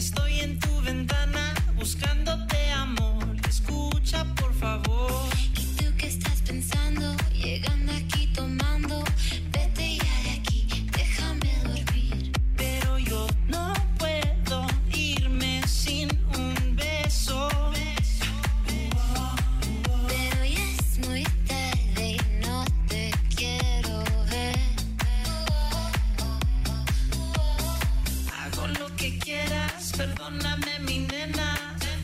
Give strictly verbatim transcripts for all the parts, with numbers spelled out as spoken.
Estoy en tu ventana buscándote amor. Escucha, por favor. ¿Y tú qué estás pensando? Llegando aquí tomando. Vete ya de aquí, déjame dormir. Pero yo no puedo irme sin un beso. Pero ya es muy tarde y no te quiero ver. Hago lo que quieras, perdóname mi nena.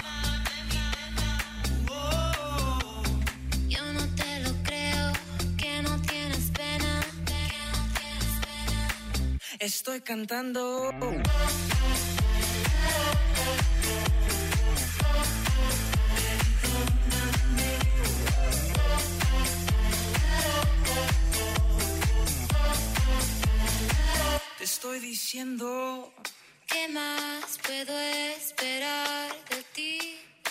Yo no te lo creo, que no tienes pena. Estoy cantando. Te estoy diciendo. ¿Qué más puedo esperar de ti?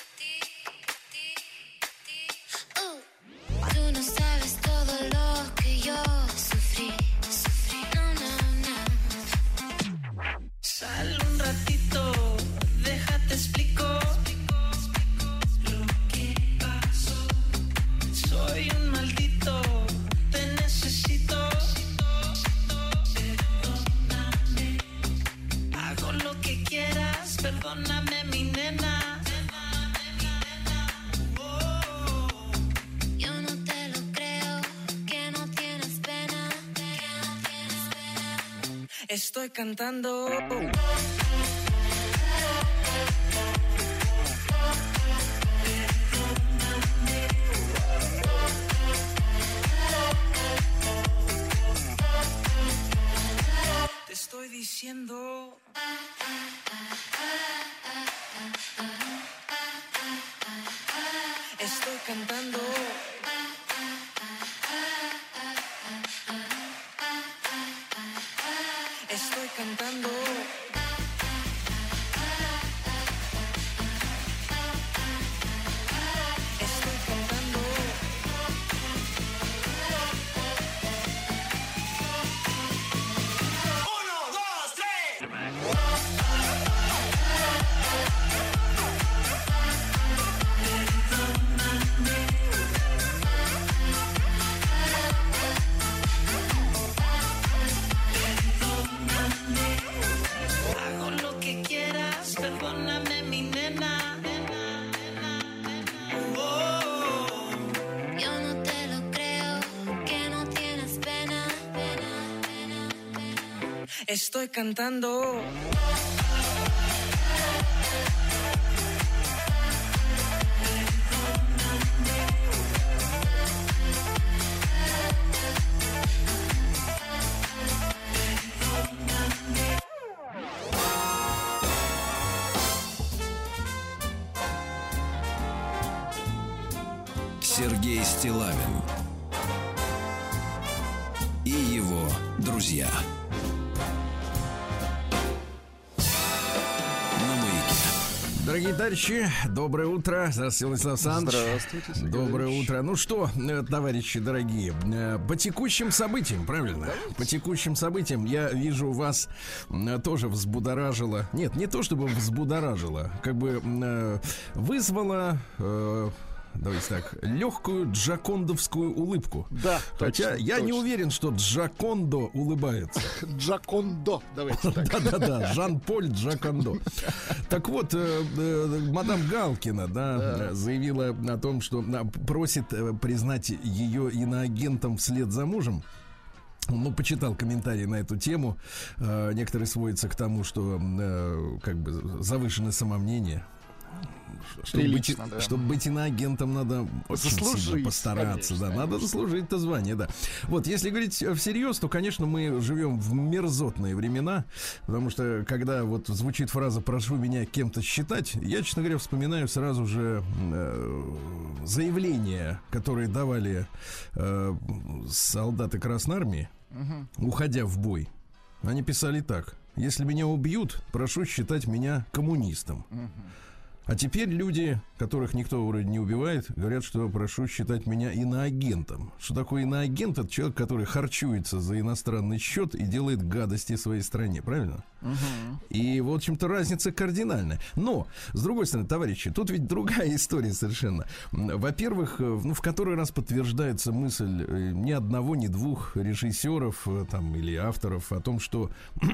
Uh. Tú no sabes todo lo que yo sufrí, sufrí. No, no, no. Sal un ratito, déjate explico lo que pasó. Soy un maldito, te necesito. Perdóname, hago lo que quieras, perdóname mi nena. Oh. Yo no te lo creo, que no tienes pena, que no tienes pena. Estoy cantando. Te estoy diciendo. Estoy cantando. Estoy cantando. Estoy cantando. Uno, dos, tres. Hago lo que quieras, perdóname mi nena. Oh. Yo no te lo creo, que no tienes pena, pena, pena, pena. Estoy cantando. Сергей Стиллавин и его друзья. Дорогие товарищи, доброе утро. Здравствуйте, Владислав Александрович. Здравствуйте, Сергей Доброе Ильич. утро. Ну что, э, товарищи дорогие, э, по текущим событиям, правильно? Давайте. По текущим событиям я вижу, вас э, тоже взбудоражило. Нет, не то чтобы взбудоражило, как бы э, вызвало... э, Давайте так, легкую джакондовскую улыбку. Да, Хотя точно, я точно. не уверен, что Джакондо улыбается. Джакондо, давайте так. Да-да-да, Жан-Поль Джакондо. Так вот, э, э, мадам Галкина, да, Да. заявила о том, что э, просит э, признать ее иноагентом вслед за мужем. Ну, почитал комментарии на эту тему. Э, некоторые сводятся к тому, что э, как бы завышенное самомнение. Чтобы быть, Прилично, да. чтобы быть иноагентом, надо очень Заслужить, сильно постараться. конечно, Да, надо конечно. заслужить это звание, да. Вот, если говорить всерьез, то, конечно, мы живем в мерзотные времена, потому что, когда вот звучит фраза «прошу меня кем-то считать», я, честно говоря, вспоминаю сразу же э, заявления, которые давали э, солдаты Красной Армии, Угу. уходя в бой. Они писали так: «Если меня убьют, прошу считать меня коммунистом». Угу. А теперь люди, которых никто вроде не убивает, говорят, что прошу считать меня иноагентом. Что такое иноагент? Это человек, который харчуется за иностранный счет и делает гадости своей стране, правильно? Угу. И, в общем-то, разница кардинальная. Но, с другой стороны, товарищи, тут ведь другая история совершенно. Во-первых, ну, в который раз подтверждается мысль ни одного, ни двух режиссеров там, или авторов о том, что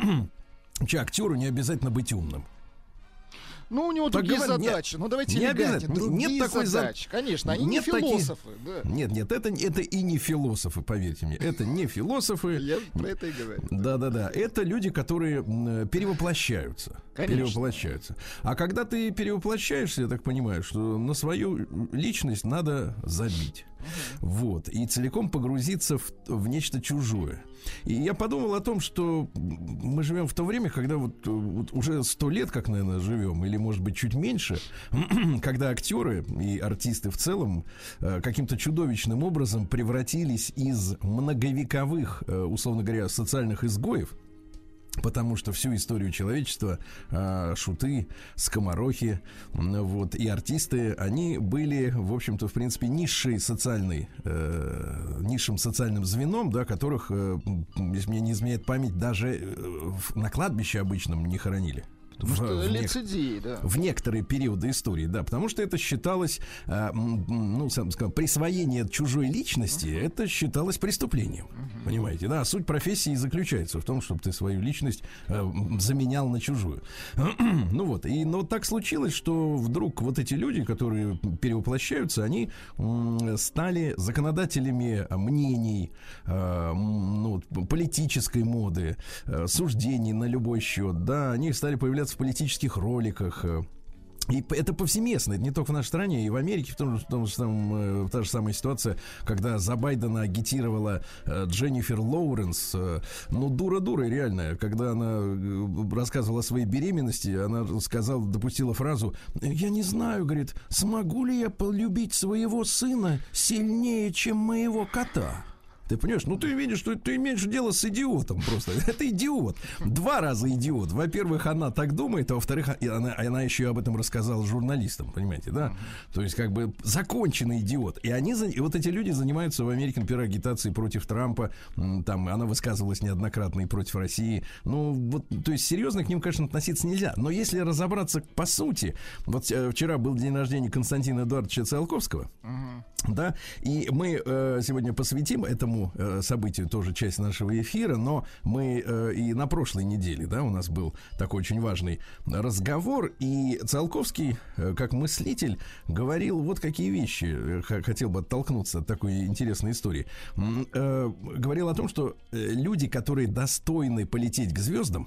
актеру не обязательно быть умным. Ну, у него Так другие говорят, задачи. нет, Ну, давайте не элегантнее. обязательно. Другие Нет такой задачи. за- Конечно, они нет не таких- философы. Да. Нет, нет, это, это и не философы, поверьте мне. Это не философы. Я про это и говорю. Да-да-да. Это люди, которые м, перевоплощаются. Конечно. Перевоплощаются. А когда ты перевоплощаешься, я так понимаю, что на свою личность надо забить. Вот. И целиком погрузиться в, в нечто чужое. И я подумал о том, что мы живем в то время, когда вот, вот уже сто лет, как, наверное, живем, или, может быть, чуть меньше, когда актеры и артисты в целом э, каким-то чудовищным образом превратились из многовековых, э, условно говоря, социальных изгоев. Потому что всю историю человечества э, шуты, скоморохи, м, вот, и артисты, они были, в общем-то, в принципе, низшей социальной, э, низшим социальным звеном, да, которых, э, если мне не изменяет память, даже э, в- на кладбище обычном не хоронили. Потому В- что в нек- лицедеи, да. в некоторые периоды истории, да, потому что это считалось, э, м, м, ну, сам скажем, присвоение чужой личности, uh-huh. это считалось преступлением, uh-huh. понимаете, да, суть профессии и заключается в том, чтобы ты свою личность э, м, заменял на чужую. Ну вот, и но так случилось, что вдруг вот эти люди, которые перевоплощаются, они м, стали законодателями мнений, э, м, ну, политической моды, э, суждений на любой счет, да, они стали появляться в политических роликах. И п- это повсеместно, это не только в нашей стране, и в Америке в том, же- в том же самом, э, та же самая ситуация, когда за Байдена агитировала э, Дженнифер Лоуренс, э, ну, дура-дура реальная, когда она э, рассказывала о своей беременности, она сказала, допустила фразу: «Я не знаю, говорит, смогу ли я полюбить своего сына сильнее, чем моего кота». Ты понимаешь, ну ты видишь, что ты имеешь дело с идиотом просто. Это идиот. Два раза идиот. Во-первых, она так думает, а во-вторых, она, она еще об этом рассказала журналистам, понимаете, да? То есть, как бы, законченный идиот. И они, и вот эти люди занимаются в Америке, например, агитацией против Трампа. Там она высказывалась неоднократно и против России. Ну, вот, то есть, серьезно к ним, конечно, относиться нельзя. Но если разобраться по сути, вот э, вчера был день рождения Константина Эдуардовича Циолковского, да, и мы э, сегодня посвятим этому э, событию тоже часть нашего эфира, но мы э, и на прошлой неделе, да, у нас был такой очень важный разговор, и Циолковский, э, как мыслитель, говорил вот какие вещи, э, х- хотел бы оттолкнуться от такой интересной истории. М, э, говорил о том, что э, люди, которые достойны полететь к звездам,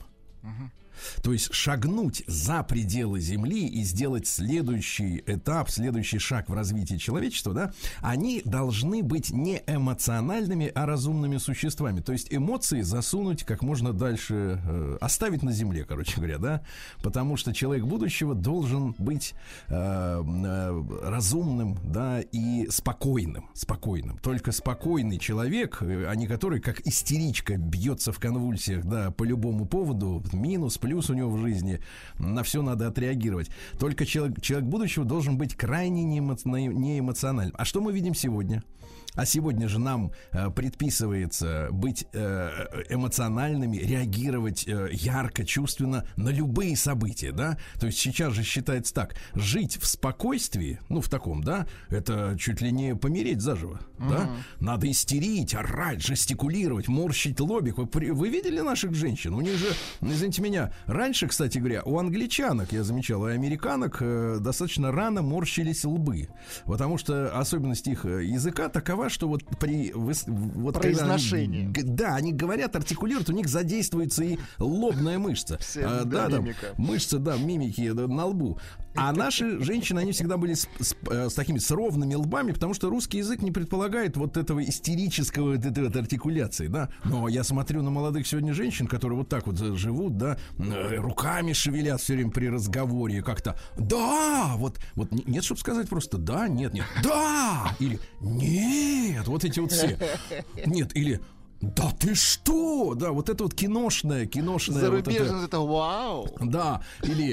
то есть шагнуть за пределы Земли и сделать следующий этап, следующий шаг в развитии человечества, да, они должны быть не эмоциональными, а разумными существами. То есть эмоции засунуть как можно дальше, э, оставить на Земле, короче говоря, да, потому что человек будущего должен быть э, э, разумным, да, и спокойным, спокойным. Только спокойный человек, э, а не который как истеричка бьется в конвульсиях, да, по любому поводу, минус, плюс у него в жизни, на все надо отреагировать. Только человек, человек будущего должен быть крайне неэмоциональным. А что мы видим сегодня? А сегодня же нам э, предписывается быть э, эмоциональными, реагировать э, ярко, чувственно на любые события, да? То есть сейчас же считается так: жить в спокойствии, ну, в таком, да, это чуть ли не помереть заживо, uh-huh. да? Надо истерить, орать, жестикулировать, морщить лобик. Вы, вы видели наших женщин? У них же, извините меня, раньше, кстати говоря, у англичанок, я замечал, и американок э, достаточно рано морщились лбы, потому что особенность их языка такова, что вот при вот произношении, когда они, да, они говорят, артикулируют, у них задействуется и лобная мышца, Все, а, да, да, мимика. там, мышца, да, мимики да, на лбу. А наши женщины, они всегда были с, с, с такими с ровными лбами, потому что русский язык не предполагает вот этого истерического вот этой вот артикуляции, да. Но я смотрю на молодых сегодня женщин, которые вот так вот живут, да, руками шевелят все время при разговоре, как-то да, вот, вот нет, чтобы сказать просто да, нет, нет, да, или нет, вот эти вот все, нет, или да ты что, да, вот это вот киношное, киношное. Зарубежное вот это, это вау. да, или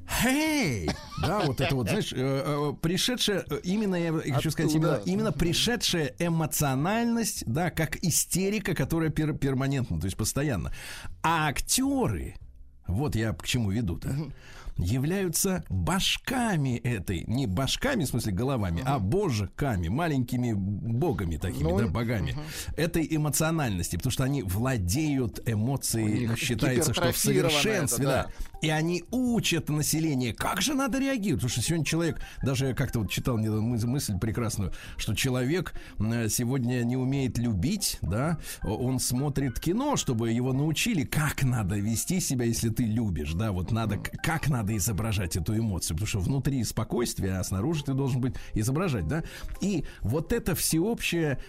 Hey! Да, вот это вот, знаешь, э, э, пришедшая, э, именно, я хочу сказать, именно, Оттуда. именно пришедшая эмоциональность, да, как истерика, которая пер- перманентна, то есть постоянно. А актеры, вот я к чему веду-то, являются башками этой, не башками, в смысле головами, а божками, маленькими богами такими, Ну, да, богами, этой эмоциональности, потому что они владеют У эмоцией, них считается, что в гипертрофировано совершенстве, это, да. да. И они учат население, как же надо реагировать. Потому что сегодня человек, даже я как-то вот читал недавно мыс- мысль прекрасную, что человек э, сегодня не умеет любить, да, он смотрит кино, чтобы его научили, как надо вести себя, если ты любишь, да, вот надо, к- как надо изображать эту эмоцию, потому что внутри спокойствие, а снаружи ты должен быть изображать, да. И вот эта всеобщая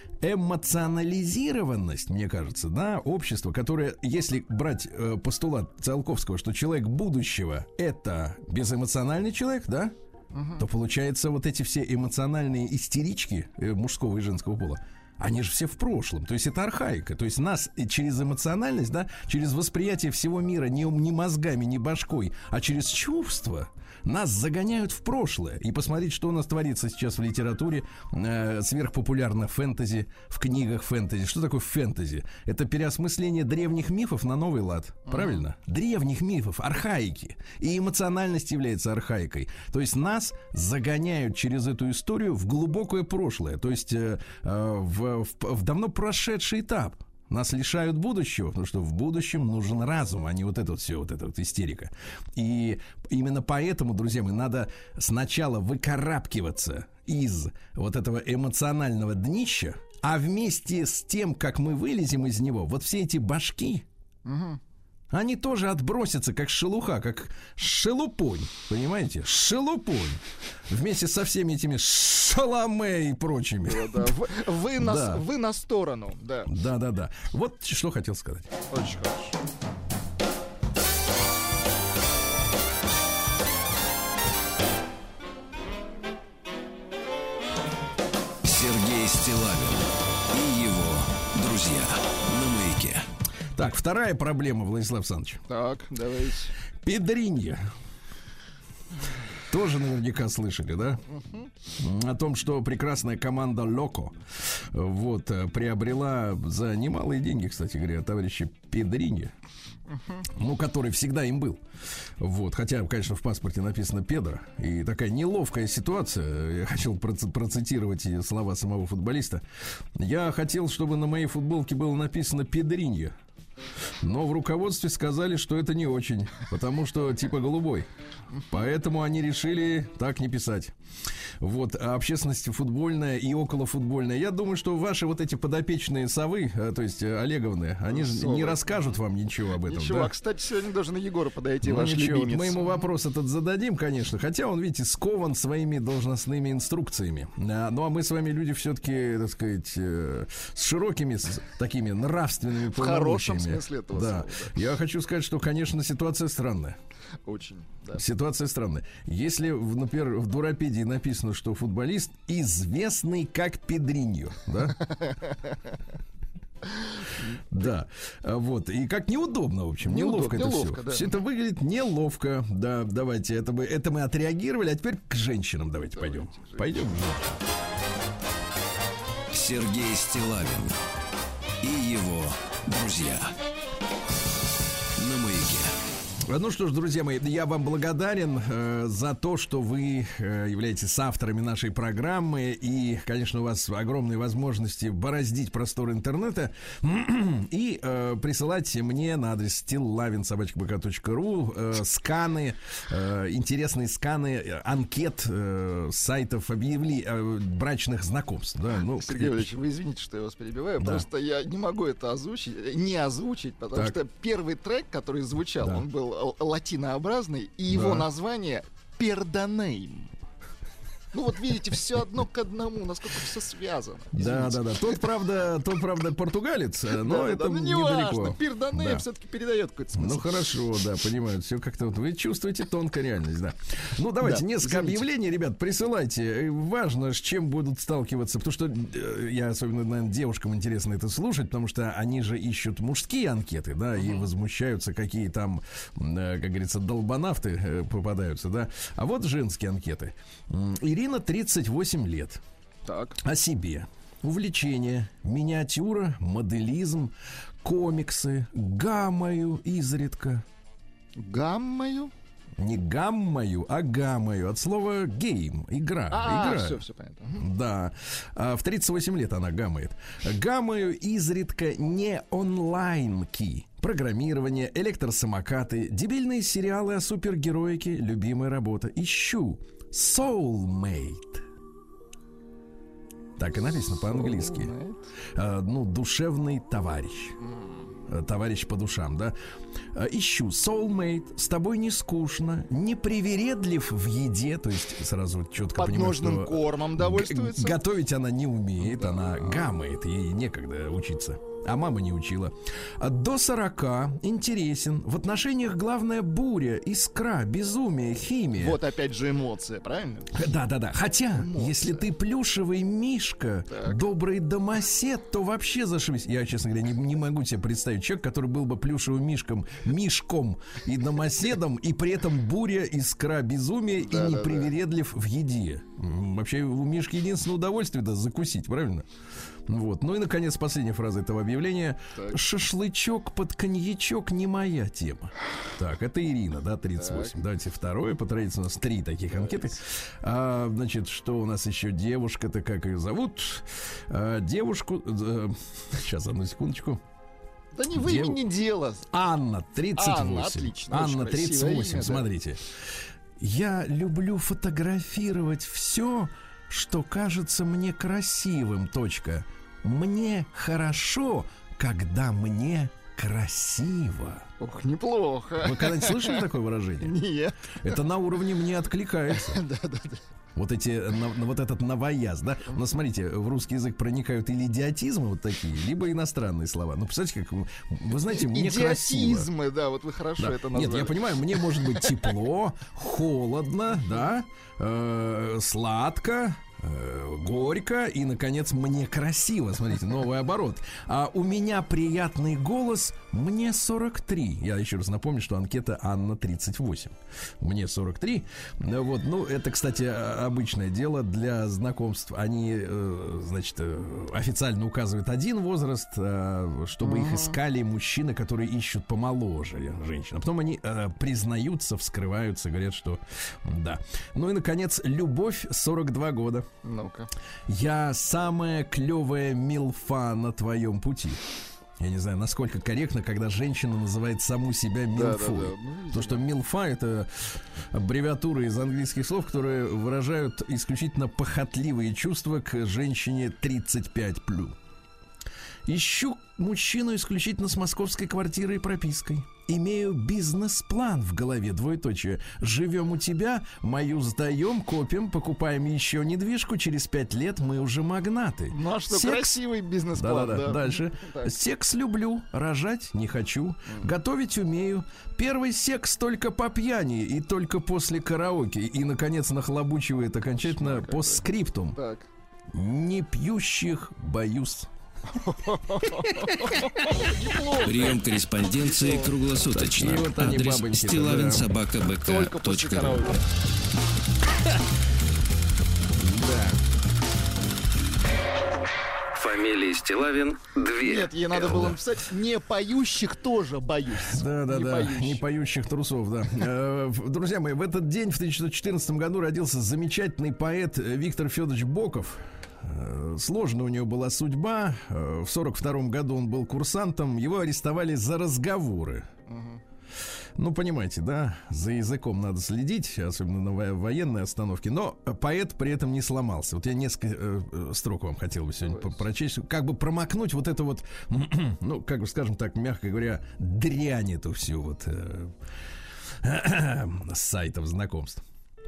эмоционализированность, мне кажется, да, общество, которое, если брать э, постулат Циолковского, что человек будущего — это безэмоциональный человек, да, то получается вот эти все эмоциональные истерички э, мужского и женского пола, они же все в прошлом. То есть это архаика. То есть нас и через эмоциональность, да, через восприятие всего мира не, не мозгами, не башкой, а через чувства нас загоняют в прошлое. И посмотрите, что у нас творится сейчас в литературе, э, сверхпопулярно фэнтези, в книгах фэнтези. Что такое фэнтези? Это переосмысление древних мифов на новый лад. Правильно? Древних мифов, архаики. И эмоциональность является архаикой. То есть нас загоняют через эту историю в глубокое прошлое. То есть э, э, в, в, в давно прошедший этап. Нас лишают будущего, потому что в будущем нужен разум, а не вот это вот все, вот эта вот истерика. И именно поэтому, друзья мои, надо сначала выкарабкиваться из вот этого эмоционального днища, а вместе с тем, как мы вылезем из него, вот все эти башки, они тоже отбросятся, как шелуха, как шелупонь, понимаете? Шелупонь. Вместе со всеми этими шаломе и прочими. Да, вы, вы на, Да. вы на сторону, да. Да-да-да. Вот что хотел сказать. Очень хорошо. Сергей Стиллавин и его друзья на Маяке. Так, вторая проблема, Владислав Александрович. Так, давайте. Педринья. Тоже наверняка слышали, да? О том, что прекрасная команда Локо вот, э, приобрела за немалые деньги, кстати говоря, товарища Педринья, ну, который всегда им был. Вот, хотя, конечно, в паспорте написано Педро. И такая неловкая ситуация. Я хотел проц- процитировать и слова самого футболиста. Я хотел, чтобы на моей футболке было написано Педринья. Но в руководстве сказали, что это не очень, потому что типа голубой. Поэтому они решили так не писать. Вот, а общественность футбольная и околофутбольная. Я думаю, что ваши вот эти подопечные совы, а, то есть э, Олеговны, они же Совы. не расскажут вам ничего об этом. Ничего, да? а, кстати, сегодня должен Егор подойти, Ну, ваш ничего, вот любимец. мы ему вопрос этот зададим, конечно. Хотя он, видите, скован своими должностными инструкциями. А, ну, а мы с вами люди все-таки, так сказать, э, с широкими, с такими нравственными В хорошем полномочиями. смысле этого Да. слова, Я хочу сказать, что, конечно, ситуация странная. Очень, да. Ситуация странная. Если, в, например, в Дурапедии написано, что футболист известный как Педриньо, да? Да, А, вот. И как неудобно, в общем, неловко, Неудобно, это неловко, все. да. Все это выглядит неловко. Да, давайте, это мы, это мы отреагировали, а теперь к женщинам давайте, пойдем. Пойдем. Сергей Стиллавин и его друзья на Маяке. Ну что ж, друзья мои, я вам благодарен э, за то, что вы э, являетесь авторами нашей программы. И, конечно, у вас огромные возможности бороздить простор интернета и э, присылать мне на адрес стиллавин собака бэ ка точка ру э, сканы, э, интересные сканы э, анкет э, сайтов объявлений э, брачных знакомств. Да, ну, Сергей Валерьевич, вы извините, что я вас перебиваю, Да. просто я не могу это озвучить, э, не озвучить, потому Так. что первый трек, который звучал, Да. он был л- латинообразный, и его Да. название «Пердонейм». Ну вот видите, все одно к одному, насколько все связано. Да, Извините. да, да. Тот, правда, тот, правда, португалец, но Да, это да, ну, недалеко. неважно, Пирдане Да. все-таки передает какой-то смысл. Ну хорошо, да, понимаю. Все как-то вот вы чувствуете тонко реальность, да. Ну давайте Да, несколько извините. объявлений, ребят, присылайте. Э, Важно, с чем будут сталкиваться, потому что э, я особенно, наверное, девушкам интересно это слушать, потому что они же ищут мужские анкеты, да, и возмущаются, какие там, э, как говорится, долбанавты э, попадаются, да. А вот женские анкеты. М, Ирина, тридцать восемь лет. Так. О себе. Увлечение, миниатюра, моделизм, комиксы, гаммою изредка. Гаммою? Не гаммою, а гаммою. От слова гейм, игра. А, игра. все, все понятно. Мгм. Да. А в тридцать восемь лет она гаммает. Гаммою изредка не онлайнки. Программирование, электросамокаты, дебильные сериалы о супергероике, любимая работа. Ищу soulmate. Так и написано по-английски. А, ну, душевный товарищ. Э, Товарищ по душам, да. А, Ищу soulmate, с тобой не скучно, не привередлив в еде, то есть сразу четко понимаю, что Подножным кормом довольствуется. г- готовить она не умеет, она гамает, ей некогда учиться. А мама не учила. А До сорока интересен. В отношениях главная буря, искра, безумие, химия. Вот опять же эмоция, правильно? Да, да, да. Хотя, Эмоция. если ты плюшевый мишка, Так. добрый домосед, то вообще зашибись. Я, честно говоря, не, не могу себе представить человека, который был бы плюшевым мишком, мишком и домоседом, и при этом буря, искра, безумие и Да-да-да. непривередлив в еде. М, Вообще у мишки единственное удовольствие — это закусить, правильно? Вот. Ну и, наконец, последняя фраза этого объявления. Так. Шашлычок под коньячок не моя тема. Так, это Ирина, да, тридцать восемь. Давайте второе. По традиции у нас три таких анкеты. А, значит, что у нас еще? Девушка-то, как ее зовут? А, девушку... э, сейчас, одну секундочку. Да не в Дев- имени дело. Анна, тридцать восемь. Анна, отлично, очень Анна, красивое тридцать восемь. имя, да. Смотрите. Я люблю фотографировать все, что кажется мне красивым. Точка. Мне хорошо, когда мне красиво. Ох, неплохо. Вы когда-нибудь слышали такое выражение? Нет. Это на уровне «мне откликается». Да-да-да. Вот эти, на- на- вот этот новояз, да? Но смотрите, в русский язык проникают или идиотизмы вот такие, либо иностранные слова. Ну, представляете, как... Вы знаете, мне красиво. Идиотизмы, да, вот вы хорошо Да. это назвали. Нет, я понимаю, мне может быть тепло, холодно, да, э, сладко, э, горько и, наконец, мне красиво. Смотрите, новый оборот. А у меня приятный голос, мне сорок три. Я еще раз напомню, что анкета Анна тридцать восемь. Мне сорок три. Ну, вот, ну, это, кстати, обычное дело для знакомств. Они, э, значит, э, официально указывают один возраст, э, чтобы их искали мужчины, которые ищут помоложе женщин. А потом они э, признаются, вскрываются, говорят, что да. Ну и, наконец, любовь, сорок два года. Ну-ка. Я самая клевая милфа на твоем пути. Я не знаю, насколько корректно, когда женщина называет саму себя милфой. Да-да-да. Ну, видимо. То, что милфа — это аббревиатура из английских слов, которые выражают исключительно похотливые чувства к женщине тридцать пять плюс. Ищу мужчину исключительно с московской квартирой и пропиской. Имею бизнес-план в голове, двоеточие. Живем у тебя, мою сдаем, копим, покупаем еще недвижку. Через пять лет мы уже магнаты. Ну а что, Секс- красивый бизнес-план, Да-да-да. да. Дальше. Так. Секс люблю, рожать не хочу, готовить умею. Первый секс только по пьяни и только после караоке. И, наконец, нахлобучивает окончательно Кошмар по скриптум. Так. Не пьющих боюсь. Прием корреспонденции круглосуточно. Такие вот они, Адрес бабоньки-то, стилавин да. собака бэ ка Только после точка ру. караоке. Фамилия Стилавин две. Нет, ей надо было написать «не поющих тоже боюсь». Да, да, Не да. поющих. Не поющих трусов, да. Э, в- Друзья мои, в этот день, в тысяча девятьсот четырнадцатом году, родился замечательный поэт Виктор Федорович Боков. Э, Сложная у него была судьба. Э, В сорок втором году он был курсантом. Его арестовали за разговоры. Ну, понимаете, да, за языком надо следить, особенно на во- военной остановке. Но поэт при этом не сломался. Вот я несколько э, э, строк вам хотел бы сегодня по- прочесть, как бы промокнуть вот это вот, ну, как бы, скажем так, мягко говоря, дрянь эту всю вот э, с сайтов знакомств.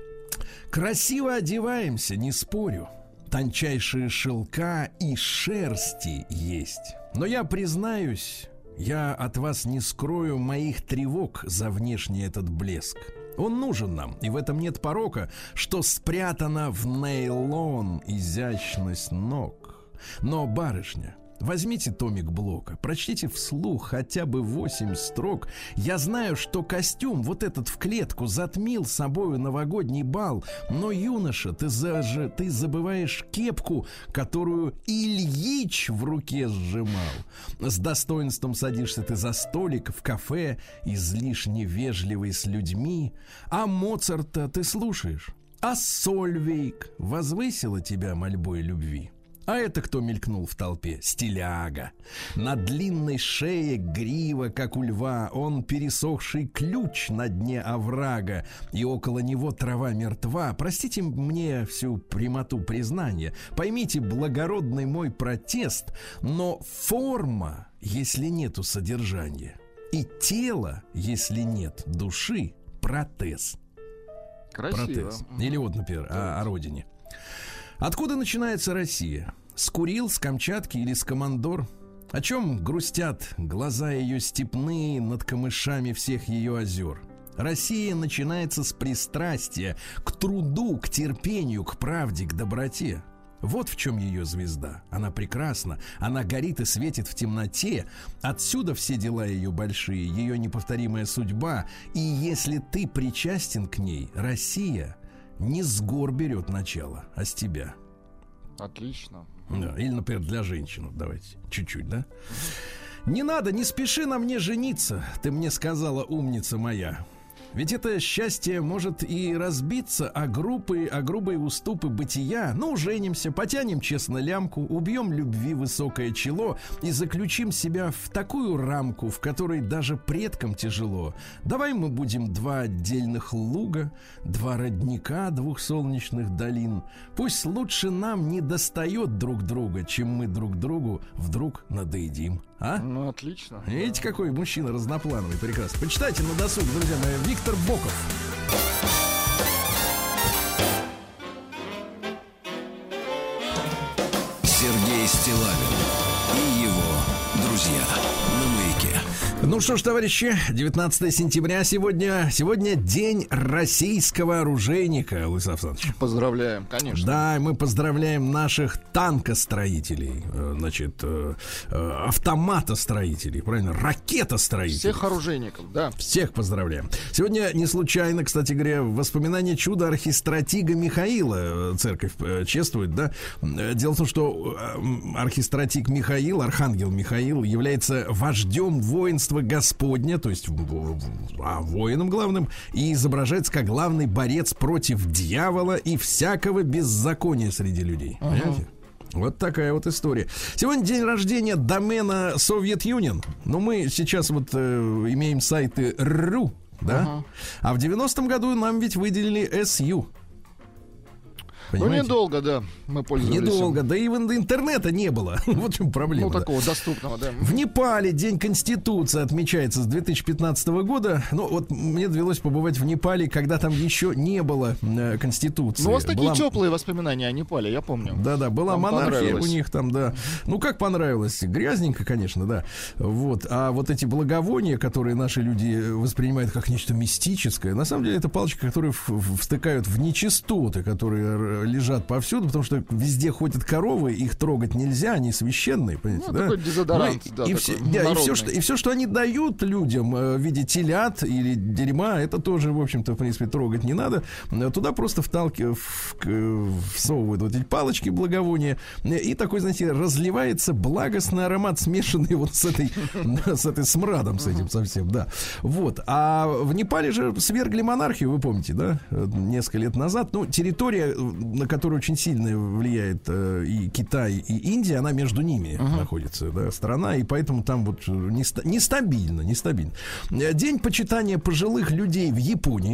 Красиво одеваемся, не спорю. Тончайшие шелка и шерсти есть. Но я признаюсь, я от вас не скрою моих тревог за внешний этот блеск. Он нужен нам, и в этом нет порока, что спрятана в нейлон изящность ног. Но, барышня, возьмите томик Блока, прочтите вслух хотя бы восемь строк. Я знаю, что костюм вот этот в клетку затмил собою новогодний бал, но, юноша, ты, заже, ты забываешь кепку, которую Ильич в руке сжимал. С достоинством садишься ты за столик в кафе, излишне вежливый с людьми. А Моцарта ты слушаешь, а Сольвейк возвысила тебя мольбой любви. А это кто мелькнул в толпе? Стиляга. На длинной шее грива, как у льва. Он пересохший ключ на дне оврага, и около него трава мертва. Простите мне всю прямоту признания. Поймите благородный мой протест, но форма, если нету содержания, и тело, если нет души, протез. Красиво. Протез. Или вот, например, о, о родине. Откуда начинается Россия? С Курил, с Камчатки или с Командор? О чем грустят глаза ее степные над камышами всех ее озер? Россия начинается с пристрастия к труду, к терпению, к правде, к доброте. Вот в чем ее звезда. Она прекрасна, она горит и светит в темноте. Отсюда все дела ее большие, ее неповторимая судьба. И если ты причастен к ней, Россия не с гор берет начало, а с тебя. Отлично. Да, или, например, для женщин. Давайте чуть-чуть, да? Не надо, не спеши на мне жениться, ты мне сказала, умница моя. Ведь это счастье может и разбиться о группы, о грубые уступы бытия. Ну, женимся, потянем честно лямку, убьем любви высокое чело и заключим себя в такую рамку, в которой даже предкам тяжело. Давай мы будем два отдельных луга, два родника двух солнечных долин. Пусть лучше нам не достает друг друга, чем мы друг другу вдруг надоедим. А? Ну, отлично. Видите, какой мужчина разноплановый, прекрасно. Почитайте на досуг, друзья мои. Виктор Боков. Сергей Стиллавин и его друзья на Маяке. Ну что ж, товарищи, девятнадцатое сентября сегодня. Сегодня день российского оружейника, Владислав Александрович. Поздравляем, конечно. Да, мы поздравляем наших танкостроителей, значит, автоматостроителей, правильно, ракетостроителей. Всех оружейников, да. Всех поздравляем. Сегодня не случайно, кстати говоря, воспоминание чуда архистратига Михаила церковь чествует, да. Дело в том, что архистратиг Михаил, архангел Михаил, является вождем воинства Господня, то есть а, воином главным, и изображается как главный борец против дьявола и всякого беззакония среди людей. Uh-huh. Понимаете? Вот такая вот история. Сегодня день рождения домена Soviet Union. Но мы сейчас вот э, имеем сайты РУ, да? Uh-huh. А в девяностом году нам ведь выделили эс ю. Понимаете? Ну, недолго, да, мы пользовались. Недолго, да и интернета не было. Вот в чем проблема. Ну, такого да. доступного, да. В Непале День Конституции отмечается с две тысячи пятнадцатого года. Ну, вот мне довелось побывать в Непале, когда там еще не было э, Конституции. Ну, у вас такие была... теплые воспоминания о Непале, я помню. Да-да, была там монархия у них там, да. Ну, как понравилось? Грязненько, конечно, да. Вот. А вот эти благовония, которые наши люди воспринимают как нечто мистическое, на самом деле это палочки, которые в- в- встыкают в нечистоты, которые лежат повсюду, потому что везде ходят коровы, их трогать нельзя, они священные, понимаете, ну, да? такой дезодорант, ну, да, и, такой все, да, и, все, что, и все, что они дают людям э, в виде телят или дерьма, это тоже, в общем-то, в принципе, трогать не надо. Туда просто вталкивают, всовывают вот эти палочки благовония, и такой, знаете, разливается благостный аромат, смешанный вот с этой, с этой смрадом, с этим совсем, да. Вот. А в Непале же свергли монархию, вы помните, да? Несколько лет назад. Ну, территория, на которую очень сильно влияет э, и Китай, и Индия, она между ними uh-huh. находится, да, страна, и поэтому там вот неста- нестабильно, нестабильно. День почитания пожилых людей в Японии.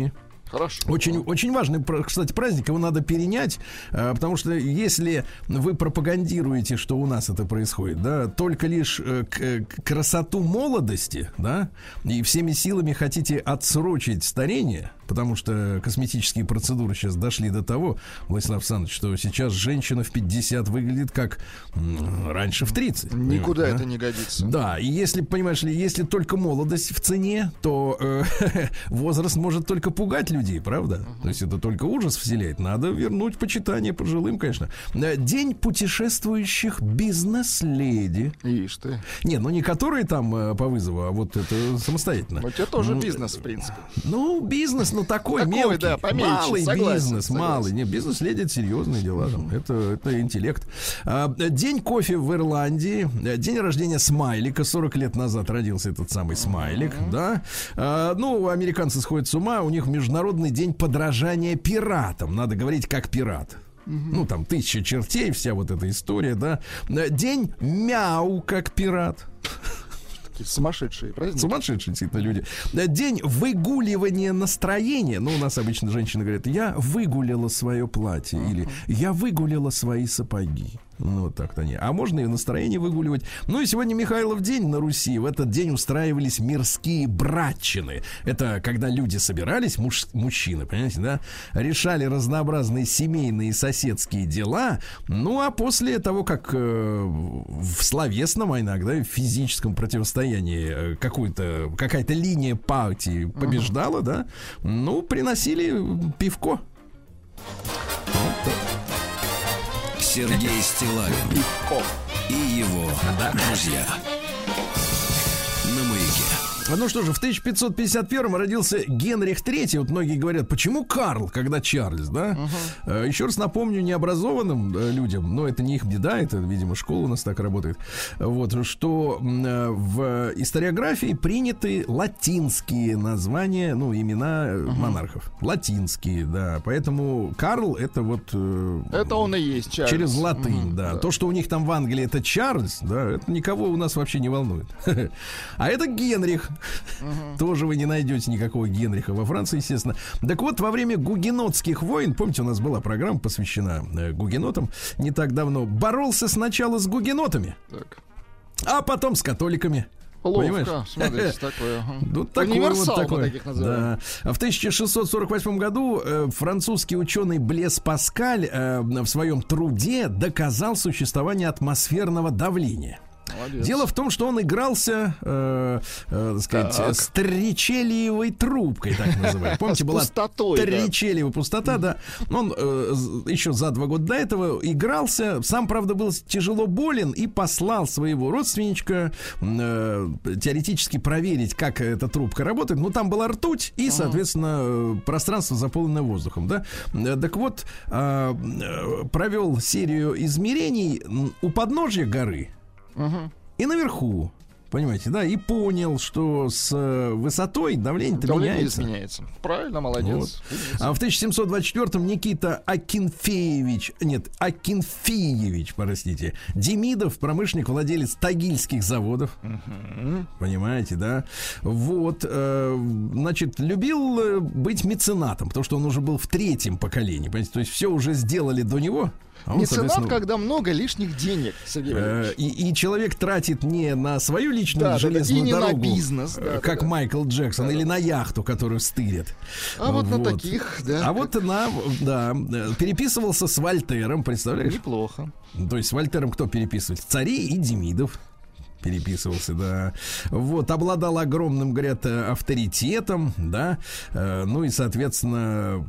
Хорошо. Очень, очень важный, кстати, праздник, его надо перенять, потому что если вы пропагандируете, что у нас это происходит, да, только лишь к- красоту молодости, да, и всеми силами хотите отсрочить старение, потому что косметические процедуры сейчас дошли до того, Владислав Александрович, что сейчас женщина в пятьдесят выглядит как м, раньше в тридцать. Никуда да? это не годится. Да, и если, понимаешь ли, если только молодость в цене, то э, возраст может только пугать людей, правда? Uh-huh. То есть это только ужас вселяет. Надо вернуть почитание пожилым, конечно. День путешествующих бизнес-леди. Ишь ты. Не, ну не которые там э, по вызову, а вот это самостоятельно. У тебя тоже ну, бизнес, в принципе. Ну, бизнес, ну такой, такой мелкий, да, помельче, малый согласен, бизнес, согласен. малый. Не, бизнес-леди — это серьезные дела. Там. Это, это интеллект. А, день кофе в Ирландии. День рождения смайлика. сорок лет назад родился этот самый смайлик. Uh-huh. Да? А, ну, американцы сходят с ума. У них международный день подражания пиратам. Надо говорить как пират. Uh-huh. Ну, там тысяча чертей, вся вот эта история, да. День мяу как пират. Сумасшедшие праздники. Сумасшедшие действительно люди. День выгуливания настроения. Ну, у нас обычно женщины говорят: я выгулила свое платье. Uh-huh. Или я выгулила свои сапоги. Ну, вот так-то не. А можно и настроение выгуливать. Ну, и сегодня Михайлов день на Руси. В этот день устраивались мирские братчины. Это когда люди собирались, муж, мужчины, понимаете, да? Решали разнообразные семейные и соседские дела. Ну, а после того, как э, в словесном, а иногда и в физическом противостоянии э, какую-то, какая-то линия партии побеждала, uh-huh. да, ну, приносили пивко. Вот так. Сергей Стиллавин и его да. друзья на Маяке. Ну что же, в тысяча пятьсот пятьдесят первом родился Генрих третий. Вот многие говорят, почему Карл, когда Чарльз, да? Uh-huh. Еще раз напомню необразованным людям, но это не их беда, это, видимо, школа у нас так работает, вот, что в историографии приняты латинские названия, ну, имена uh-huh. монархов. Латинские, да. Поэтому Карл — это вот... Это он и есть Чарльз. Через латынь, uh-huh. да. да. То, что у них там в Англии это Чарльз, да, это никого у нас вообще не волнует. А это Генрих. Uh-huh. Тоже вы не найдете никакого Генриха во Франции, естественно. Так вот, во время гугенотских войн, помните, у нас была программа, посвящена э, гугенотам не так давно, боролся сначала с гугенотами, так. а потом с католиками. Ловко, смотрите, такое. Ну, такой вот такой. Таких называем. Да. В тысяча шестьсот сорок восьмом году э, французский ученый Блес Паскаль э, в своем труде доказал существование атмосферного давления. Молодец. Дело в том, что он игрался, э, э, так сказать, так. с тричелиевой трубкой, так называемой. Помните, была тричелиевая пустота, да. Он э, еще за два года до этого игрался. Сам, правда, был тяжело болен и послал своего родственничка э, теоретически проверить, как эта трубка работает. Ну, там была ртуть и, соответственно, пространство, заполненное воздухом, да. Так вот, э, провел серию измерений у подножья горы. Uh-huh. И наверху, понимаете, да, и понял, что с высотой давление-то давление меняется. изменяется. Правильно, молодец. Вот. А в тысяча семьсот двадцать четвёртом Никита Акинфеевич, нет, Акинфеевич, простите, Демидов, промышленник, владелец тагильских заводов. Uh-huh. Понимаете, да? Вот, э, значит, любил быть меценатом, потому что он уже был в третьем поколении, понимаете, то есть все уже сделали до него. А он, меценат, когда много лишних денег, Сергей э, и, и человек тратит не на свою личную да, железную да, да, дорогу, на бизнес, да, как да, Майкл Джексон, да, или да. на яхту, которую стырит. А вот, вот на таких, да. А как... вот на, да, переписывался с Вольтером, представляешь? Неплохо. То есть с Вольтером кто переписывался? Цари и Демидов. Переписывался, да. Вот, обладал огромным, говорят, авторитетом, да. Ну и, соответственно,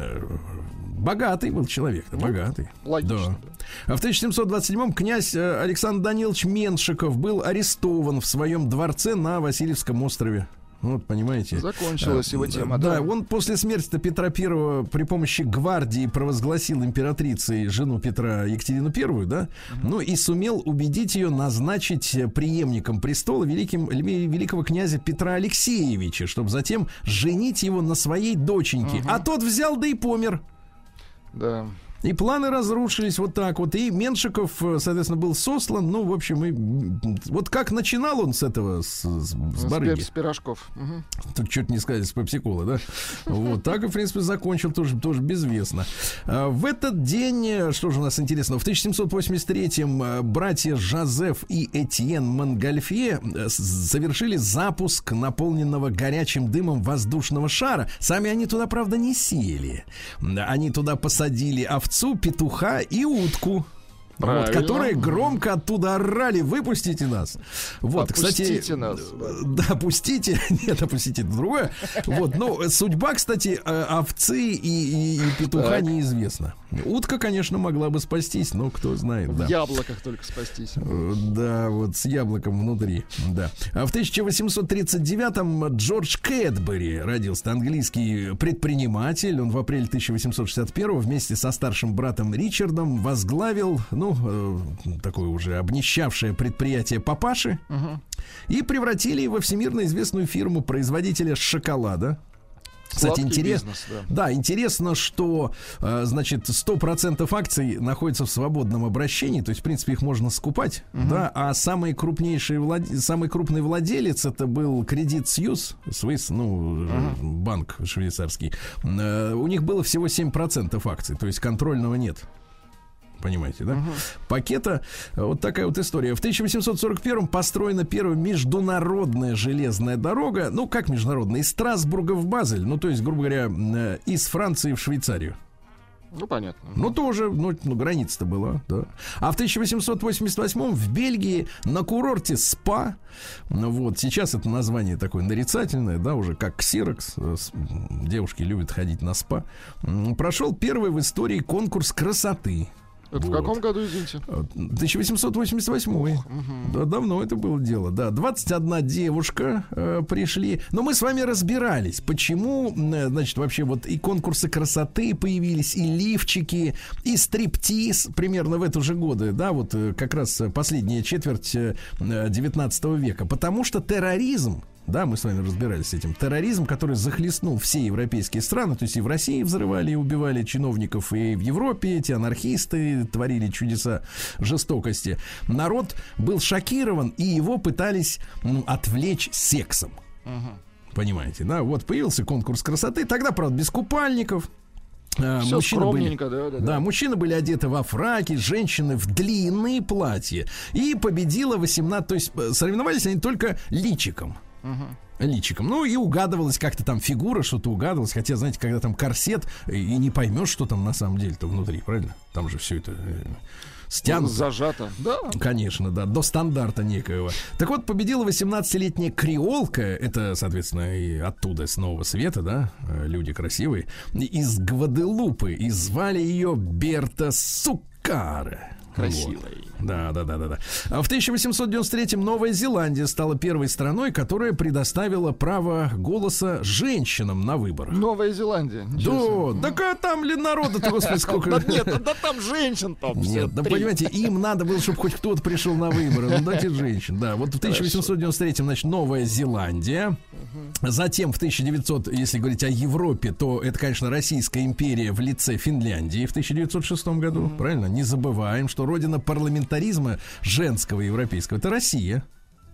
богатый был человек, ну, богатый. Логично. Да. А в тысяча семьсот двадцать седьмом князь Александр Данилович Меншиков был арестован в своем дворце на Васильевском острове. Вот, понимаете. Закончилась а, его тема. Да, да, он после смерти Петра Первого при помощи гвардии провозгласил императрицей жену Петра Екатерину Первую, да, uh-huh. ну и сумел убедить ее назначить преемником престола великим, великого князя Петра Алексеевича, чтобы затем женить его на своей доченьке. Uh-huh. А тот взял да и помер. Да. И планы разрушились вот так вот. И Меншиков, соответственно, был сослан. Ну, в общем, и, вот как начинал он с этого, с, с, с барыги. С пирожков. Угу. Тут чуть не сказали, с пепси-колы, да? Вот так и, в принципе, закончил тоже, тоже безвестно. В этот день, что же у нас интересно, в тысяча семьсот восемьдесят третьем братья Жозеф и Этьен Монгольфье совершили запуск наполненного горячим дымом воздушного шара. Сами они туда, правда, не сели. Они туда посадили овцу, петуха и утку. Вот, которые громко оттуда орали: выпустите нас. Вот, опустите кстати, нас. Да, пустите. Нет, опустите, это другое. Вот, но судьба, кстати, овцы и, и, и петуха так. неизвестна. Утка, конечно, могла бы спастись, но кто знает. В да. яблоках только спастись. Да, вот с яблоком внутри. Да. А в тысяча восемьсот тридцать девятом Джордж Кэтбери родился, английский предприниматель. Он в апреле тысяча восемьсот шестьдесят первого вместе со старшим братом Ричардом возглавил, ну, э, такое уже обнищавшее предприятие папаши, угу. и превратили во всемирно известную фирму производителя шоколада. Кстати, интересно, бизнес, да. да, интересно, что, э, значит, сто процентов акций находятся в свободном обращении, то есть, в принципе, их можно скупать, uh-huh. да, а самый крупнейший, влад... самый крупный владелец это был Credit Suisse, Swiss, ну, uh-huh. банк швейцарский, э, у них было всего семь процентов акций, то есть контрольного нет. Понимаете, да? Uh-huh. Пакета. Вот такая вот история. В тысяча восемьсот сорок первом построена первая международная железная дорога. Ну, как международная? Из Страсбурга в Базель. Ну, то есть, грубо говоря, из Франции в Швейцарию. Ну, понятно. Ну, тоже, ну, ну граница-то была, да. А в тысяча восемьсот восемьдесят восьмом в Бельгии на курорте Спа, ну, вот, сейчас это название такое нарицательное, да, уже как Ксерокс, девушки любят ходить на спа, прошел первый в истории конкурс красоты. Это вот. В каком году, извините? тысяча восемьсот восемьдесят восьмой. Ух, угу. Да, давно это было дело. Да, двадцать одна девушка э, пришли. Но мы с вами разбирались, почему, э, значит, вообще вот и конкурсы красоты появились, и лифчики, и стриптиз примерно в эту же годы, да, вот э, как раз последняя четверть э, девятнадцатого века. Потому что терроризм, да, мы с вами разбирались с этим. Терроризм, который захлестнул все европейские страны, то есть и в России взрывали и убивали чиновников, и в Европе эти анархисты творили чудеса жестокости. Народ был шокирован, и его пытались, ну, отвлечь сексом. Uh-huh. Понимаете, да? Вот появился конкурс красоты, тогда, правда, без купальников. Все мужчины были, да, да, да. да, мужчины были одеты во фраки, женщины в длинные платья. И победила восемнадцать, то есть соревновались они только личиком. Угу. Личиком. Ну и угадывалась как-то там фигура, что-то угадывалось. Хотя, знаете, когда там корсет, и не поймешь, что там на самом деле-то внутри, правильно? Там же все это э, стянуто. Зажато. Да. Конечно, да, до стандарта некоего. Так вот, победила восемнадцатилетняя креолка. Это, соответственно, и оттуда, с Нового Света, да, люди красивые. Из Гваделупы. И звали ее Берта Суккара. Красивой. Вот. Да, да, да, да, да. А в тысяча восемьсот девяносто третьем Новая Зеландия стала первой страной, которая предоставила право голоса женщинам на выборах. Новая Зеландия. Да, так а там ли народа-то, господи, сколько? Да нет, да там женщин там. Нет, да понимаете, им надо было, чтобы хоть кто-то пришел на выборы. Ну дайте женщин, да. Вот в тысяча восемьсот девяносто третьем, значит, Новая Зеландия. Затем в тысяча девятисотом, если говорить о Европе, то это, конечно, Российская империя в лице Финляндии в тысяча девятьсот шестом году. Правильно? Не забываем, что родина парламентаризма женского европейского — это Россия.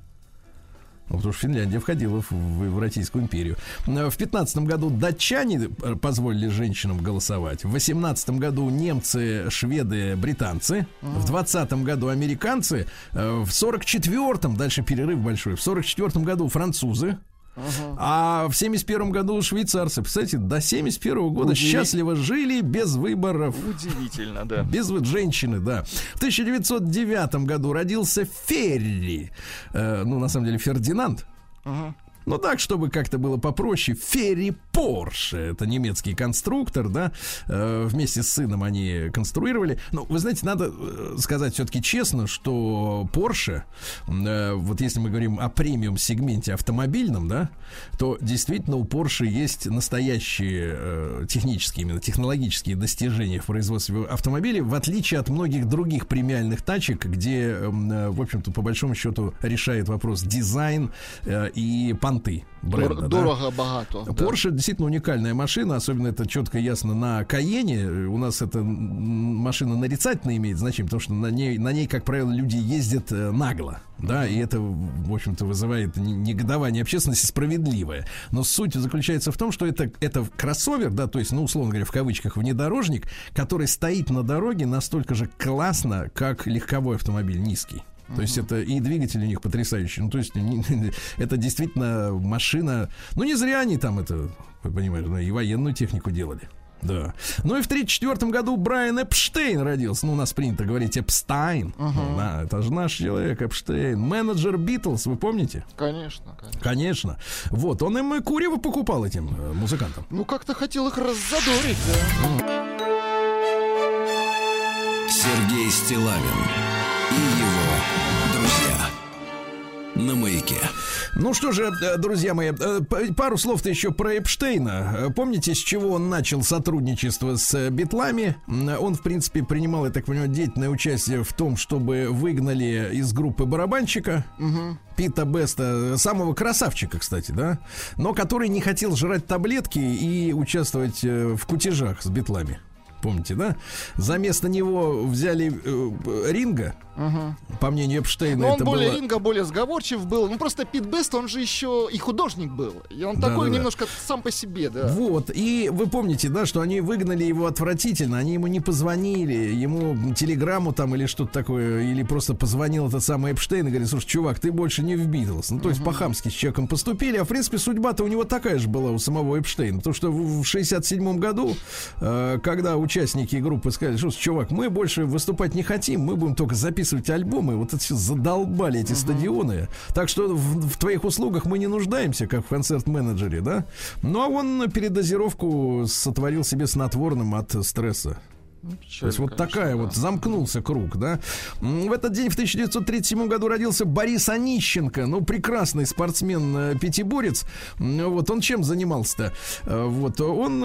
Ну, потому что Финляндия входила в, в, в Российскую империю. В пятнадцатом году датчане позволили женщинам голосовать. В восемнадцатом году немцы, шведы, британцы. Uh-huh. В двадцатом году американцы. В сорок четвертом, дальше перерыв большой, в сорок четвертом году французы. Uh-huh. А в семьдесят первом году швейцарцы. Представляете, до семьдесят первого года Удив... счастливо жили без выборов. Удивительно, да. Без женщины, да. В тысяча девятьсот девятом году родился Ферри. Э, ну, на самом деле, Фердинанд. Uh-huh. Ну так, чтобы как-то было попроще, Ферри Порше. Это немецкий конструктор, да. Э, вместе с сыном они конструировали. Ну, вы знаете, надо сказать все-таки честно, что Порше, э, вот если мы говорим о премиум-сегменте автомобильном, да, то действительно у Порше есть настоящие э, технические, именно технологические достижения в производстве автомобилей, в отличие от многих других премиальных тачек, где, э, в общем-то, по большому счету решает вопрос дизайн э, и понты бренда. Дор- дорого, богато. да. Porsche действительно уникальная машина, особенно это четко ясно на Каене. У нас эта машина нарицательно имеет значение, потому что на ней, на ней, как правило, люди ездят э, нагло. Да, и это, в общем-то, вызывает негодование общественности справедливое. Но суть заключается в том, что это, это кроссовер, да, то есть, ну, условно говоря, в кавычках, внедорожник, который стоит на дороге настолько же классно, как легковой автомобиль низкий. То есть это и двигатель у них потрясающий. Ну, то есть это действительно машина. Ну, не зря они там это, вы понимаете, и военную технику делали. Да. Ну и в тридцать четвёртом году Брайан Эпштейн родился. Ну, у нас принято говорить Эпстайн. Uh-huh. Да, это же наш человек, Эпштейн. Менеджер Битлз, вы помните? Конечно, конечно. Конечно. Вот, он им курево покупал этим э, музыкантам. Ну, как-то хотел их раззадорить, да. Сергей Стиллавин и его друзья на Маяке. Ну что же, друзья мои, пару слов-то еще про Эпштейна. Помните, с чего он начал сотрудничество с Битлами? Он, в принципе, принимал, я так понимаю, деятельное участие в том, чтобы выгнали из группы барабанщика угу. Пита Беста, самого красавчика, кстати, да, но который не хотел жрать таблетки и участвовать в кутежах с Битлами. Помните, да? За место него взяли э, Ринга. Угу. По мнению Эпштейна, но он это более было... Ринга, более сговорчив был. Ну, просто Пит Бест, он же еще и художник был. И он да, такой да, немножко да. сам по себе, да. Вот, и вы помните, да, что они выгнали его отвратительно. Они ему не позвонили, ему телеграмму там или что-то такое, или просто позвонил этот самый Эпштейн и говорит: слушай, чувак, ты больше не в Битлз. Ну, то есть угу. по-хамски с человеком поступили. А, в принципе, судьба-то у него такая же была, у самого Эпштейна. Потому что в шестьдесят седьмом году, э, когда участники группы сказали: что, чувак, мы больше выступать не хотим, мы будем только записывать альбомы. Вот это все задолбали эти uh-huh. стадионы. Так что в, в твоих услугах мы не нуждаемся, как в концерт-менеджере, да? Ну, а он передозировку сотворил себе снотворным от стресса. Ну, печаль, то есть вот конечно, такая да. вот, замкнулся круг, да. В этот день в тысяча девятьсот тридцать седьмом году родился Борис Онищенко, ну, прекрасный спортсмен-пятиборец. Вот он чем занимался-то? Вот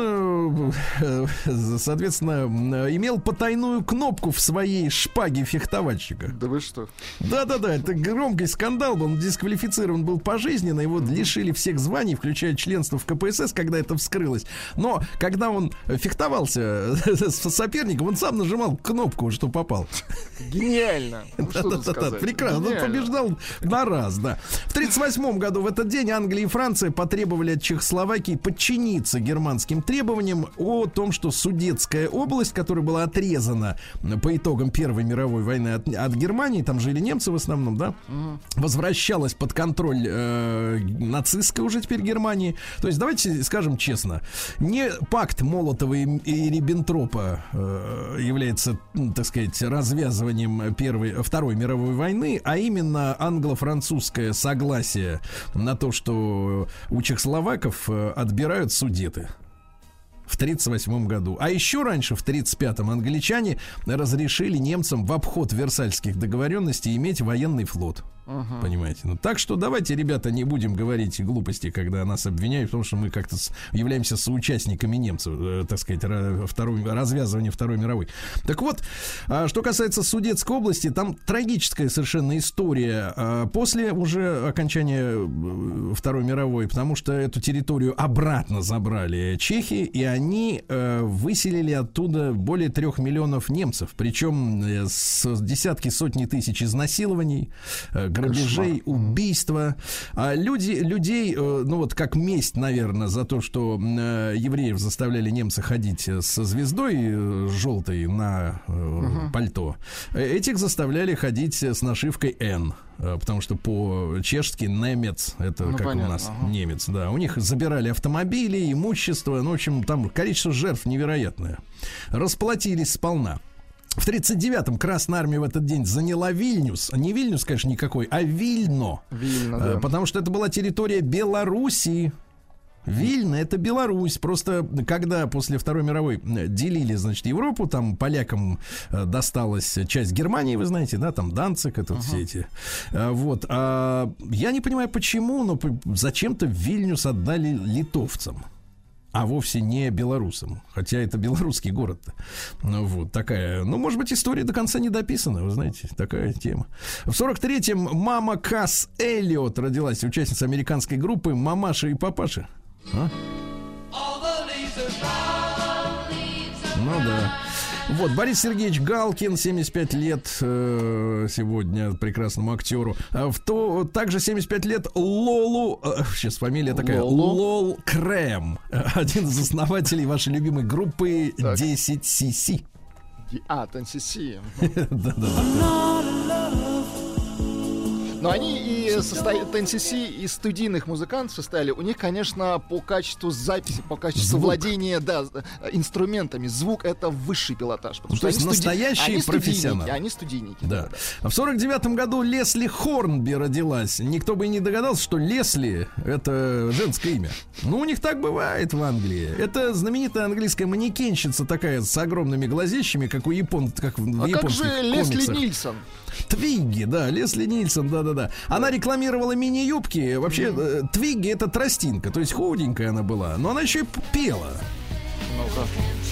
он, соответственно, имел потайную кнопку в своей шпаге фехтовальщика. Да вы что? Да-да-да, это громкий скандал был, он дисквалифицирован был пожизненно, его лишили всех званий, включая членство в ка пэ эс эс, когда это вскрылось. Но когда он фехтовался со соперником, он сам нажимал кнопку, что попал. Гениально. Ну, да, да, да, да, прекрасно. Он побеждал на раз, да. В тридцать восьмом году в этот день Англия и Франция потребовали от Чехословакии подчиниться германским требованиям о том, что Судетская область, которая была отрезана по итогам Первой мировой войны от, от Германии, там жили немцы в основном, да, угу. возвращалась под контроль э, нацистской уже теперь Германии. То есть давайте скажем честно, не пакт Молотова и, и Риббентропа э, является, так сказать, развязыванием первой, Второй мировой войны, а именно англо-французское согласие на то, что у чехословаков отбирают Судеты. В тридцать восьмом году. А еще раньше, в тридцать пятом, англичане разрешили немцам в обход Версальских договоренностей иметь военный флот. Uh-huh. Понимаете? Ну, так что давайте, ребята, не будем говорить глупости, когда нас обвиняют, потому что мы как-то с, являемся соучастниками немцев, э, так сказать, ра, второй, развязывания Второй мировой. Так вот, а, что касается Судетской области, там трагическая совершенно история а, после уже окончания Второй мировой, потому что эту территорию обратно забрали чехи, и они э, выселили оттуда более трех миллионов немцев, причем э, с десятки, сотни тысяч изнасилований, э, грабежей, убийства. А люди, людей, э, ну вот как месть, наверное, за то, что э, евреев заставляли немцы ходить со звездой э, желтой на э, uh-huh. пальто, этих заставляли ходить с нашивкой «Н». Потому что по-чешски немец, это ну, как понятно, у нас ага. немец, да. У них забирали автомобили, имущество, ну, в общем, там количество жертв невероятное. Расплатились сполна. В тридцать девятом Красная Армия в этот день заняла Вильнюс. Не Вильнюс, конечно, никакой, а Вильно. Вильно, да. Потому что это была территория Белоруссии. Вильно — это Беларусь. Просто когда после Второй мировой делили, значит, Европу, там полякам досталась часть Германии, вы знаете, да, там Данциг, это uh-huh. все эти. Вот. А я не понимаю, почему, но зачем-то Вильнюс отдали литовцам. а вовсе не белорусам. Хотя это белорусский город-то. Ну, вот такая, ну, может быть, история до конца не дописана, вы знаете, такая тема. В сорок третьем мама Касс Эллиот родилась, участница американской группы «Мамаша и папаша». А? Ну да. Вот, Борис Сергеевич Галкин, семьдесят пять лет э, сегодня, прекрасному актеру. А в то, также семьдесят пять лет Лолу, э, сейчас фамилия такая, Лолу? Лол Крем, один из основателей вашей любимой группы десять си си. А, десять си си. Да-да-да. Но они и состоят, десять си си из студийных музыкантов состояли. У них, конечно, по качеству записи, по качеству звук. Владения, да, инструментами, звук — это высший пилотаж. Ну, то есть они настоящие студи... профессионалы. Они студийники. Да. Да. В сорок девятом году Лесли Хорнби родилась. Никто бы и не догадался, что Лесли — это женское имя. Ну, у них так бывает в Англии. Это знаменитая английская манекенщица такая с огромными глазищами, как у японцев, как в а японских как же комиксах. Лесли Нильсон? Твигги, да, Лесли Нильсон, да-да-да. Она рекламировала мини-юбки. Вообще, mm-hmm. Твигги — это тростинка, то есть худенькая она была. Но она еще и пела. Ну-ка.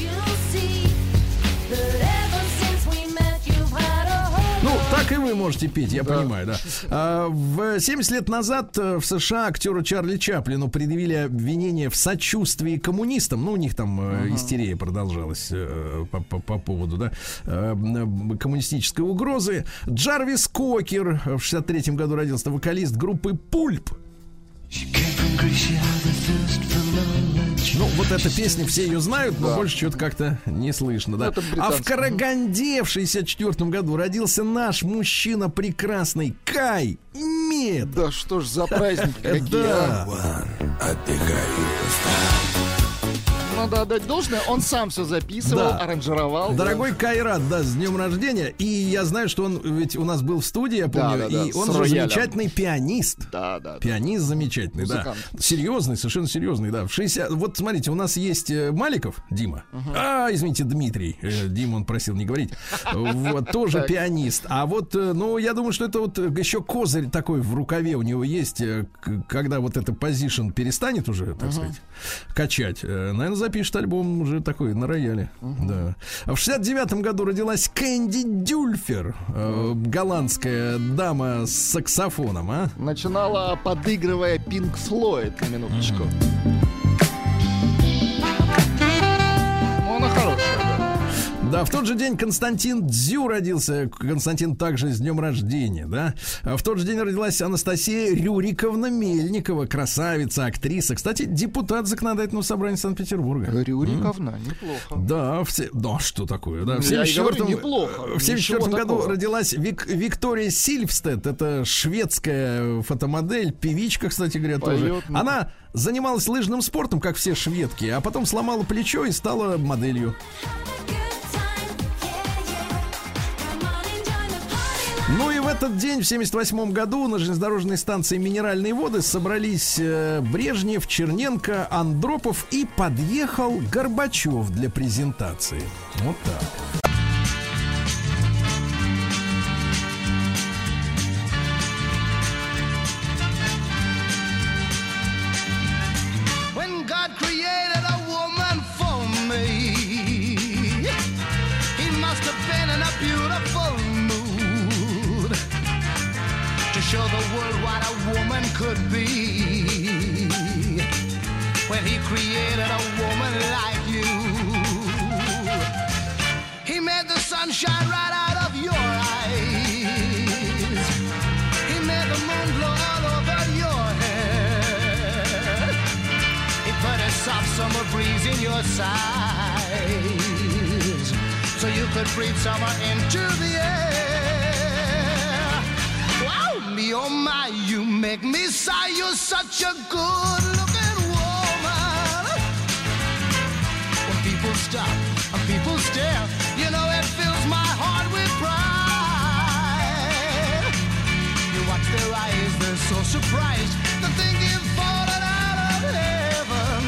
Ну, так и вы можете петь, я да. понимаю, да. А, в семьдесят лет назад в США актеру Чарли Чаплину предъявили обвинение в сочувствии коммунистам. Ну, у них там uh-huh. истерия продолжалась э, по, по, по поводу, да, э, коммунистической угрозы. Джарвис Кокер в шестьдесят третьем году родился, вокалист группы Пульп. Ну, вот эта песня, все ее знают, но да. больше что-то как-то не слышно, да. А в Караганде в шестьдесят четвертом году родился наш мужчина прекрасный Кай Мед. Да что ж за праздники какие, да. Отдыхай. Надо отдать должное, он сам все записывал, да. аранжировал. Дорогой да. Кайрат, да, с днем рождения. И я знаю, что он ведь у нас был в студии, я помню, да, да, и да, он же замечательный пианист. Да, да, пианист замечательный, музыкант. Да. Серьезный, совершенно серьезный, да. В шестьдесят... Вот смотрите, у нас есть Маликов Дима. Uh-huh. А, извините, Дмитрий. Дима он просил не говорить. Вот, тоже пианист. А вот, ну, я думаю, что это вот еще козырь такой в рукаве у него есть, когда вот эта позишн перестанет уже, так сказать, качать. Наверное, запишет альбом уже такой на рояле. Uh-huh. Да. А в шестьдесят девятом году родилась Кэнди Дюльфер, э, голландская дама с саксофоном, а? Начинала, подыгрывая Pink Floyd, на минуточку. Uh-huh. Она хорошая, да. Да, в тот же день Константин Дзю родился. Константин также с днем рождения, да. А в тот же день родилась Анастасия Рюриковна Мельникова, красавица, актриса. Кстати, депутат Законодательного собрания Санкт-Петербурга. Рюриковна, М-м. неплохо. Да, все... да, что такое? Да, в семьдесят четвёртом... неплохо. В семьдесят четвёртом году такого. Родилась Вик... Виктория Сильвстед. Это шведская фотомодель, певичка, кстати говоря, Поет, тоже. Ну... Она занималась лыжным спортом, как все шведки, а потом сломала плечо и стала моделью. Ну и в этот день, в семьдесят восьмом году, на железнодорожной станции «Минеральные воды» собрались э, Брежнев, Черненко, Андропов, и подъехал Горбачев для презентации. Вот так. Show the world what a woman could be. When he created a woman like you, he made the sun shine right out of your eyes. He made the moon glow all over your head. He put a soft summer breeze in your sides, so you could breathe summer into the air. Oh my, you make me sigh. You're such a good-looking woman. When people stop and people stare, you know it fills my heart with pride. You watch their eyes, they're so surprised to think you've fallen out of heaven.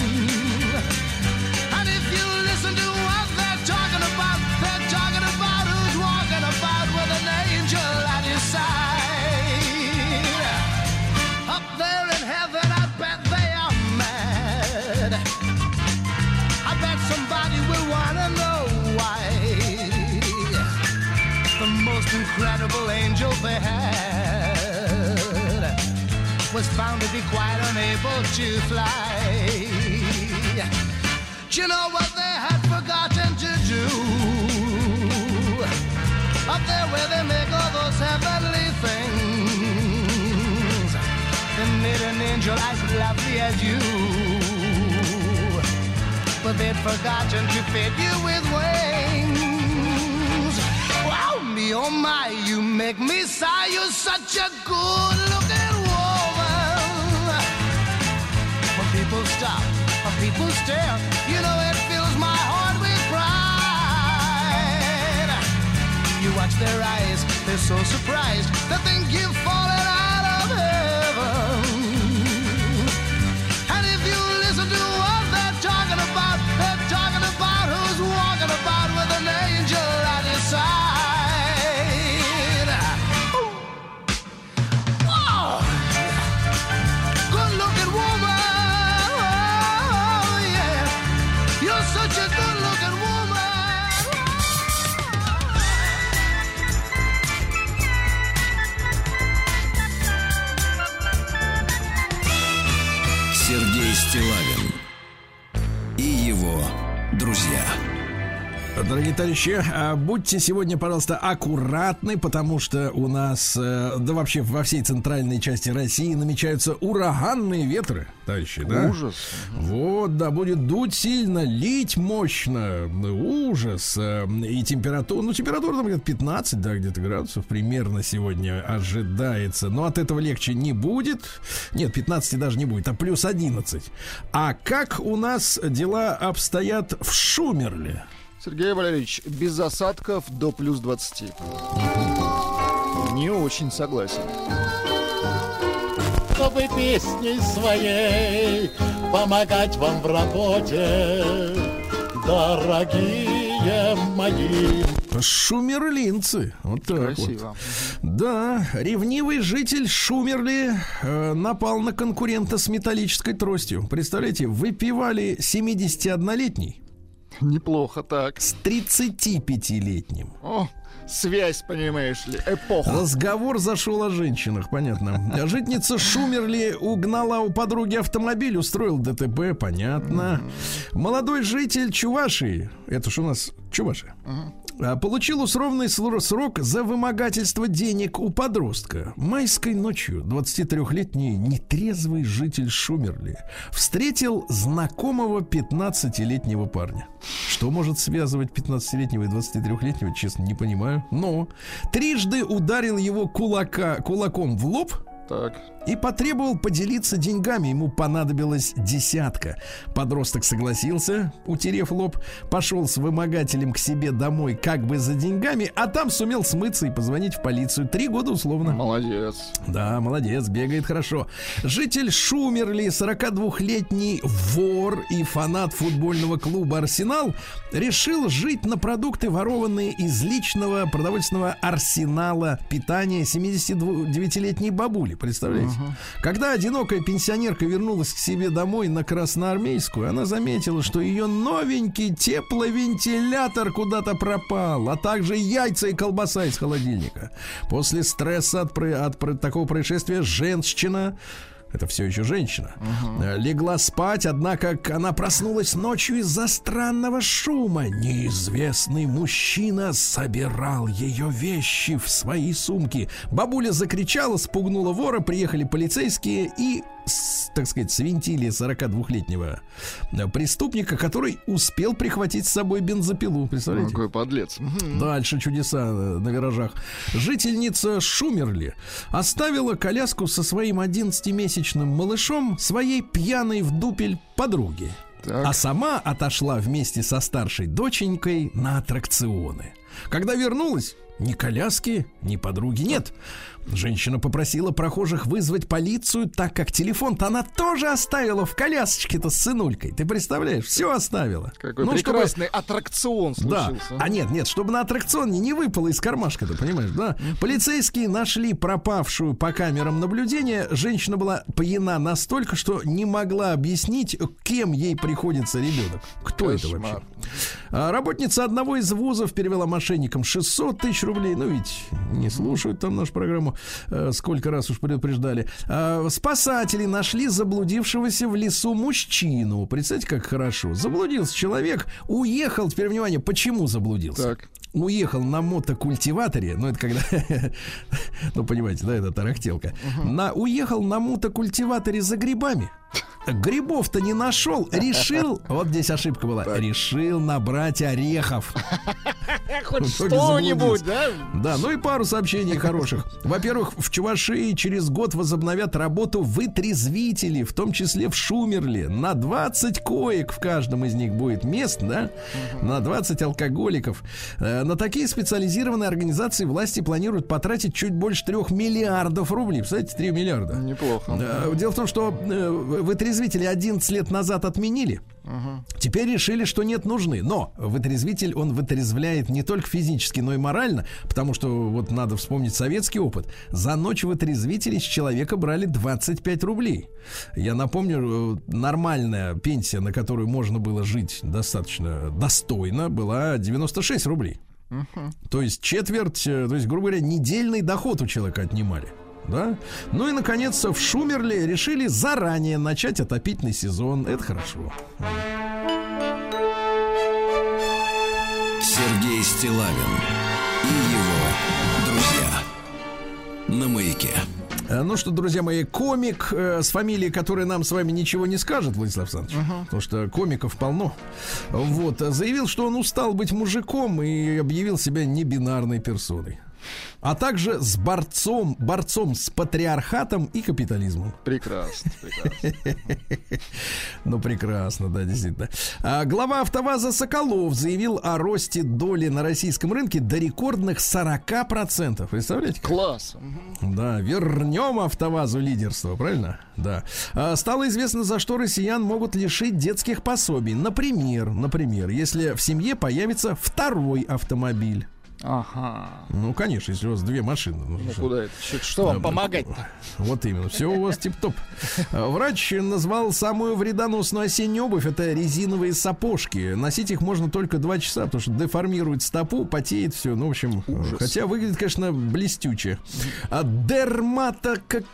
And if you listen to what they're talking about, they're talking about who's walking about with an angel at his side. Up there in heaven, I bet they are mad. they had was found to be quite unable to fly. Do you know what they had forgotten to do? Up there where they make all those heavenly things, they made an angel as lovely as you, but they'd forgotten to fit you with wings. Wow, me, oh my, you make me sigh. You're such a good-looking woman. When people stop, when people stare, you know it fills my heart with pride. You watch their eyes, they're so surprised. They think you've fallen out of heaven. And if you listen to what they're talking about, they're talking about who's walking about with an angel at his side. Oh, good-looking woman, oh, yeah. You're such a good-looking woman. Сергей Стиллавин и его друзья. Дорогие товарищи, будьте сегодня, пожалуйста, аккуратны, потому что у нас, да вообще во всей центральной части России намечаются ураганные ветры, товарищи, да? Ужас. Вот, да, будет дуть сильно, лить мощно, ужас. И температура, ну, температура там где-то пятнадцать, да, где-то градусов примерно сегодня ожидается. Но от этого легче не будет. Нет, пятнадцать даже не будет, а плюс одиннадцать. А как у нас дела обстоят в Шумерле? Сергей Валерьевич, без осадков до плюс двадцати. Не очень согласен. Чтобы песней своей помогать вам в работе, дорогие мои. Шумерлинцы. Вот так Красиво. вот. Да, ревнивый житель Шумерли э, напал на конкурента с металлической тростью. Представляете, выпивали семидесятиоднолетний Неплохо так. с тридцатипятилетним. О, связь, понимаешь ли, эпоха. Разговор зашел о женщинах, понятно. Житница Шумерли угнала у подруги автомобиль, устроил ДТП, понятно. Молодой житель Чувашии, это ж у нас Чувашия, получил условный срок за вымогательство денег у подростка. Майской ночью двадцатитрёхлетний нетрезвый житель Шумерли встретил знакомого пятнадцатилетнего парня. Что может связывать пятнадцатилетнего и двадцатитрёхлетнего, честно, не понимаю. Но трижды ударил его кулака, кулаком в лоб. Так. И потребовал поделиться деньгами. Ему понадобилась десятка. Подросток согласился, утерев лоб, пошел с вымогателем к себе домой как бы за деньгами, а там сумел смыться и позвонить в полицию. Три года условно. Молодец. Да, молодец, бегает хорошо. Житель Шумерли, сорокадвухлетний вор и фанат футбольного клуба «Арсенал», решил жить на продукты, ворованные из личного продовольственного арсенала питания семидесятидевятилетней бабули. Представляете? Uh-huh. Когда одинокая пенсионерка вернулась к себе домой на Красноармейскую, она заметила, что ее новенький тепловентилятор куда-то пропал, а также яйца и колбаса из холодильника. После стресса от, от, от такого происшествия женщина, это все еще женщина, uh-huh. легла спать, однако она проснулась ночью из-за странного шума. Неизвестный мужчина собирал ее вещи в свои сумки. Бабуля закричала, спугнула вора, приехали полицейские и, так сказать, свинтили сорокадвухлетнего преступника, который успел прихватить с собой бензопилу. Представляете? Какой подлец. Дальше чудеса на виражах. Жительница Шумерли оставила коляску со своим одиннадцатимесячным малышом своей пьяной в дупель подруге. Так. А сама отошла вместе со старшей доченькой на аттракционы. Когда вернулась, ни коляски, ни подруги нет. Женщина попросила прохожих вызвать полицию, так как телефон-то она тоже оставила в колясочке-то с сынулькой. Ты представляешь? Все оставила. Какой ну, прекрасный чтобы... аттракцион случился. Да. А нет, нет, чтобы на аттракционе не выпало из кармашка, ты понимаешь, да? Полицейские нашли пропавшую по камерам наблюдения. Женщина была пьяна настолько, что не могла объяснить, кем ей приходится ребенок. Кто Кошмар. Это вообще? А работница одного из вузов перевела мошенникам шестьсот тысяч рублей. Ну, ведь не слушают там нашу программу. Э, сколько раз уж предупреждали. Э, спасатели нашли заблудившегося в лесу мужчину. Представьте, как хорошо. Заблудился человек, уехал. Теперь, внимание, почему заблудился? Так. Уехал на мотокультиваторе. Ну, это когда... ну, понимаете, да, это тарахтелка. На, уехал на мотокультиваторе за грибами. Грибов-то не нашел. Решил... Вот здесь ошибка была. Так. Решил набрать орехов. Хоть что-нибудь, да? Да, ну и пару сообщений хороших. Во-первых, в Чувашии через год возобновят работу вытрезвителей, в том числе в Шумерле. На двадцать коек в каждом из них будет мест, да? На двадцать алкоголиков. На такие специализированные организации власти планируют потратить чуть больше трех миллиардов рублей. Представляете, три миллиарда. Неплохо. Дело в том, что вытрезвители одиннадцать лет назад отменили. Угу. Теперь решили, что нет, нужны. Но вытрезвитель, он вытрезвляет не только физически, но и морально. Потому что вот надо вспомнить советский опыт. За ночь вытрезвители с человека брали двадцать пять рублей. Я напомню, нормальная пенсия, на которую можно было жить достаточно достойно, была девяносто шесть рублей. Угу. То есть четверть, то есть, грубо говоря, недельный доход у человека отнимали. Да? Ну и, наконец, в Шумерле решили заранее начать отопительный сезон. Это хорошо. Сергей Стиллавин и его друзья на Маяке. Ну что, друзья мои, комик э, с фамилией, которая нам с вами ничего не скажет, Владислав Александрович, uh-huh. потому что комиков полно, вот, заявил, что он устал быть мужиком и объявил себя небинарной персоной. А также с борцом, борцом с патриархатом и капитализмом. Прекрасно, прекрасно. Ну, прекрасно, да, действительно. А глава АвтоВАЗа Соколов заявил о росте доли на российском рынке до рекордных сорок процентов. Представляете? Класс. Да, вернем АвтоВАЗу лидерство, правильно? Да. А стало известно, за что россиян могут лишить детских пособий. Например, например, если в семье появится второй автомобиль. Ага. Ну, конечно, если у вас две машины. Ну, что, куда это? Что, что вам помогать-то? Вот именно, все у вас тип-топ. Врач назвал самую вредоносную осеннюю обувь. Это резиновые сапожки. Носить их можно только два часа, потому что деформирует стопу, потеет все. Ну, в общем, ужас. Хотя выглядит, конечно, блестюче. А дермата как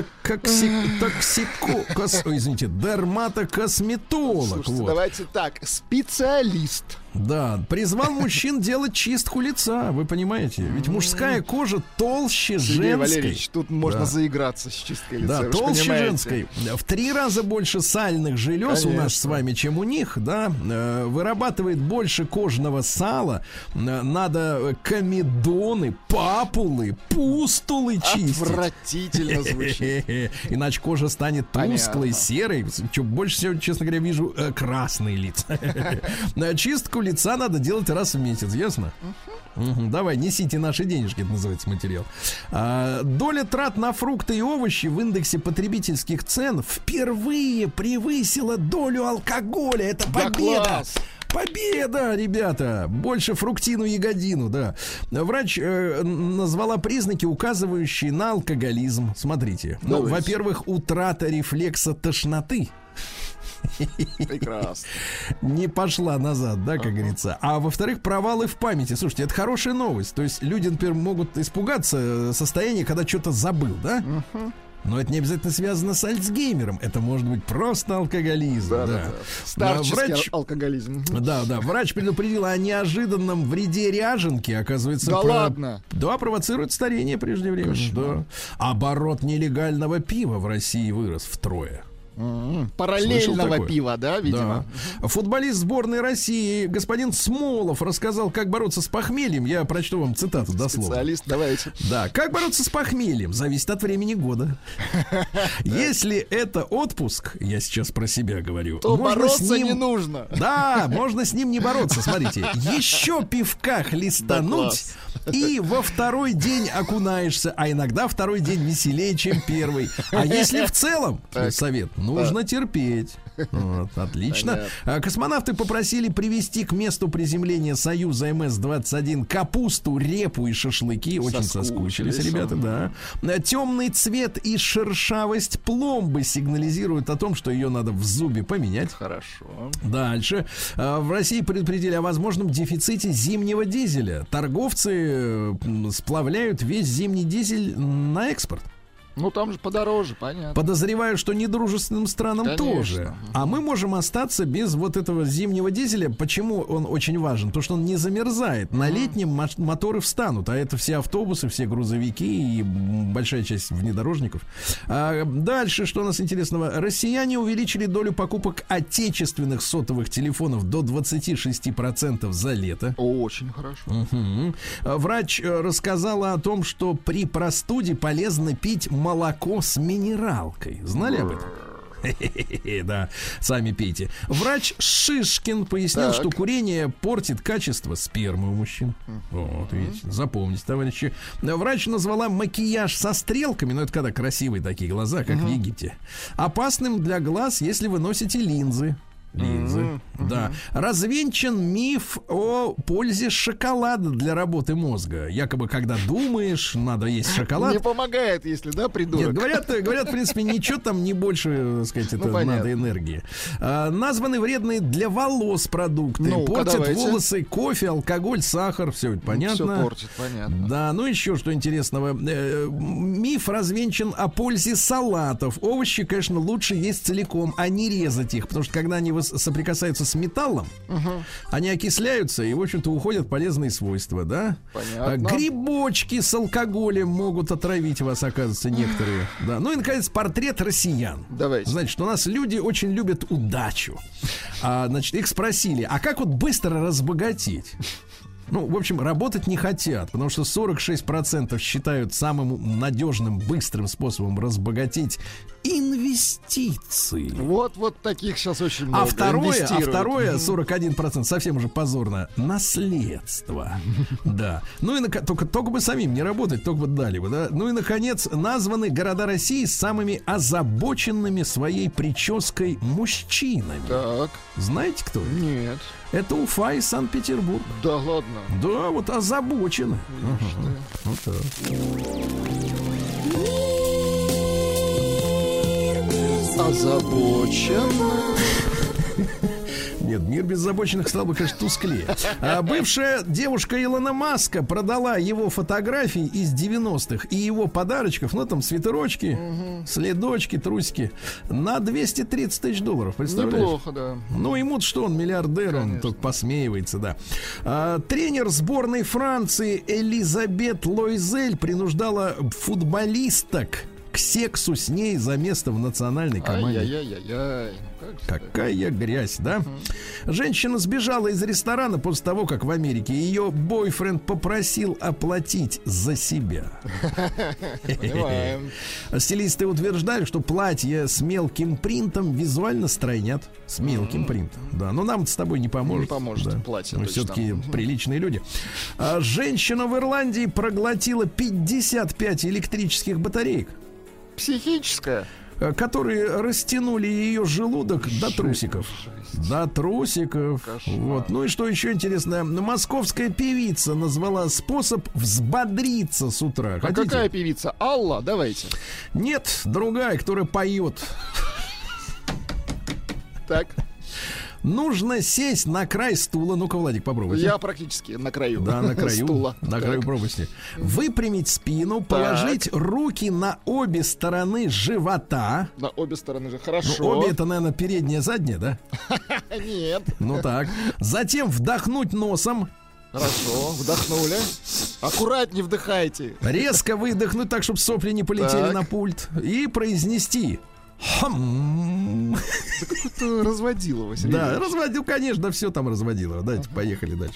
токсико, кос, ой, извините, дерматокосметолог. Слушайте, вот. Давайте так, специалист. Да, призвал мужчин делать чистку лица, вы понимаете? Ведь мужская кожа толще Сергей женской. Валерьевич, тут можно да. заиграться с чисткой лица. Да, толще женской. В три раза больше сальных желез Конечно. у нас с вами, чем у них, да. Вырабатывает больше кожного сала. Надо комедоны, папулы, пустулы чистить. Отвратительно звучит. Иначе кожа станет тусклой, Понятно. серой. Что больше всего, честно говоря, вижу красные лица. Чистку лица надо делать раз в месяц, ясно? Uh-huh. Угу, давай, несите наши денежки, это называется материал. А, доля трат на фрукты и овощи в индексе потребительских цен впервые превысила долю алкоголя. Это победа! Да, Победа, ребята! Больше фруктину ягодину, да. Врач э, назвала признаки, указывающие на алкоголизм. Смотрите. Ну, во-первых, утрата рефлекса тошноты. Прекрасно. Не пошла назад, да, как uh-huh. говорится. А во-вторых, провалы в памяти. Слушайте, это хорошая новость. То есть люди, например, могут испугаться состояния, когда что-то забыл, да? Uh-huh. Но это не обязательно связано с Альцгеймером. Это может быть просто алкоголизм. Да, да. Да. Старческий врач, алкоголизм. Да, да. Врач предупредил о неожиданном вреде ряженки. Оказывается, да про... ладно. Да, провоцирует старение преждевременно. Да. Оборот нелегального пива в России вырос втрое. Mm-hmm. Параллельного пива, да, видимо. Да. Футболист сборной России господин Смолов рассказал, как бороться с похмельем. Я прочту вам цитату дословно. Специалист, давайте. Да, как бороться с похмельем зависит от времени года. Если это отпуск, я сейчас про себя говорю, то бороться не нужно. Да, можно с ним не бороться. Смотрите, еще пивка хлестануть, и во второй день окунаешься, а иногда второй день веселее, чем первый. А если в целом, совет, нужно терпеть. Вот, отлично. А, космонавты попросили привезти к месту приземления Союза эм эс двадцать один капусту, репу и шашлыки. Очень соскучились, ребята, да. Темный цвет и шершавость пломбы сигнализируют о том, что ее надо в зубе поменять. Хорошо. Дальше. А, в России предупредили о возможном дефиците зимнего дизеля. Торговцы сплавляют весь зимний дизель на экспорт. Ну, там же подороже, понятно. Подозреваю, что недружественным странам Конечно. тоже. А мы можем остаться без вот этого зимнего дизеля. Почему он очень важен? Потому что он не замерзает. На летнем мо- моторы встанут, а это все автобусы, все грузовики и большая часть внедорожников. А дальше, что у нас интересного? Россияне увеличили долю покупок отечественных сотовых телефонов до двадцать шесть процентов за лето. Очень хорошо. Угу. Врач э, рассказала о том, что при простуде полезно пить молоко с минералкой. Знали об этом? Да, сами пейте. Врач Шишкин пояснил, Так. что курение портит качество спермы у мужчин. Вот, видите, запомните, товарищи. Врач назвала макияж со стрелками, ну это когда красивые такие глаза, как в Египте, опасным для глаз, если вы носите линзы. Линзы, mm-hmm. да. Развенчан миф о пользе шоколада для работы мозга. Якобы, когда думаешь, надо есть шоколад. Не помогает, если, да, придурок? Нет, говорят, говорят, в принципе, ничего там не больше, так сказать, это Ну, надо энергии. А, названы вредные для волос продукты. Ну-ка, портят давайте. волосы, кофе, алкоголь, сахар. Все это понятно. Все портит, понятно. Да, ну еще что интересного. Э, миф развенчан о пользе салатов. Овощи, конечно, лучше есть целиком, а не резать их. Потому что когда они соприкасаются с металлом, uh-huh. они окисляются и, в общем-то, уходят полезные свойства, да? Понятно. Грибочки с алкоголем могут отравить вас, оказывается, некоторые. Да. Ну и, наконец, портрет россиян. Давайте. Значит, у нас люди очень любят удачу. А, значит, их спросили, а как вот быстро разбогатеть? Ну, в общем, работать не хотят, потому что сорок шесть процентов считают самым надежным, быстрым способом разбогатеть инвестиции. Вот, вот таких сейчас очень много. А второе, а инвестируют. второе, сорок один процент, совсем уже позорно, наследство. Да. Ну и на, только, только бы самим не работать, только бы дали бы, да. Ну и, наконец, названы города России самыми озабоченными своей прической мужчинами. Так. Знаете, кто это? Нет. Это Уфа и Санкт-Петербург. Да ладно. Да, вот озабочены. Ага. Вот так. Озабочен. Нет, мир беззабоченных стал бы, конечно, тусклее. А бывшая девушка Илона Маска продала его фотографии из девяностых и его подарочков, ну там свитерочки, угу. следочки, трусики, на двести тридцать тысяч долларов. Представляешь? Неплохо, да. Ну, ему-то что, он миллиардер, конечно. Он только посмеивается, да. А, тренер сборной Франции Элизабет Лойзель принуждала футболисток к сексу с ней за место в национальной команде. Ай-яй-яй-яй. Какая грязь, да? Угу. Женщина сбежала из ресторана после того, как в Америке ее бойфренд попросил оплатить за себя. Понимаем. Стилисты утверждали, что платье с мелким принтом визуально стройнят. С мелким принтом, да. Но нам с тобой не поможет. Не поможет да. платье. Мы все-таки приличные люди. А женщина в Ирландии проглотила пятьдесят пять электрических батареек. Психическая. Которые растянули ее желудок жесть, до трусиков. Жесть. До трусиков. Вот. Ну и что еще интересно, московская певица назвала способ взбодриться с утра. А Хотите? какая певица? Алла, давайте. Нет, другая, которая поет. Так. Нужно сесть на край стула. Ну-ка, Владик, попробуйте. Я практически на краю. Да, на краю стула. На так. краю пропасти. Выпрямить спину, так. положить руки на обе стороны живота. На обе стороны же. Хорошо. Ну, обе это, наверное, передняя, задняя, да? Нет. Ну так. Затем вдохнуть носом. Хорошо, вдохнули. Аккуратнее вдыхайте. Резко выдохнуть так, чтобы сопли не полетели так. на пульт. И произнести... Хм. Да какой-то разводилово. Да, разводил, конечно, все там разводилово. Давайте, ага. поехали дальше.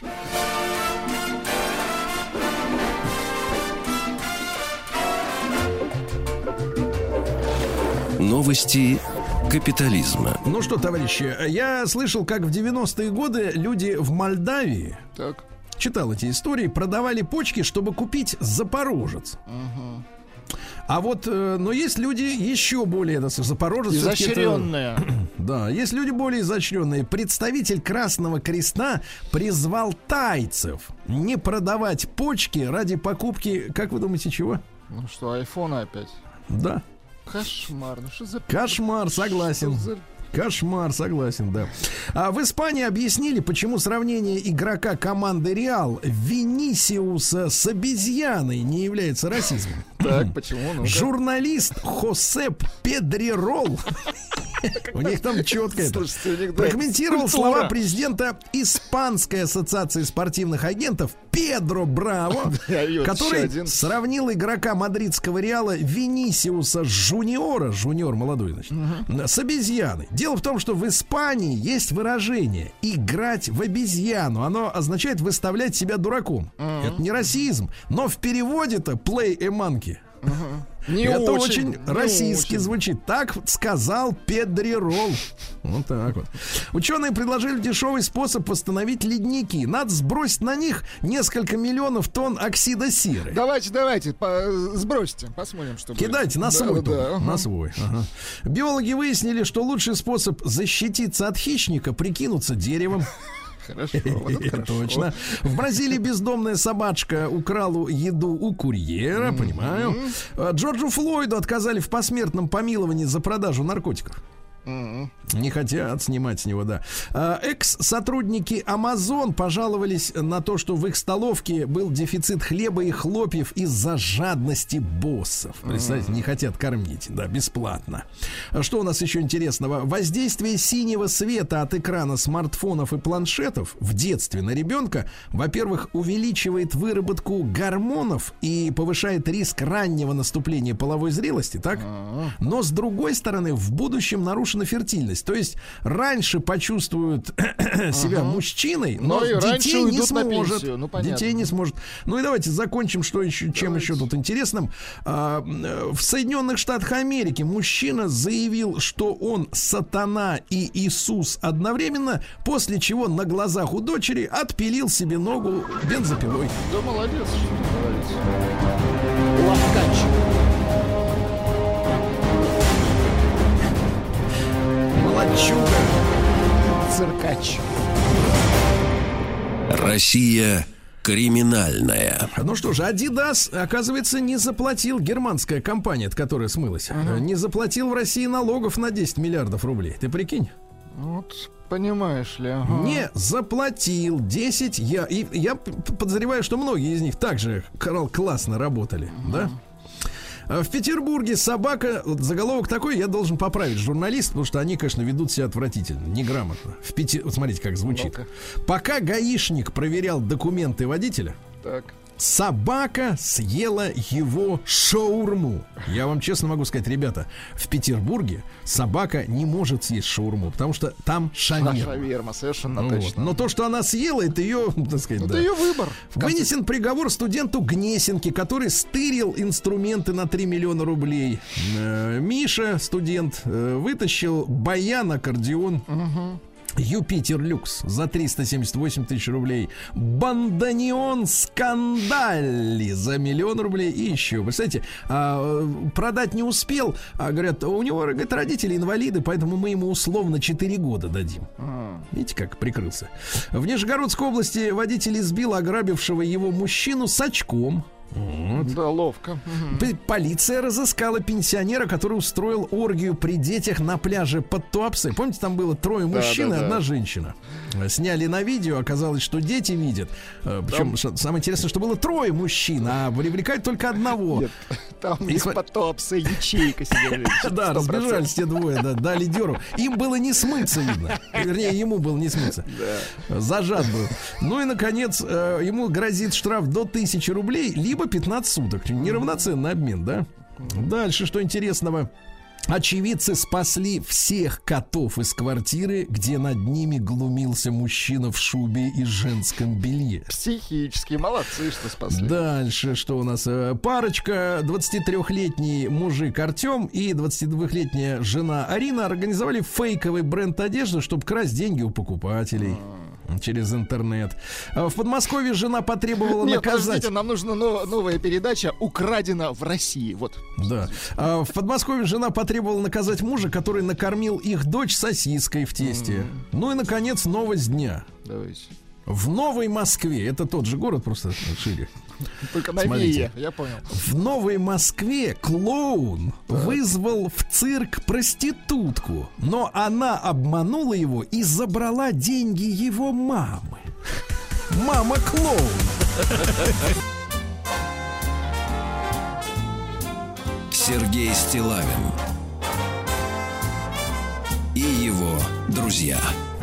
Новости капитализма. Ну что, товарищи, я слышал, как в девяностые годы люди в Молдавии, так. читал эти истории, продавали почки, чтобы купить Запорожец. Ага. А вот, э, но есть люди еще более, это запорожец. Изощренные. Это, да, есть люди более изощренные. Представитель Красного Креста призвал тайцев не продавать почки ради покупки, как вы думаете, чего? Ну что, айфона опять? Да. Кошмар, ну что за... Кошмар, согласен. Что за... Кошмар, согласен, да. А в Испании объяснили, почему сравнение игрока команды Реал Винисиуса с обезьяной не является расизмом. Так, почему? Ну-ка. Журналист Хосеп Педрерол, у них там четко это, прокомментировал слова президента Испанской ассоциации спортивных агентов Педро Браво, который сравнил игрока мадридского Реала Винисиуса Жуниора, Жуниор молодой, значит, с обезьяной. Дело в том, что в Испании есть выражение «играть в обезьяну». Оно означает выставлять себя дураком. Uh-huh. Это не расизм, но в переводе-то «play a monkey». Uh-huh. Не это очень, очень российски очень. Звучит. Так сказал Педрерол. Вот так вот. Ученые предложили дешевый способ восстановить ледники. Надо сбросить на них несколько миллионов тонн оксида серы. Давайте, давайте, по- сбросьте, посмотрим, что будет. Кидайте на свой да, том, да, ага. на свой. Ага. Биологи выяснили, что лучший способ защититься от хищника — прикинуться деревом. Хорошо, вот это хорошо. Точно. В Бразилии бездомная собачка украла еду у курьера, mm-hmm. понимаю. Джорджу Флойду отказали в посмертном помиловании за продажу наркотиков. Mm-hmm. Не хотят снимать с него, да. Экс-сотрудники Amazon пожаловались на то, что в их столовке был дефицит хлеба и хлопьев из-за жадности боссов. Представляете, mm-hmm. не хотят кормить, да, бесплатно. Что у нас еще интересного? Воздействие синего света от экрана смартфонов и планшетов в детстве на ребенка, во-первых, увеличивает выработку гормонов и повышает риск раннего наступления половой зрелости, так? Mm-hmm. Но с другой стороны, в будущем нарушена фертильность. То есть раньше почувствуют себя ага. мужчиной, но, но детей не сможет. Ну, детей не сможет. Ну и давайте закончим, что еще, чем давайте. еще тут интересным. А, в Соединенных Штатах Америки мужчина заявил, что он сатана и Иисус одновременно, после чего на глазах у дочери отпилил себе ногу бензопилой. Да молодец, что говорите. Лавкач. Молодчуга. Циркач. Россия криминальная. Ну что же, Adidas, оказывается, не заплатил, германская компания, которая смылась, ага. не заплатил в России налогов на десять миллиардов рублей. Ты прикинь? Вот, понимаешь ли. Ага. Не заплатил десять. Я, и, я подозреваю, что многие из них также классно работали, ага. да? В Петербурге собака, заголовок такой, я должен поправить журналист, потому что они, конечно, ведут себя отвратительно, неграмотно. В Пети... Вот смотрите, как звучит. Ну-ка. Пока гаишник проверял документы водителя, так. собака съела его шаурму. Я вам честно могу сказать, ребята, в Петербурге собака не может съесть шаурму, потому что там шаверма. Шаверма, совершенно ну, точно. Но то, что она съела, это ее, так сказать, это да. ее выбор. Вынесен приговор студенту Гнесинки, который стырил инструменты на три миллиона рублей. Э, Миша, студент, э, вытащил баян-аккордеон. Угу. Юпитер Люкс за триста семьдесят восемь тысяч рублей. Банданион Скандали за миллион рублей. И еще, представляете, а, продать не успел. А говорят, у него, говорят, родители инвалиды, поэтому мы ему условно четыре года дадим. А. Видите, как прикрылся. В Нижегородской области водитель избил ограбившего его мужчину с очком. Вот. Да, ловко. Полиция разыскала пенсионера, который устроил оргию при детях на пляже под Туапсе. Помните, там было трое мужчин да, да, и одна да. женщина. Сняли на видео, оказалось, что дети видят. Причем там... самое интересное, что было трое мужчин, а привлекают только одного. Нет, там и см... под Туапсе ячейка сидели. Да, разбежались те двое, да, дали дёру. Им было не смыться, видно. Вернее, ему было не смыться. Зажат был. Ну и, наконец, ему грозит штраф до тысячи рублей, либо пятнадцать суток. Неравноценный обмен, да? Дальше, что интересного. Очевидцы спасли всех котов из квартиры, где над ними глумился мужчина в шубе и женском белье. Психически молодцы, что спасли. Дальше, что у нас? Парочка, двадцатитрёхлетний мужик Артем и двадцатидвухлетняя жена Арина организовали фейковый бренд одежды, чтобы красть деньги у покупателей. через интернет. В Подмосковье жена потребовала Нет, наказать... подождите, нам нужна нов- новая передача «Украдено в России». Вот. Да. А в Подмосковье жена потребовала наказать мужа, который накормил их дочь сосиской в тесте. Mm. Ну и, наконец, новость дня. Давайте. В Новой Москве, это тот же город, просто шире. Только новее, я понял. В Новой Москве клоун так. вызвал в цирк проститутку, но она обманула его и забрала деньги его мамы. Мама клоун. Сергей Стиллавин и его друзья.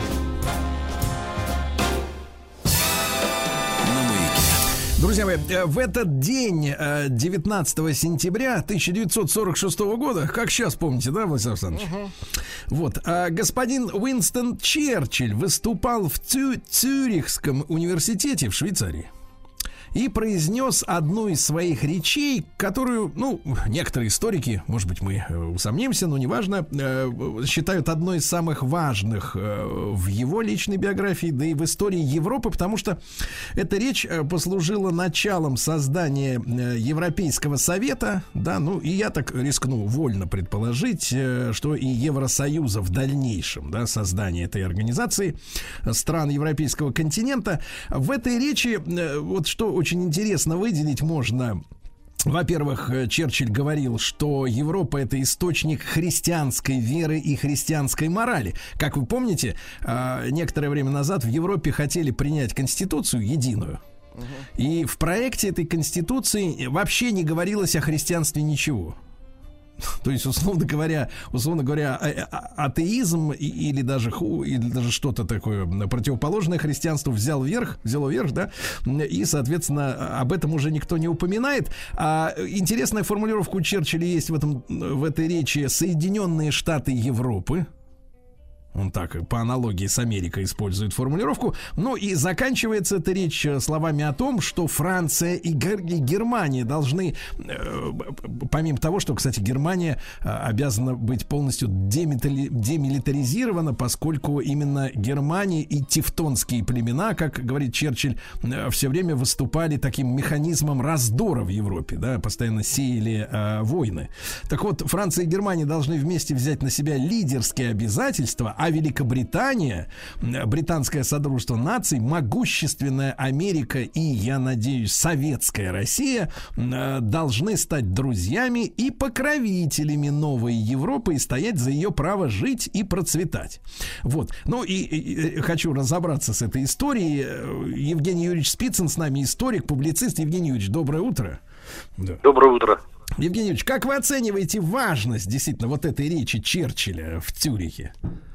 Друзья мои, в этот день, девятнадцатого сентября тысяча девятьсот сорок шестого года, как сейчас помните, да, Владислав Александрович? Uh-huh. Вот, господин Уинстон Черчилль выступал в Цю- Цюрихском университете в Швейцарии и произнес одну из своих речей, которую, ну, некоторые историки, может быть, мы усомнимся, но неважно, считают одной из самых важных в его личной биографии, да и в истории Европы, потому что эта речь послужила началом создания Европейского Совета, да, ну, и я так рискну вольно предположить, что и Евросоюза в дальнейшем, да, создание этой организации стран Европейского континента. В этой речи, вот что очень интересно выделить можно. Во-первых, Черчилль говорил, что Европа — это источник христианской веры и христианской морали. Как вы помните, некоторое время назад в Европе хотели принять конституцию единую. И в проекте этой конституции вообще не говорилось о христианстве ничего. То есть, условно говоря, условно говоря, атеизм или даже, или даже что-то такое противоположное христианству взял верх, взяло верх, да, и, соответственно, об этом уже никто не упоминает. А интересная формулировка у Черчилля есть в этом, в этой речи: Соединенные Штаты Европы. Он так, по аналогии с Америкой, использует формулировку. Ну и заканчивается эта речь словами о том, что Франция и, Гер- и Германия должны, э, помимо того, что, кстати, Германия э, обязана быть полностью демитали- демилитаризирована, поскольку именно Германия и тевтонские племена, как говорит Черчилль, э, все время выступали таким механизмом раздора в Европе, да, постоянно сеяли э, войны. Так вот, Франция и Германия должны вместе взять на себя лидерские обязательства, а Великобритания, британское содружество наций, могущественная Америка и, я надеюсь, советская Россия должны стать друзьями и покровителями новой Европы и стоять за ее право жить и процветать. Вот. Ну и, и, и хочу разобраться с этой историей. Евгений Юрьевич Спицын с нами, историк, публицист. Евгений Юрьевич, доброе утро. Да. Доброе утро. Евгений Юрьевич, как вы оцениваете важность действительно вот этой речи Черчилля в Цюрихе?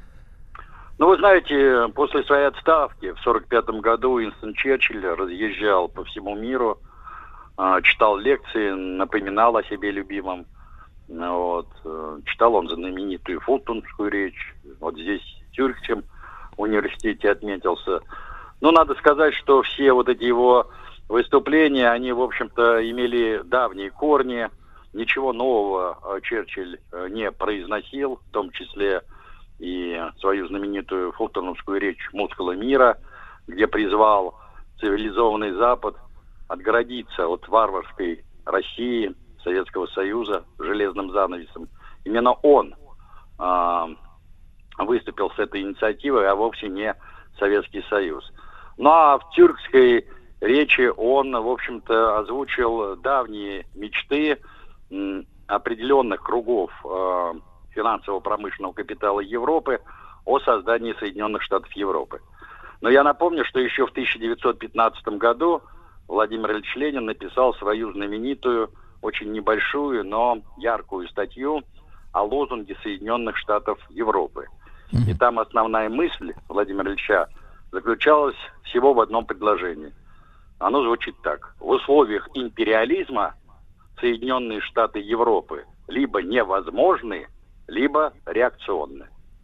Ну, вы знаете, после своей отставки в сорок пятом году Уинстон Черчилль разъезжал по всему миру, читал лекции, напоминал о себе любимом. Вот. Читал он знаменитую фултонскую речь. Вот здесь, в Цюрихском университете, отметился. Но надо сказать, что все вот эти его выступления, они, в общем-то, имели давние корни. Ничего нового Черчилль не произносил, в том числе и свою знаменитую фултоновскую речь «Мускулы мира», где призвал цивилизованный Запад отгородиться от варварской России, Советского Союза железным занавесом. Именно он э, выступил с этой инициативой, а вовсе не Советский Союз. Ну а в Цюрихской речи он, в общем-то, озвучил давние мечты м, определенных кругов э, финансово-промышленного капитала Европы о создании Соединенных Штатов Европы. Но я напомню, что еще в тысяча девятьсот пятнадцатом году Владимир Ильич Ленин написал свою знаменитую, очень небольшую, но яркую статью о лозунге Соединенных Штатов Европы. И там основная мысль Владимира Ильича заключалась всего в одном предложении. Оно звучит так: в условиях империализма Соединенные Штаты Европы либо невозможны, либо реакционны.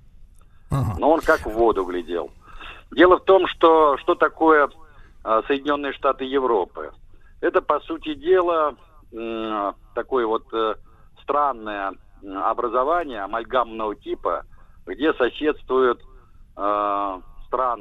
Ага. Но он как в воду глядел. Дело в том, что что такое э, Соединенные Штаты Европы? Это, по сути дела, э, такое вот э, странное образование амальгамного типа, где соседствуют э, страны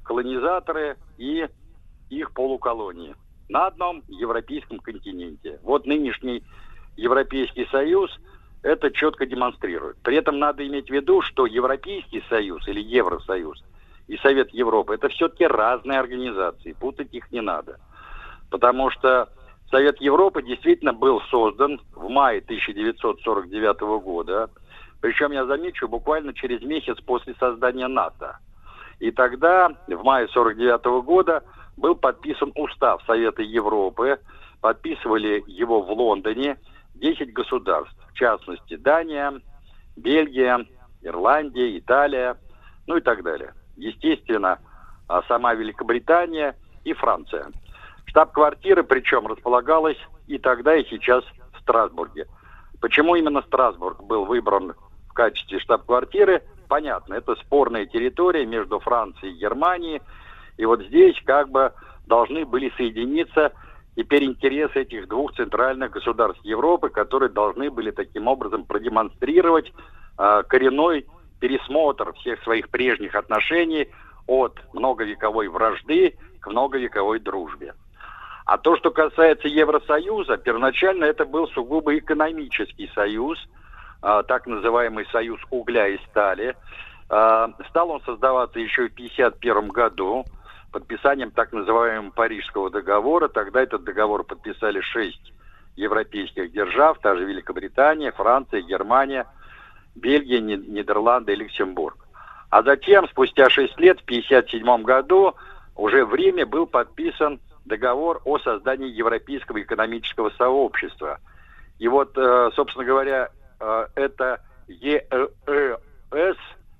колонизаторы и их полуколонии на одном европейском континенте. Вот нынешний Европейский Союз это четко демонстрирует. При этом надо иметь в виду, что Европейский Союз или Евросоюз и Совет Европы это все-таки разные организации, путать их не надо. Потому что Совет Европы действительно был создан в мае тысяча девятьсот сорок девятого года, причем, я замечу, буквально через месяц после создания НАТО. И тогда, в мае сорок девятого года, был подписан устав Совета Европы, подписывали его в Лондоне десять государств, в частности Дания, Бельгия, Ирландия, Италия, ну и так далее. Естественно, сама Великобритания и Франция. Штаб-квартира, причем, располагалась и тогда, и сейчас в Страсбурге. Почему именно Страсбург был выбран в качестве штаб-квартиры? Понятно, это спорная территория между Францией и Германией. И вот здесь как бы должны были соединиться теперь интересы этих двух центральных государств Европы, которые должны были таким образом продемонстрировать э, коренной пересмотр всех своих прежних отношений от многовековой вражды к многовековой дружбе. А то, что касается Евросоюза, первоначально это был сугубо экономический союз, э, так называемый союз угля и стали. Э, стал он создаваться еще в тысяча девятьсот пятьдесят первом году подписанием так называемого Парижского договора. Тогда этот договор подписали шесть европейских держав, та же Великобритания, Франция, Германия, Бельгия, Нидерланды и Люксембург. А затем, спустя шесть лет, в тысяча девятьсот пятьдесят седьмом году, уже в Риме был подписан договор о создании Европейского экономического сообщества. И вот, собственно говоря, это Е Э С,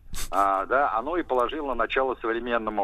да, оно и положило начало современному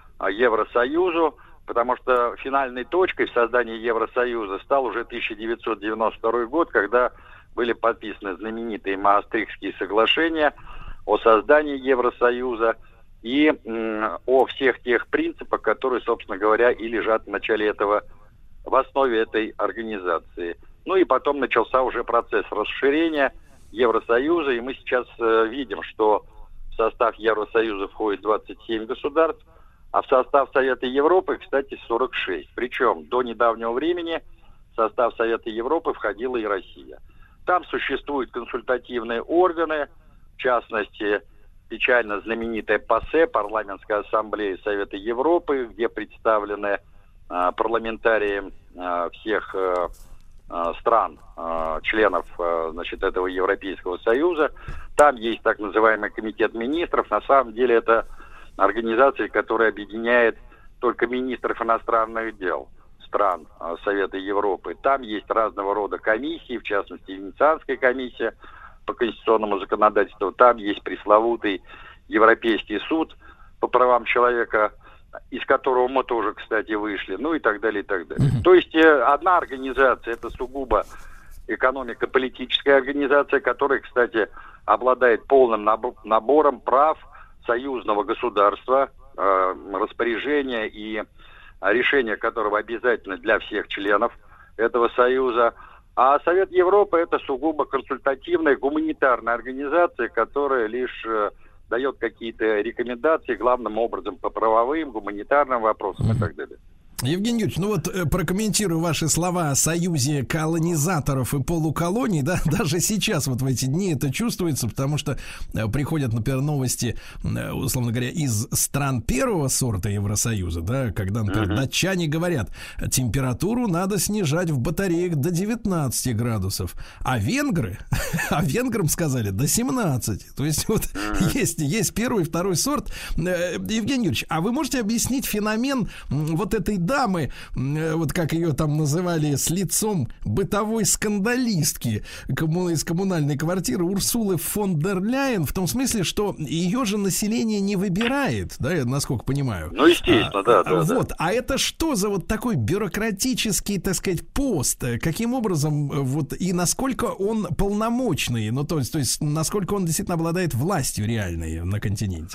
Евросоюзу, потому что финальной точкой в создании Евросоюза стал уже тысяча девятьсот девяносто второй год, когда были подписаны знаменитые Маастрихтские соглашения о создании Евросоюза и м, о всех тех принципах, которые, собственно говоря, и лежат в начале этого, в основе этой организации. Ну и потом начался уже процесс расширения Евросоюза, и мы сейчас э, видим, что в состав Евросоюза входит двадцать семь государств, а в состав Совета Европы, кстати, сорок шесть. Причем до недавнего времени в состав Совета Европы входила и Россия. Там существуют консультативные органы, в частности, печально знаменитая ПАСЕ, Парламентская ассамблея Совета Европы, где представлены э, парламентарии э, всех э, э, стран, э, членов э, значит, этого Европейского Союза. Там есть так называемый комитет министров. На самом деле это организация, которая объединяет только министров иностранных дел стран э, Совета Европы. Там есть разного рода комиссии, в частности, Венецианская комиссия по конституционному законодательству. Там есть пресловутый Европейский суд по правам человека, из которого мы тоже, кстати, вышли, ну и так далее, и так далее. Mm-hmm. То есть э, одна организация, это сугубо экономико-политическая организация, которая, кстати, обладает полным набором прав союзного государства, э, распоряжения и решения которого обязательно для всех членов этого союза. А Совет Европы это сугубо консультативная гуманитарная организация, которая лишь э, дает какие-то рекомендации, главным образом по правовым, гуманитарным вопросам mm-hmm. и так далее. Евгений Юрьевич, ну вот э, прокомментирую ваши слова о союзе колонизаторов и полуколоний, да, даже сейчас вот в эти дни это чувствуется, потому что э, приходят, например, новости, э, условно говоря, из стран первого сорта Евросоюза, да, когда, например, uh-huh. датчане говорят, температуру надо снижать в батареях до девятнадцати градусов, а венгры, а венграм сказали до семнадцати, то есть вот uh-huh. есть, есть первый и второй сорт. Э, Евгений Юрьевич, а вы можете объяснить феномен вот этой дамы, вот как ее там называли, с лицом бытовой скандалистки комму- из коммунальной квартиры Урсулы фон дер Ляйен, в том смысле, что ее же население не выбирает, да, я насколько понимаю. Ну, естественно, а, да, да. Вот, да. а это что за вот такой бюрократический, так сказать, пост? Каким образом, вот, и насколько он полномочный, ну, то есть, то есть, насколько он действительно обладает властью реальной на континенте?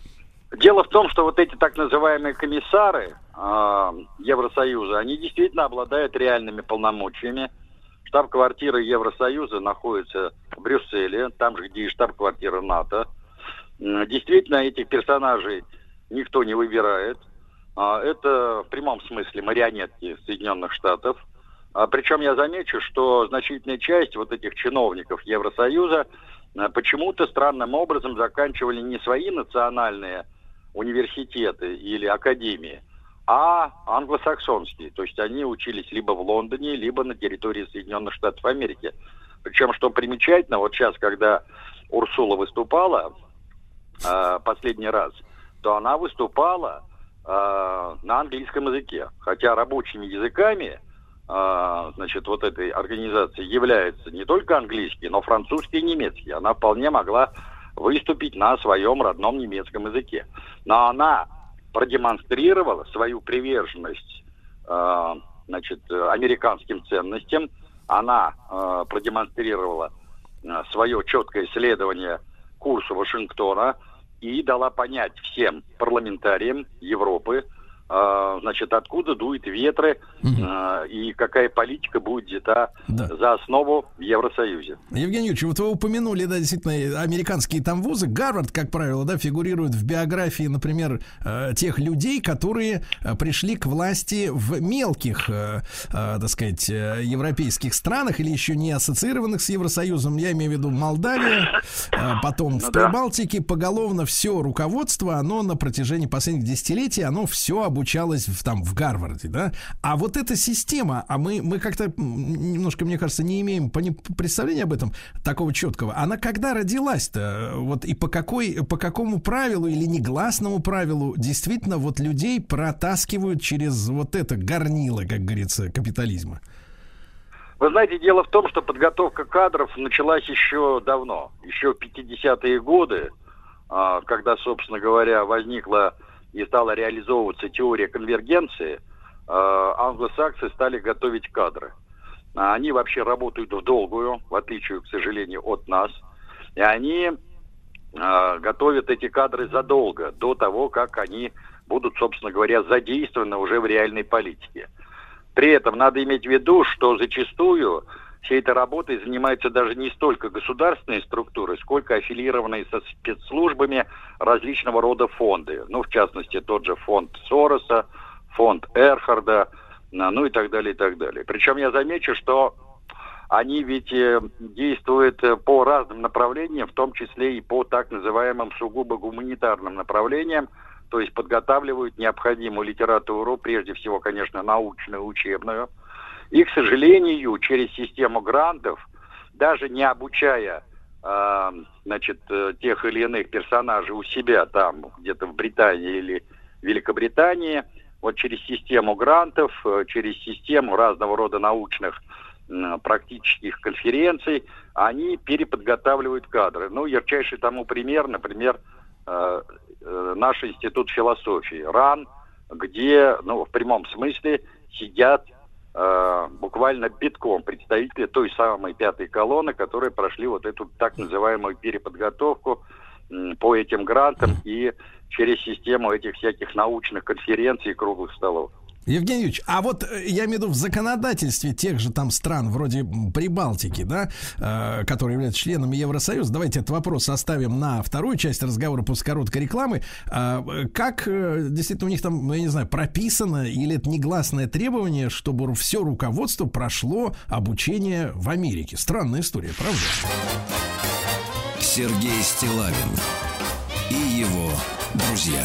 Дело в том, что вот эти так называемые комиссары э, Евросоюза, они действительно обладают реальными полномочиями. Штаб-квартира Евросоюза находится в Брюсселе, там же, где и штаб-квартира НАТО. Действительно, этих персонажей никто не выбирает. А, это в прямом смысле марионетки Соединенных Штатов. А, причем я замечу, что значительная часть вот этих чиновников Евросоюза а, почему-то странным образом заканчивали не свои национальные университеты или академии, а англосаксонские. То есть они учились либо в Лондоне, либо на территории Соединенных Штатов Америки. Причем, что примечательно, вот сейчас, когда Урсула выступала э, последний раз, то она выступала э, на английском языке. Хотя рабочими языками э, значит, вот этой организации являются не только английский, но французский и немецкий. Она вполне могла выступить на своем родном немецком языке. Но она продемонстрировала свою приверженность э, значит, американским ценностям. Она э, продемонстрировала э, свое четкое следование курсу Вашингтона и дала понять всем парламентариям Европы, э, значит, откуда дуют ветры э, и какая политика будет взята да. за основу в Евросоюзе. Евгений Юрьевич, вот вы упомянули, да, действительно, американские там вузы. Гарвард, как правило, да, фигурирует в биографии, например, э, тех людей, которые э, пришли к власти в мелких, э, э, так сказать, э, европейских странах или еще не ассоциированных с Евросоюзом. Я имею в виду Молдавия, э, потом ну, в Прибалтике. Поголовно все руководство, оно на протяжении последних десятилетий, оно все обучалось в, там, в Гарварде, да. А вот эта система, а мы, мы как-то немножко, мне кажется, не имеем представления об этом такого четкого. Она когда родилась-то? Вот и по какой, по какому правилу или негласному правилу действительно вот людей протаскивают через вот это горнило, как говорится, капитализма? Вы знаете, дело в том, что подготовка кадров началась еще давно, еще в пятидесятые годы, когда, собственно говоря, возникла и стала реализовываться теория конвергенции, англосаксы стали готовить кадры. Они вообще работают в долгую, в отличие, к сожалению, от нас. И они э, готовят эти кадры задолго, до того, как они будут, собственно говоря, задействованы уже в реальной политике. При этом надо иметь в виду, что зачастую всей этой работой занимаются даже не столько государственные структуры, сколько аффилированные со спецслужбами различного рода фонды. Ну, в частности, тот же фонд Сороса, фонд Эрхарда, ну и так далее, и так далее. Причем я замечу, что они ведь действуют по разным направлениям, в том числе и по так называемым сугубо гуманитарным направлениям, то есть подготавливают необходимую литературу, прежде всего, конечно, научную, учебную. И, к сожалению, через систему грантов, даже не обучая э, значит, тех или иных персонажей у себя там, где-то в Британии или Великобритании, вот через систему грантов, через систему разного рода научных м, практических конференций, они переподготавливают кадры. Ну, ярчайший тому пример, например, э, э, наш институт философии, РАН, где, ну, в прямом смысле сидят э, буквально битком представители той самой пятой колонны, которые прошли вот эту так называемую переподготовку м, по этим грантам и через систему этих всяких научных конференций и круглых столов. Евгений Юрьевич, а вот я имею в виду в законодательстве тех же там стран вроде Прибалтики, да, э, которые являются членами Евросоюза, давайте этот вопрос оставим на вторую часть разговора после короткой рекламы. Э, как э, действительно у них там, ну, я не знаю, прописано или это негласное требование, чтобы все руководство прошло обучение в Америке? Странная история, правда? Сергей Стиллавин и его друзья.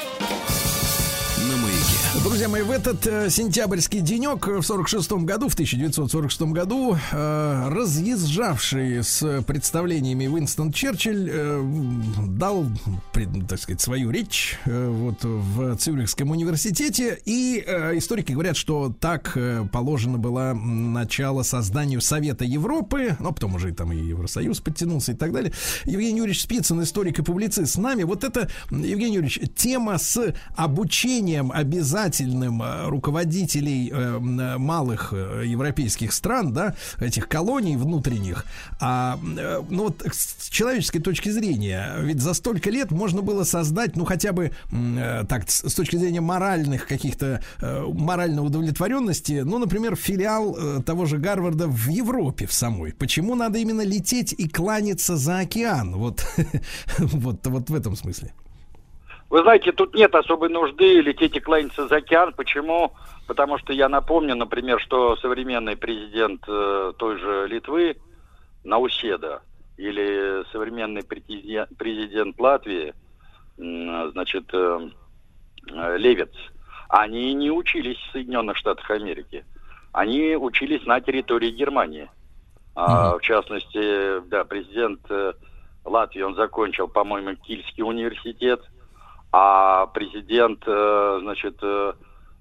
Друзья мои, в этот э, сентябрьский денек в сорок шестом году, в тысяча девятьсот сорок шестом году, э, разъезжавший с представлениями Уинстон Черчилль э, дал, пред, так сказать, свою речь э, вот в Цюрихском университете. И э, историки говорят, что так э, положено было начало созданию Совета Европы, но потом уже там и Евросоюз подтянулся и так далее. Евгений Юрьевич Спицын, историк и публицист, с нами. Вот это, Евгений Юрьевич, тема с обучением обязательно руководителей э, малых э, европейских стран, да, этих колоний внутренних, а, э, ну вот с человеческой точки зрения, ведь за столько лет можно было создать, ну хотя бы э, так, с точки зрения моральных каких-то, э, моральной удовлетворенности, ну, например, филиал э, того же Гарварда в Европе в самой. Почему надо именно лететь и кланяться за океан? Вот, вот, вот в этом смысле. Вы знаете, тут нет особой нужды лететь и кланяться за океан. Почему? Потому что я напомню, например, что современный президент э, той же Литвы, Науседа, или современный президент, президент Латвии, э, значит, э, э, Левец, они не учились в Соединенных Штатах Америки. Они учились на территории Германии. А, в частности, да, президент э, Латвии, он закончил, по-моему, Кильский университет, а президент, э, значит, э,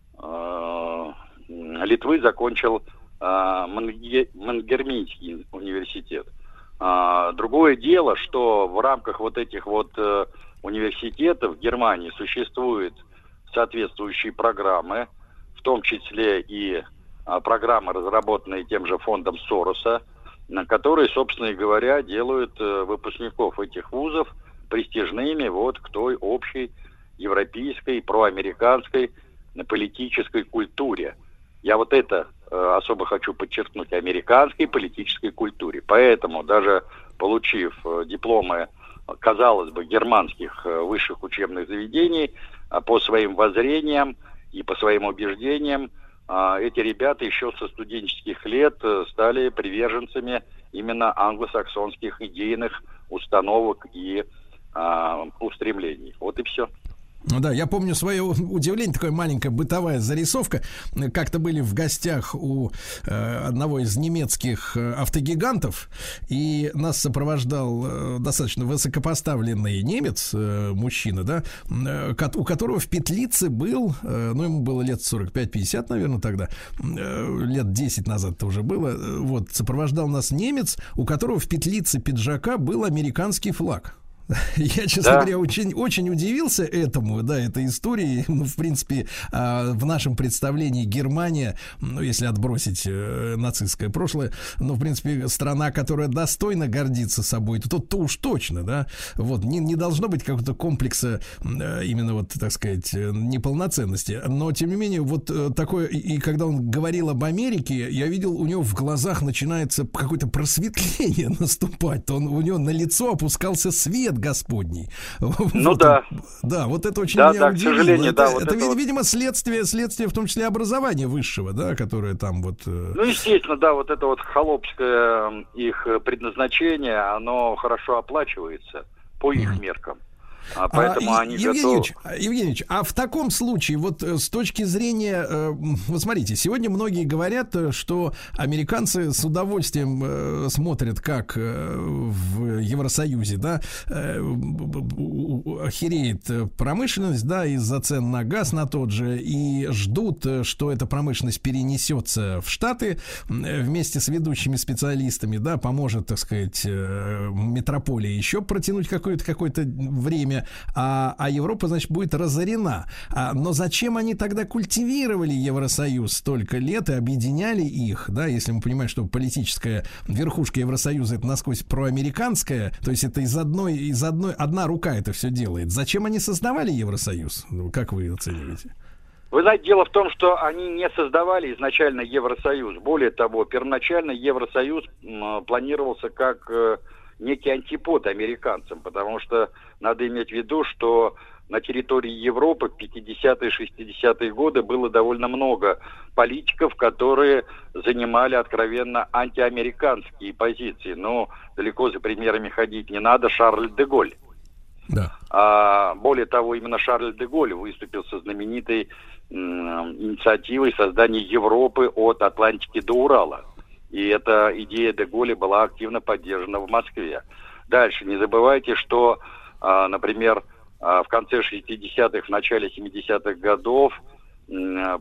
э, Литвы закончил э, Манге- Мангерминский университет. А, другое дело, что в рамках вот этих вот э, университетов в Германии существуют соответствующие программы, в том числе и э, программы, разработанные тем же фондом Сороса, на которые, собственно говоря, делают э, выпускников этих вузов престижными вот к той общей европейской, проамериканской политической культуре. Я вот это э, особо хочу подчеркнуть, американской политической культуре. Поэтому даже получив э, дипломы, казалось бы, германских э, высших учебных заведений, э, по своим воззрениям и по своим убеждениям, э, эти ребята еще со студенческих лет э, стали приверженцами именно англосаксонских идейных установок и э, устремлений. Вот и все. Ну да, я помню свое удивление, такая маленькая бытовая зарисовка. Как-то были в гостях у э, одного из немецких э, автогигантов, и нас сопровождал э, достаточно высокопоставленный немец, э, мужчина, да, э, у которого в петлице был, э, ну, ему было лет сорок пять пятьдесят, наверное, тогда, э, лет десять назад это уже было, э, вот, сопровождал нас немец, у которого в петлице пиджака был американский флаг. Я, честно да. говоря, очень, очень удивился этому, да, этой истории. Ну, в принципе, э, в нашем представлении Германия, ну, если отбросить э, нацистское прошлое, ну, в принципе, страна, которая достойно гордится собой, то, то уж точно, да, вот, не, не должно быть какого-то комплекса э, именно, вот, так сказать, неполноценности. Но, тем не менее, вот э, такое, и, и когда он говорил об Америке, я видел, у него в глазах начинается какое-то просветление наступать. Он, у него на лицо опускался свет Господний. Ну вот, да. Да, вот это очень да, меня да, удивило. к сожалению, это, да, вот это, это видимо, вот... следствие, следствие в том числе образования высшего, да, которое там вот... Ну, естественно, да, вот это вот холопское их предназначение, оно хорошо оплачивается по их mm-hmm. меркам. А поэтому а, они Евгеньевич, готовы... Евгеньевич, а в таком случае, вот с точки зрения, э, вот смотрите, сегодня многие говорят, что американцы с удовольствием э, смотрят, как э, в Евросоюзе, да, э, охереет промышленность, да, из-за цен на газ на тот же, и ждут, что эта промышленность перенесется в Штаты э, вместе с ведущими специалистами, да, поможет, так сказать, э, метрополии еще протянуть какое-то, какое-то время. А, а Европа, значит, будет разорена. А, но зачем они тогда культивировали Евросоюз столько лет и объединяли их, да, если мы понимаем, что политическая верхушка Евросоюза это насквозь проамериканская, то есть это из одной, из одной, одна рука это все делает. Зачем они создавали Евросоюз? Как вы оцениваете? Вы знаете, дело в том, что они не создавали изначально Евросоюз. Более того, первоначально Евросоюз м, планировался как... Э, некий антипод американцам, потому что надо иметь в виду, что на территории Европы в пятидесятые шестидесятые годы было довольно много политиков, которые занимали откровенно антиамериканские позиции. Но далеко за примерами ходить не надо. Шарль де Голль. Да. А, более того, именно Шарль де Голль выступил со знаменитой м, инициативой создания Европы от Атлантики до Урала. И эта идея де Голля была активно поддержана в Москве. Дальше, не забывайте, что, а, например, а, в конце шестидесятых, в начале семидесятых годов а,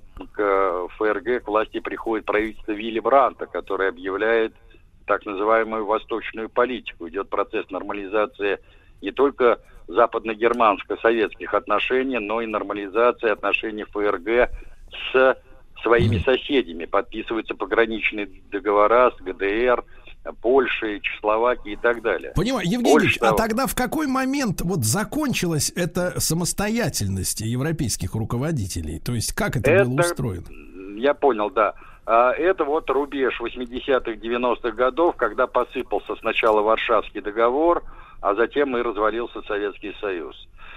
к ФРГ к власти приходит правительство Вилли Бранта, которое объявляет так называемую восточную политику. Идет процесс нормализации не только западно-германско-советских отношений, но и нормализации отношений ФРГ с своими соседями. Подписываются пограничные договора с ГДР, Польшей, Чехословакией и так далее. Понимаю, Евгеньевич, а тогда в какой момент вот закончилась эта самостоятельность европейских руководителей? То есть как это, это было устроено? Я понял, да. Это вот рубеж восьмидесятых, девяностых годов, когда посыпался сначала Варшавский договор, а затем и развалился Советский Союз.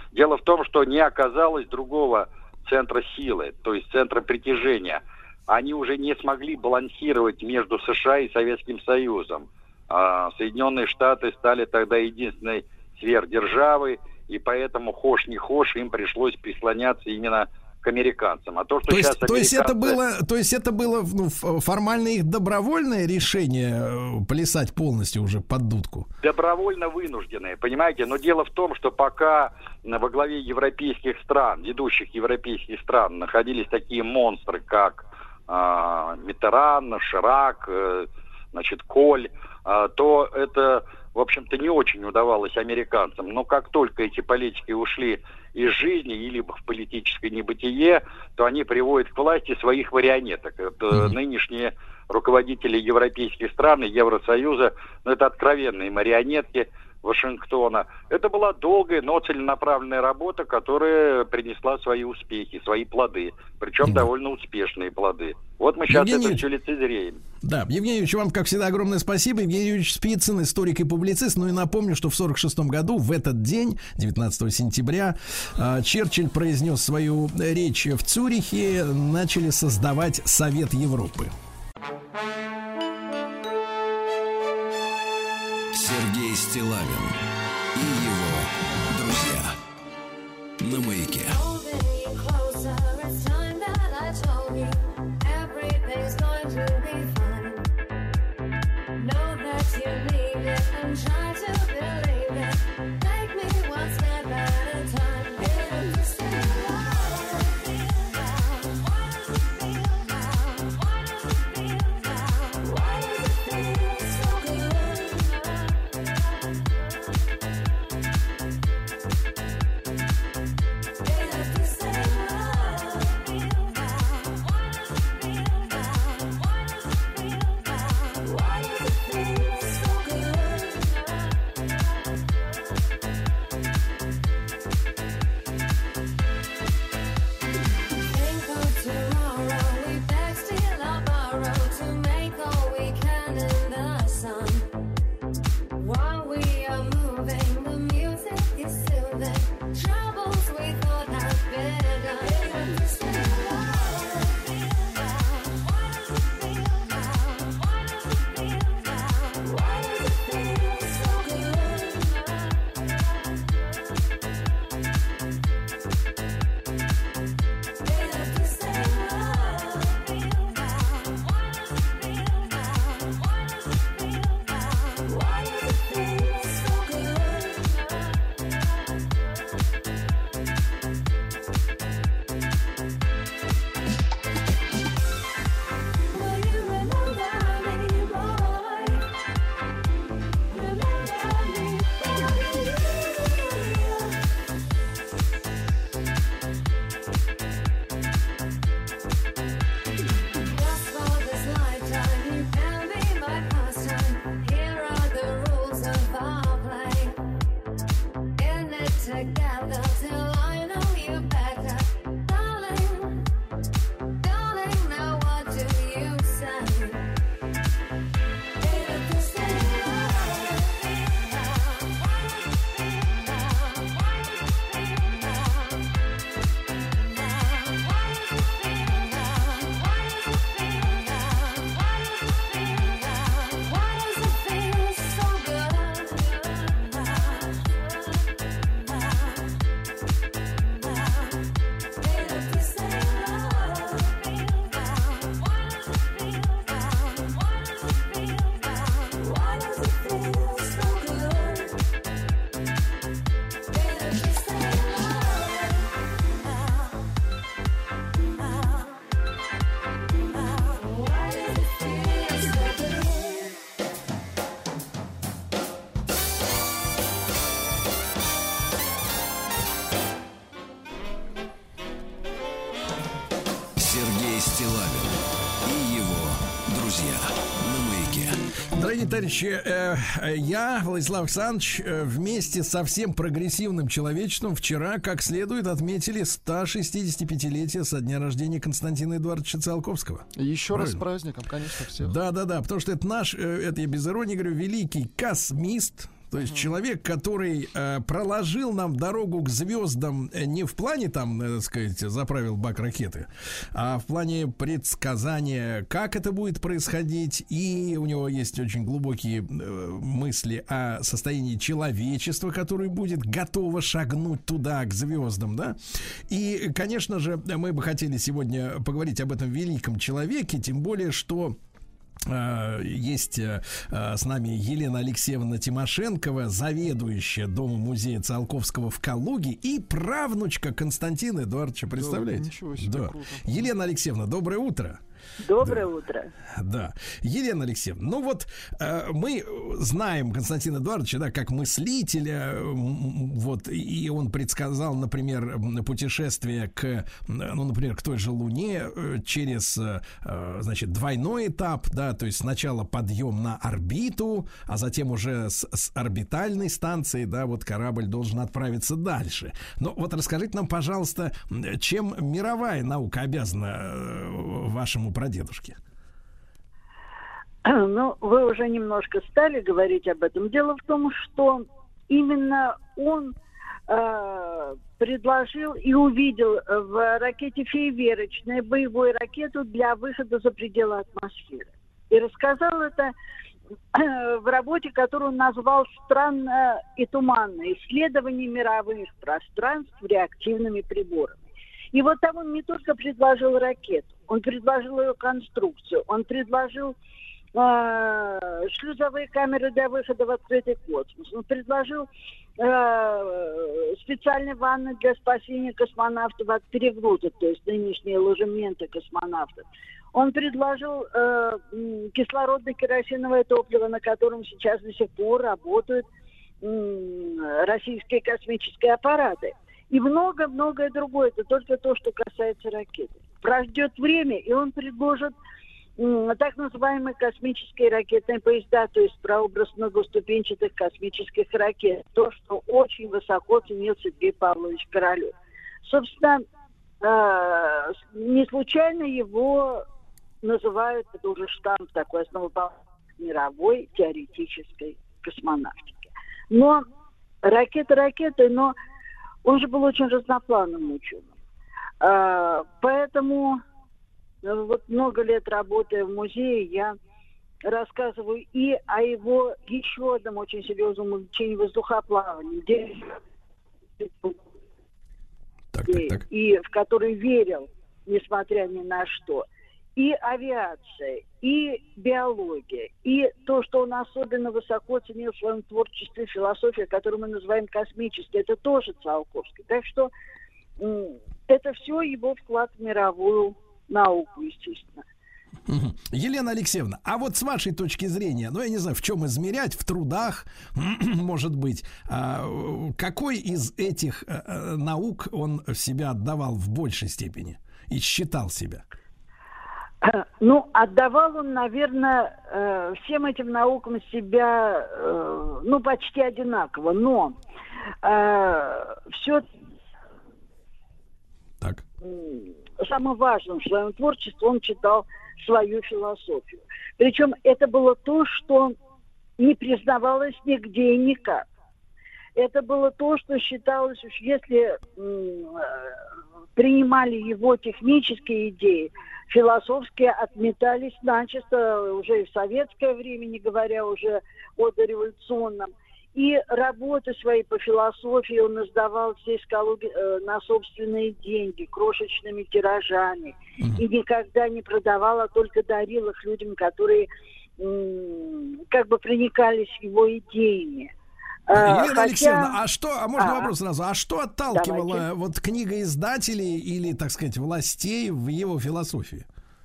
Дело в том, что не оказалось другого центра силы, то есть центра притяжения. Они уже не смогли балансировать между США и Советским Союзом. А Соединенные Штаты стали тогда единственной сверхдержавой, и поэтому хошь не хошь им пришлось прислоняться именно к американцам. А то, что то, есть, сейчас американцы... то есть это было, то есть это было ну, формально их добровольное решение плясать полностью уже под дудку? Добровольно вынужденные, понимаете? Но дело в том, что пока во главе европейских стран, ведущих европейских стран, находились такие монстры, как э, Миттеран, Ширак, э, значит, Коль, э, то это, в общем-то, не очень удавалось американцам. Но как только эти политики ушли из жизни или в политическое небытие, то они приводят к власти своих марионеток. Это mm-hmm. нынешние руководители европейских стран и Евросоюза, ну, это откровенные марионетки Вашингтона. Это была долгая, но целенаправленная работа, которая принесла свои успехи, свои плоды, причем mm-hmm. довольно успешные плоды. Вот мы сейчас Евгений... это все лицезреем. Да, Евгений Юрьевич, вам, как всегда, огромное спасибо. Евгений Юрьевич Спицын, историк и публицист. Ну и напомню, что в сорок шестом году, в этот день, девятнадцатого сентября, Черчилль произнес свою речь в Цюрихе. Начали создавать Совет Европы. Сергей Стиллавин и его друзья на Маяке. Стиллавин и его друзья на Маяке. Дорогие товарищи, э, я, Владислав Александрович, э, вместе со всем прогрессивным человечеством вчера, как следует, отметили сто шестидесятипятилетие со дня рождения Константина Эдуардовича Циолковского. Еще Правильно? Раз с праздником, конечно, всех. Да, да, да, потому что это наш, э, это я без иронии говорю, великий космист, То есть человек, который э, проложил нам дорогу к звездам э, не в плане там, э, так сказать, заправил бак ракеты, а в плане предсказания, как это будет происходить. И у него есть очень глубокие э, мысли о состоянии человечества, которое будет готово шагнуть туда, к звездам, да. И, конечно же, мы бы хотели сегодня поговорить об этом великом человеке, тем более, что есть с нами Елена Алексеевна Тимошенкова, заведующая Домом-музея Циолковского в Калуге и правнучка Константина Эдуардовича. Представляете? Да, ничего себе, да. Круто. Елена Алексеевна, доброе утро. Доброе да. утро. Да. Елена Алексеевна, ну вот э, мы знаем Константина Эдуардовича, да, как мыслителя, э, вот, и он предсказал, например, путешествие к, ну, например, к той же Луне э, через, э, значит, двойной этап, да, то есть сначала подъем на орбиту, а затем уже с, с орбитальной станции, да, вот корабль должен отправиться дальше. Но вот расскажите нам, пожалуйста, чем мировая наука обязана вашему прадедушке? Ну, вы уже немножко стали говорить об этом. Дело в том, что именно он э, предложил и увидел в ракете «Фейерверочную» боевую ракету для выхода за пределы атмосферы. И рассказал это э, в работе, которую он назвал «Странно и туманно. Исследование мировых пространств реактивными приборами». И вот там он не только предложил ракету, он предложил ее конструкцию, он предложил э, шлюзовые камеры для выхода в открытый космос, он предложил э, специальные ванны для спасения космонавтов от перегрузок, то есть нынешние ложементы космонавтов. Он предложил э, кислородно-керосиновое топливо, на котором сейчас до сих пор работают э, российские космические аппараты. И много-многое другое. Это только то, что касается ракеты. Пройдет время, и он предложит м, так называемые космические ракетные поезда, то есть прообраз многоступенчатых космических ракет. То, что очень высоко ценил Сергей Павлович Королёв. Собственно, э, не случайно его называют, это уже штамп такой, основоположник мировой теоретической космонавтики. Но ракета ракетой, но он же был очень разноплановым ученым. А, поэтому вот много лет работая в музее, я рассказываю и о его еще одном очень серьезном увлечении воздухоплаванием, где... так, так, так. и в который верил, несмотря ни на что. И авиация, и биология, и то, что он особенно высоко ценил в своем творчестве, философия, которую мы называем космической, это тоже Циолковский. Так что м- это все его вклад в мировую науку, естественно. Елена Алексеевна, а вот с вашей точки зрения, ну, я не знаю, в чем измерять, в трудах, может быть, какой из этих наук он в себя отдавал в большей степени и считал себя? Ну, отдавал он, наверное, всем этим наукам себя, ну, почти одинаково, но все так. Самое важное в своем творчестве он читал свою философию. Причем это было то, что не признавалось нигде и никак. Это было то, что считалось, уж если м- принимали его технические идеи, философские отметались начисто уже и в советское время, не говоря уже о дореволюционном. И работы свои по философии он издавал здесь в Калуге э, на собственные деньги, крошечными тиражами. Mm-hmm. И никогда не продавал, а только дарил их людям, которые м- как бы проникались его идеями. Елена Хотя... Алексеевна, а что, а можно а, вопрос сразу, а что отталкивало давайте. вот книгоиздателей или, так сказать, властей в его философии?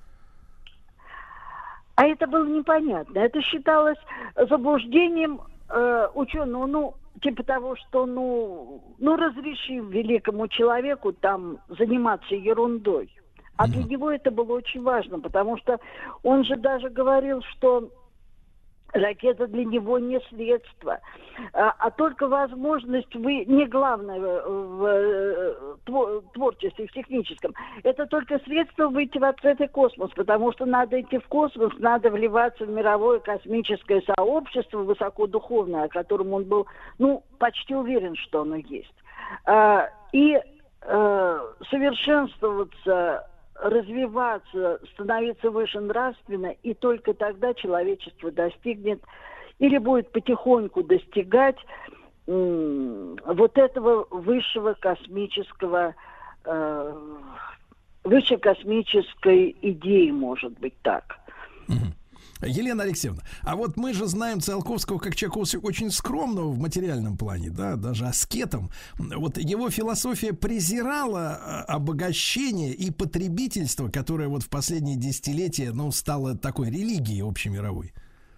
А это было непонятно. Это считалось заблуждением э, ученого, ну, типа того, что, ну, ну, разрешив великому человеку там заниматься ерундой. А для него это было очень важно, потому что он же даже говорил, что Ракета для него не средство, а, а только возможность, вы, не главное в, в творчестве, в техническом, это только средство выйти в открытый космос, потому что надо идти в космос, надо вливаться в мировое космическое сообщество высокодуховное, о котором он был, ну, почти уверен, что оно есть. А, и а, совершенствоваться, развиваться, становиться выше нравственно, и только тогда человечество достигнет или будет потихоньку достигать м- вот этого высшего космического, э- высшей космической идеи, может быть, так. Елена Алексеевна, а вот мы же знаем Циолковского как человека очень скромного в материальном плане, да, даже аскетом. Вот его философия презирала обогащение и потребительство, которое вот в последние десятилетия, ну, стало такой религией общемировой.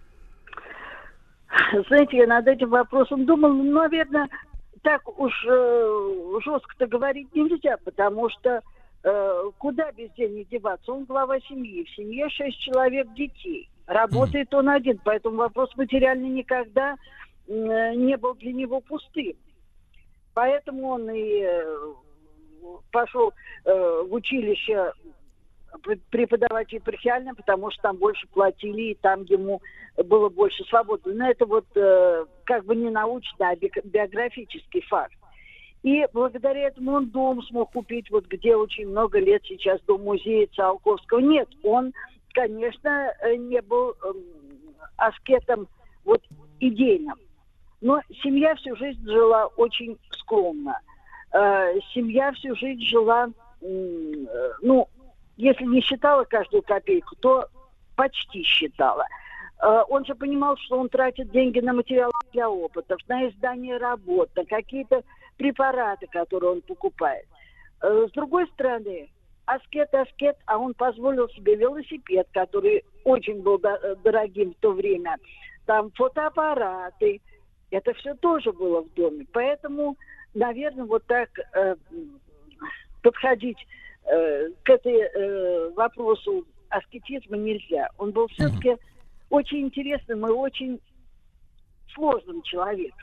Знаете, я над этим вопросом думала, ну, наверное, так уж э, жестко-то говорить нельзя, потому что э, куда без денег деваться? Он глава семьи, в семье шесть человек детей. Работает он один, поэтому вопрос материальный никогда э, не был для него пустым. Поэтому он и э, пошел э, в училище преподавать епархиально, потому что там больше платили, и там ему было больше свободы. Но это вот э, как бы не научный, а биографический факт. И благодаря этому он дом смог купить, вот где очень много лет сейчас дом-музея Циолковского. Нет, он, конечно, не был э, аскетом вот идейным. Но семья всю жизнь жила очень скромно. Э, семья всю жизнь жила, э, ну, если не считала каждую копейку, то почти считала. Э, он же понимал, что он тратит деньги на материалы для опытов, на издание работ, на какие-то препараты, которые он покупает. Э, с другой стороны, аскет, аскет, а он позволил себе велосипед, который очень был до- дорогим в то время. Там фотоаппараты. Это все тоже было в доме. Поэтому, наверное, вот так э, подходить э, к этому э, вопросу аскетизма нельзя. Он был все-таки очень интересным и очень сложным человеком.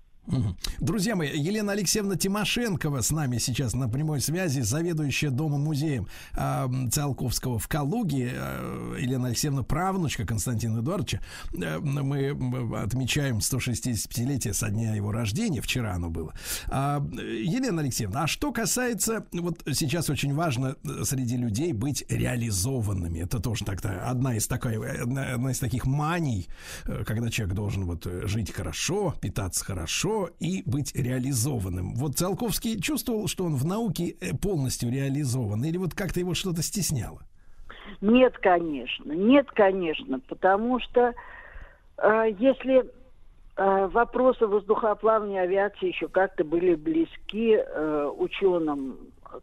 Друзья мои, Елена Алексеевна Тимошенкова с нами сейчас на прямой связи, заведующая домом-музеем э, Циолковского в Калуге. Э, Елена Алексеевна правнучка Константина Эдуардовича. Э, мы отмечаем сто шестидесятипятилетие со дня его рождения, вчера оно было. Э, Елена Алексеевна, а что касается, вот сейчас очень важно среди людей быть реализованными. Это тоже так-то одна из, такой, одна, одна из таких маний, когда человек должен вот жить хорошо, питаться хорошо и быть реализованным. Вот Циолковский чувствовал, что он в науке полностью реализован, или вот как-то его что-то стесняло? Нет, конечно. Нет, конечно. Потому что э, если э, вопросы воздухоплавания, авиации еще как-то были близки э, ученым,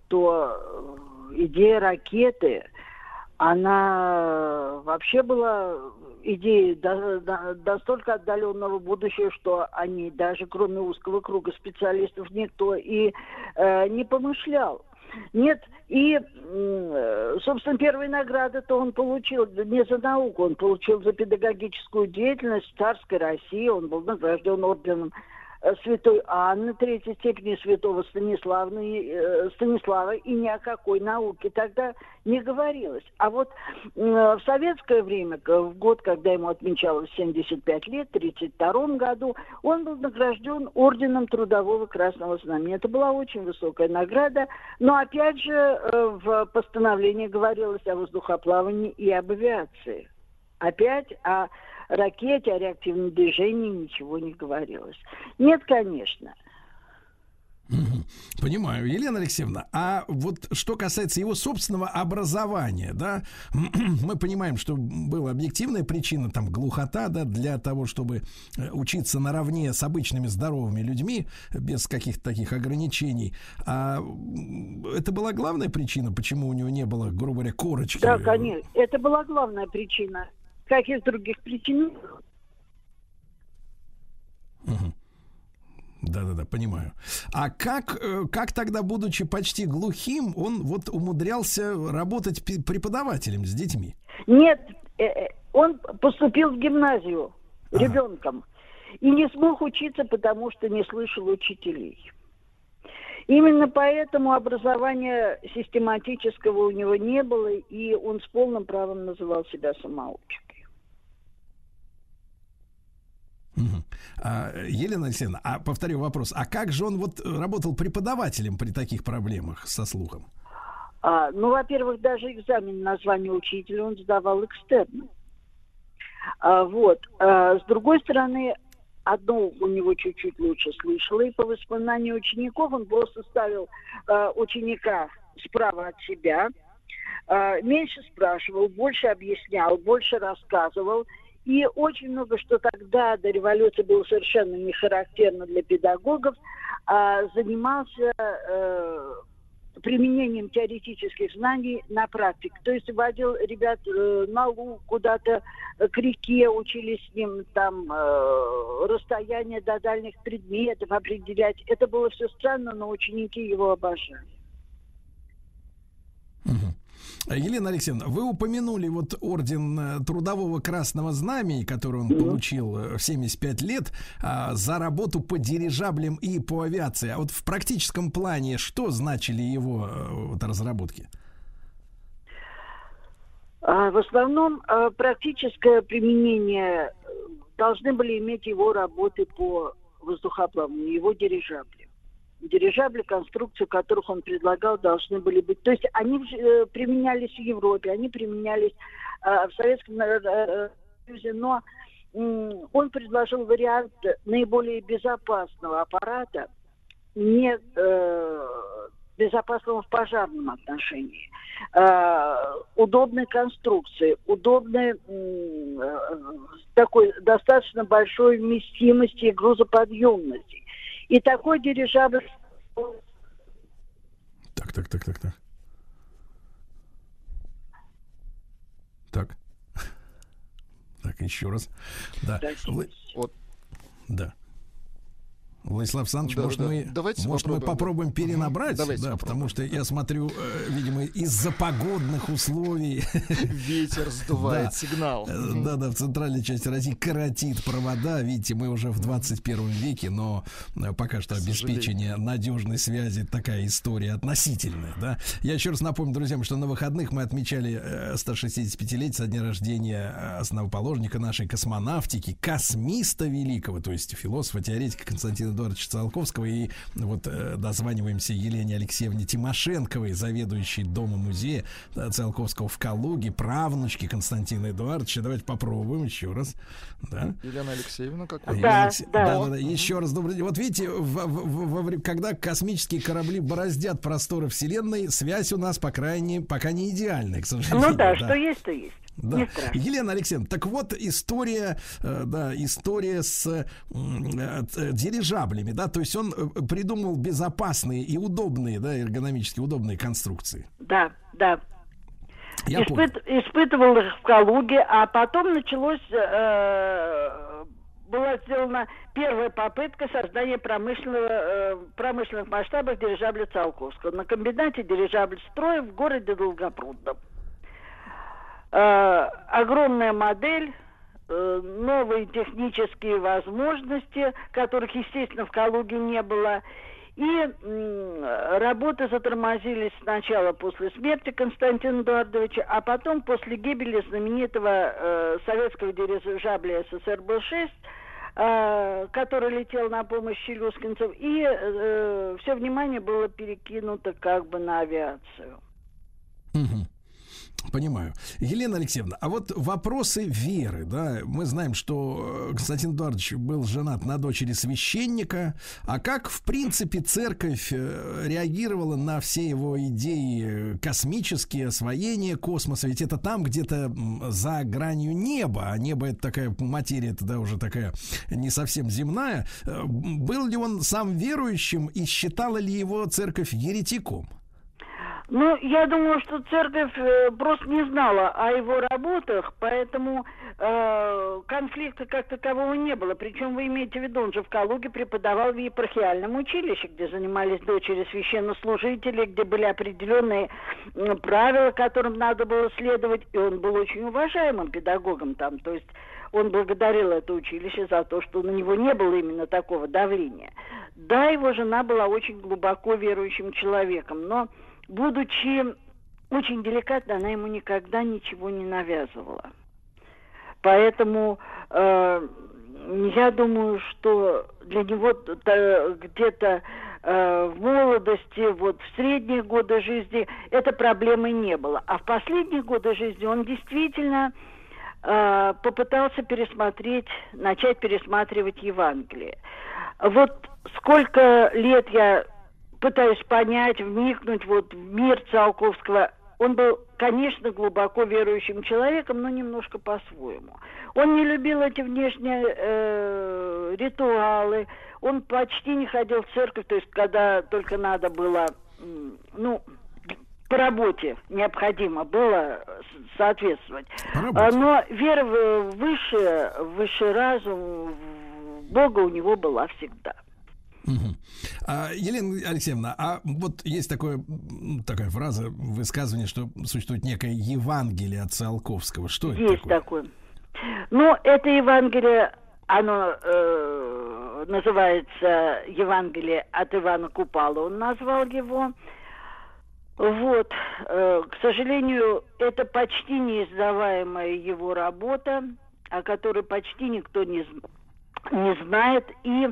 то идея ракеты, она вообще была идеей до, до, настолько отдаленного будущего, что о ней даже кроме узкого круга специалистов никто и э, не помышлял. Нет, и, э, собственно, первые награды-то он получил не за науку, он получил за педагогическую деятельность в царской России, он был награжден орденом Святой Анны, третьей степени святого Станислава, э, Станислава, и ни о какой науке тогда не говорилось. А вот э, в советское время, в год, когда ему отмечалось семьдесят пять лет, в тридцать втором году, он был награжден орденом Трудового Красного Знамени. Это была очень высокая награда, но опять же э, в постановлении говорилось о воздухоплавании и об авиации. Опять о ракете, о реактивном движении ничего не говорилось. Нет, конечно. Понимаю. Елена Алексеевна, а вот что касается его собственного образования, да, мы понимаем, что была объективная причина, там, глухота, да, для того, чтобы учиться наравне с обычными здоровыми людьми, без каких-то таких ограничений. А это была главная причина, почему у него не было, грубо говоря, корочки? Да, конечно. Это была главная причина. Каких других причин? Угу. Да-да-да, понимаю. А как, как тогда, будучи почти глухим, он вот умудрялся работать преподавателем с детьми? Нет, он поступил в гимназию. Ага. ребенком. И не смог учиться, потому что не слышал учителей. Именно поэтому образования систематического у него не было, и он с полным правом называл себя самоучкой. Угу. А, Елена Алексеевна, а повторю вопрос, а как же он вот работал преподавателем при таких проблемах со слухом? А, ну, во-первых, даже экзамен на звание учителя он сдавал экстерно. А, вот. А, с другой стороны, одно у него чуть-чуть лучше слышало, и по воспоминаниям учеников он просто ставил а, ученика справа от себя, а, меньше спрашивал, больше объяснял, больше рассказывал. И очень много, что тогда до революции было совершенно не характерно для педагогов, а, занимался а, применением теоретических знаний на практике. То есть водил ребят э, на луг, куда-то э, к реке, учились с ним там э, расстояние до дальних предметов определять. Это было все странно, но ученики его обожали. Угу. Елена Алексеевна, вы упомянули вот орден Трудового Красного Знамени, который он mm-hmm. получил в семьдесят пять лет а, за работу по дирижаблям и по авиации. А вот в практическом плане что значили его вот, разработки? А, в основном а, практическое применение должны были иметь его работы по воздухоплаванию, его дирижабли. Дирижабли, конструкцию которых он предлагал, должны были быть. То есть они э, применялись в Европе, они применялись э, в Советском Союзе, но э, он предложил вариант наиболее безопасного аппарата, не э, безопасного в пожарном отношении, э, удобной конструкции, удобной э, такой достаточно большой вместимости и грузоподъемности. И такой дирижабль... Так, так, так, так, так. Так. Так, еще раз. Да. Вы... Вот. Да. Владислав Александрович, да, может, да. мы, Давайте может мы попробуем перенабрать? Давайте да, попробуем. Потому что я смотрю, э, видимо, из-за погодных условий ветер сдувает да, сигнал. Да, да, в центральной части России коротит провода. Видите, мы уже в двадцать первом веке, но пока что обеспечение надежной связи такая история относительная. Да? Я еще раз напомню, друзья, что на выходных мы отмечали сто шестидесятипятилетие со дня рождения основоположника нашей космонавтики, космиста великого, то есть философа, теоретика Константина Эдуардовича Циолковского, и вот э, дозваниваемся Елене Алексеевне Тимошенковой, заведующей Дома-музея да, Циолковского в Калуге, правнучки Константина Эдуардовича. Давайте попробуем еще раз. Да. Елена Алексеевна, как вы? Да, Алексе... да. Да, да, да. Еще раз добрый день. Вот видите, в, в, в, когда космические корабли бороздят просторы Вселенной, связь у нас, по крайней мере, пока не идеальная, к сожалению. Ну да, да. что есть, то есть. Да. Елена Алексеевна, так вот история, э, да, история с э, э, дирижаблями, да, то есть он придумал безопасные и удобные, да, эргономически удобные конструкции. Да, да. Я Испыт, испытывал их в Калуге, а потом началось, э, была сделана первая попытка создания промышленного, э, промышленных масштабов дирижабля Циолковского на комбинате дирижабль «Строй» в городе Долгопрудном. Э, огромная модель, э, новые технические возможности, которых, естественно, в Калуге не было. И э, работы затормозились сначала после смерти Константина Эдуардовича, а потом после гибели знаменитого э, советского дирижабля СССР Бэ шесть, э, который летел на помощь челюскинцев, и э, все внимание было перекинуто как бы на авиацию. Угу. Понимаю. Елена Алексеевна, а вот вопросы веры, да, мы знаем, что Константин Эдуардович был женат на дочери священника, а как, в принципе, церковь реагировала на все его идеи космические, освоение космоса, ведь это там где-то за гранью неба, а небо это такая материя, это да, уже такая не совсем земная. Был ли он сам верующим и считала ли его церковь еретиком? Ну, я думаю, что церковь э, просто не знала о его работах, поэтому э, конфликта как такового не было. Причем вы имеете в виду, он же в Калуге преподавал в епархиальном училище, где занимались дочери священнослужителей, где были определенные э, правила, которым надо было следовать, и он был очень уважаемым педагогом там. То есть он благодарил это училище за то, что на него не было именно такого давления. Да, его жена была очень глубоко верующим человеком, но будучи очень деликатной, она ему никогда ничего не навязывала. Поэтому э, я думаю, что для него где-то э, в молодости, вот в средние годы жизни этой проблемы не было. А в последние годы жизни он действительно э, попытался пересмотреть, начать пересматривать Евангелие. Вот сколько лет я пытаюсь понять, вникнуть вот в мир Циолковского. Он был, конечно, глубоко верующим человеком, но немножко по-своему. Он не любил эти внешние э, ритуалы. Он почти не ходил в церковь, то есть когда только надо было, ну, по работе необходимо было соответствовать. Но вера в высшее, в высший разум, в Бога у него была всегда. Угу. А, Елена Алексеевна, а вот есть такое, такая фраза, высказывание, что существует некое Евангелие от Циолковского. Что это есть такое? такое. Ну, это Евангелие, оно э, называется Евангелие от Ивана Купала, он назвал его. Вот, э, к сожалению, это почти неиздаваемая его работа, о которой почти никто не, не знает. И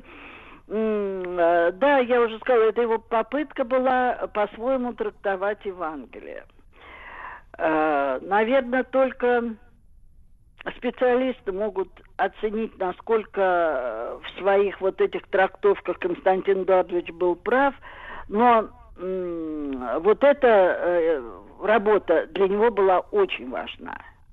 да, я уже сказала, это его попытка была по-своему трактовать Евангелие. Наверное, только специалисты могут оценить, насколько в своих вот этих трактовках Константин Эдуардович был прав, но вот эта работа для него была очень важна.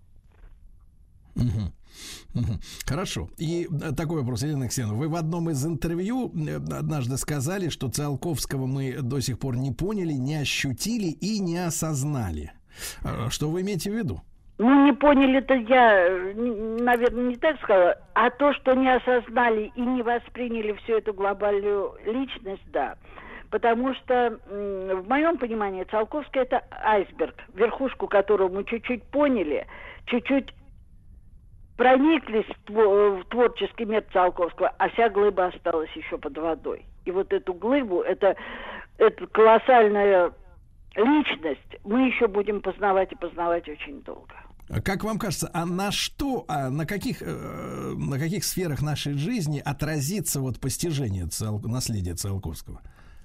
Угу. Хорошо. И такой вопрос, Елена Алексеевна. Вы в одном из интервью однажды сказали, что Циолковского мы до сих пор не поняли, не ощутили и не осознали. Что вы имеете в виду? Ну, не поняли-то я, наверное, не так сказала. А то, что не осознали и не восприняли всю эту глобальную личность, да. Потому что, в моем понимании, Циолковский — это айсберг, верхушку которого мы чуть-чуть поняли, чуть-чуть прониклись в творческий мир Циолковского, а вся глыба осталась еще под водой. И вот эту глыбу, это, эту колоссальную личность мы еще будем познавать и познавать очень долго. Как вам кажется, а на что, а на каких, э, на каких сферах нашей жизни отразится вот постижение Циол... наследия Циолковского?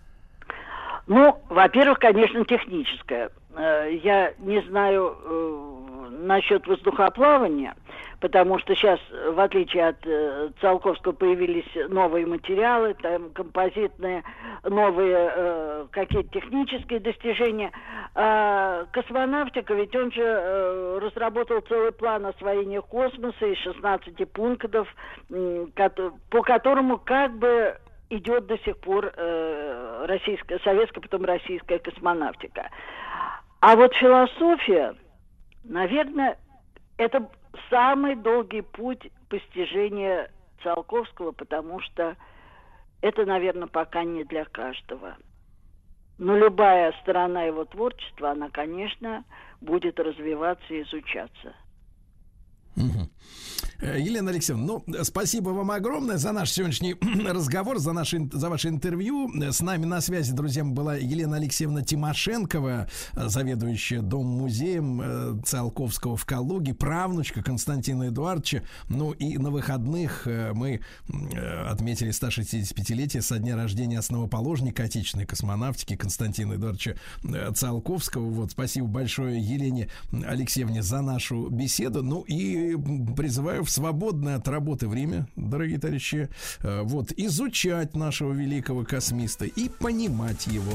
Ну, во-первых, конечно, техническое. Я не знаю э, насчет воздухоплавания, потому что сейчас, в отличие от э, Циолковского, появились новые материалы, там композитные, новые э, какие-то технические достижения. А космонавтика, ведь он же э, разработал целый план освоения космоса из шестнадцати пунктов, э, по которому как бы идет до сих пор э, российская, советская, потом российская космонавтика. А вот философия, наверное, это самый долгий путь постижения Циолковского, потому что это, наверное, пока не для каждого. Но любая сторона его творчества, она, конечно, будет развиваться и изучаться. Угу. Елена Алексеевна, ну, спасибо вам огромное за наш сегодняшний разговор, за, наше, за ваше интервью. С нами на связи, друзья, была Елена Алексеевна Тимошенкова, заведующая Дом-музеем Циолковского в Калуге, правнучка Константина Эдуардовича. Ну и на выходных мы отметили сто шестидесятипятилетие со дня рождения основоположника отечественной космонавтики Константина Эдуардовича Циолковского. Вот, спасибо большое Елене Алексеевне за нашу беседу. Ну и призываю в свободное от работы время, дорогие товарищи, вот, изучать нашего великого космиста и понимать его.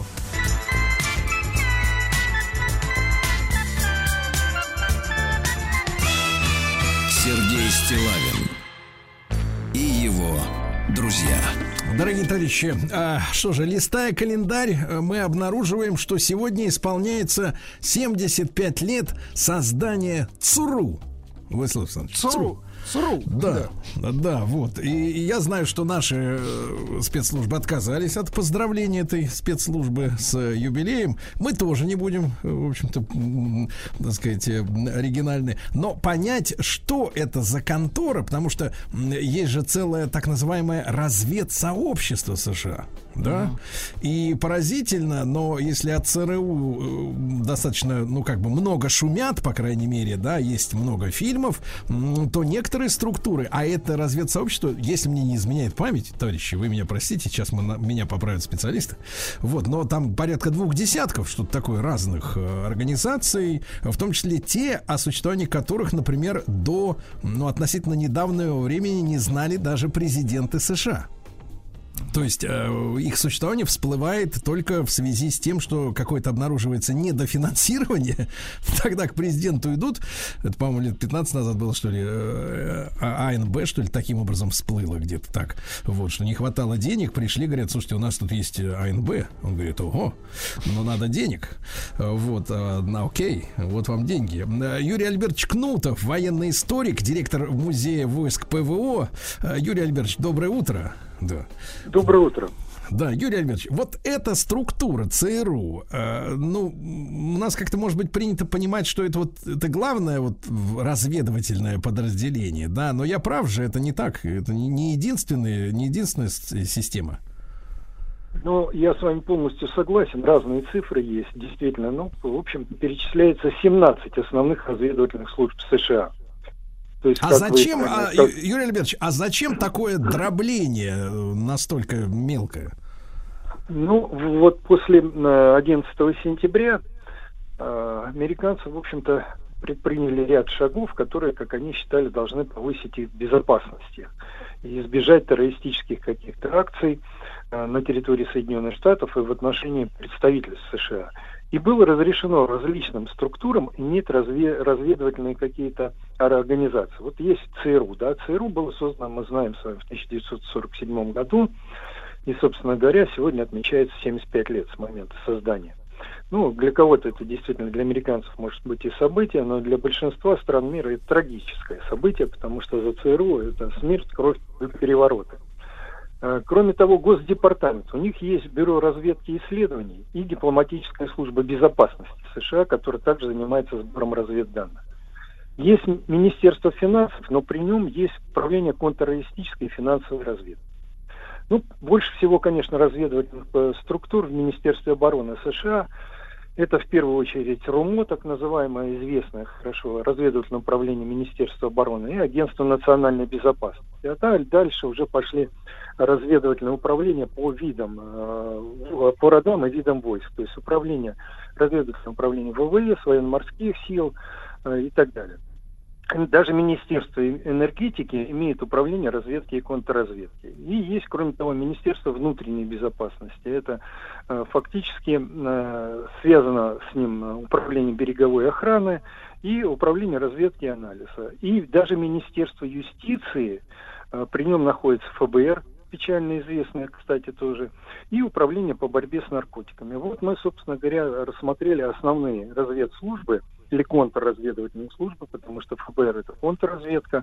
Сергей Стиллавин и его друзья. Дорогие товарищи, а, что же, листая календарь, мы обнаруживаем, что сегодня исполняется семьдесят пять лет создания ЦРУ. Владислав Александрович, ЦРУ. ЦРУ. Да, да, да, вот. И, и я знаю, что наши э, спецслужбы отказались от поздравления этой спецслужбы с э, юбилеем. Мы тоже не будем, э, в общем-то, м, так сказать, э, оригинальны. Но понять, что это за контора, потому что м, есть же целое так называемое разведсообщество США. Да, mm-hmm. И поразительно, но если от ЦРУ э, достаточно, ну, как бы много шумят, по крайней мере, да, есть много фильмов, м, то некоторые структуры, а это разведсообщество, если мне не изменяет память, товарищи, вы меня простите, сейчас мы, на, меня поправят специалисты, вот, но там порядка двух десятков, что-то такое, разных э, организаций, в том числе те, о существовании которых, например, до, ну, относительно недавнего времени не знали даже президенты США. То есть э, их существование всплывает только в связи с тем, что какое-то обнаруживается недофинансирование. Тогда к президенту идут. Это, по-моему, лет пятнадцать назад было, что ли, э, АНБ, что ли, таким образом всплыло где-то так. Вот, что не хватало денег. Пришли, говорят, слушайте, у нас тут есть АНБ. Он говорит, ого, но надо денег. Вот, э, ну, окей, вот вам деньги. Юрий Альбертович Кнутов, военный историк, директор музея войск ПВО. Юрий Альбертович, доброе утро. Да. Доброе утро. Да, Юрий Альбертович, вот эта структура ЦРУ, э, ну, у нас как-то, может быть, принято понимать, что это вот это главное вот разведывательное подразделение, да, но я прав же, это не так, это не, не единственная, не единственная система. Ну, я с вами полностью согласен, разные цифры есть, действительно, ну, в общем, перечисляется семнадцать основных разведывательных служб США. То есть, а зачем, вы, а, как... Юрий Альбертович, а зачем такое дробление настолько мелкое? Ну, вот после одиннадцатого сентября э, американцы, в общем-то, предприняли ряд шагов, которые, как они считали, должны повысить их безопасность и избежать террористических каких-то акций э, на территории Соединенных Штатов и в отношении представительств США. И было разрешено различным структурам иметь разве, разведывательные какие-то организации. Вот есть ЦРУ, да, ЦРУ было создано, мы знаем с вами, в тысяча девятьсот сорок седьмом году, и, собственно говоря, сегодня отмечается семьдесят пять лет с момента создания. Ну, для кого-то это действительно, для американцев может быть и событие, но для большинства стран мира это трагическое событие, потому что за ЦРУ это смерть, кровь, перевороты. Кроме того, Госдепартамент, у них есть Бюро разведки и исследований и Дипломатическая служба безопасности США, которая также занимается сбором разведданных. Есть Министерство финансов, но при нем есть Управление контртеррористической и финансовой разведки. Ну, больше всего, конечно, разведывательных структур в Министерстве обороны США. Это в первую очередь РУМО, так называемое, известное хорошо, разведывательное управление Министерства обороны и Агентство национальной безопасности. А дальше уже пошли разведывательное управление по видам, по родам и видам войск. То есть управление, разведывательное управление ВВС, военно-морских сил и так далее. Даже Министерство энергетики имеет управление разведки и контрразведки. И есть, кроме того, Министерство внутренней безопасности. Это э, фактически э, связано с ним управление береговой охраны и управление разведки и анализа. И даже Министерство юстиции, э, при нем находится ФБР, печально известное, кстати, тоже, и управление по борьбе с наркотиками. Вот мы, собственно говоря, рассмотрели основные разведслужбы или контрразведывательные службы, потому что ФБР это контрразведка,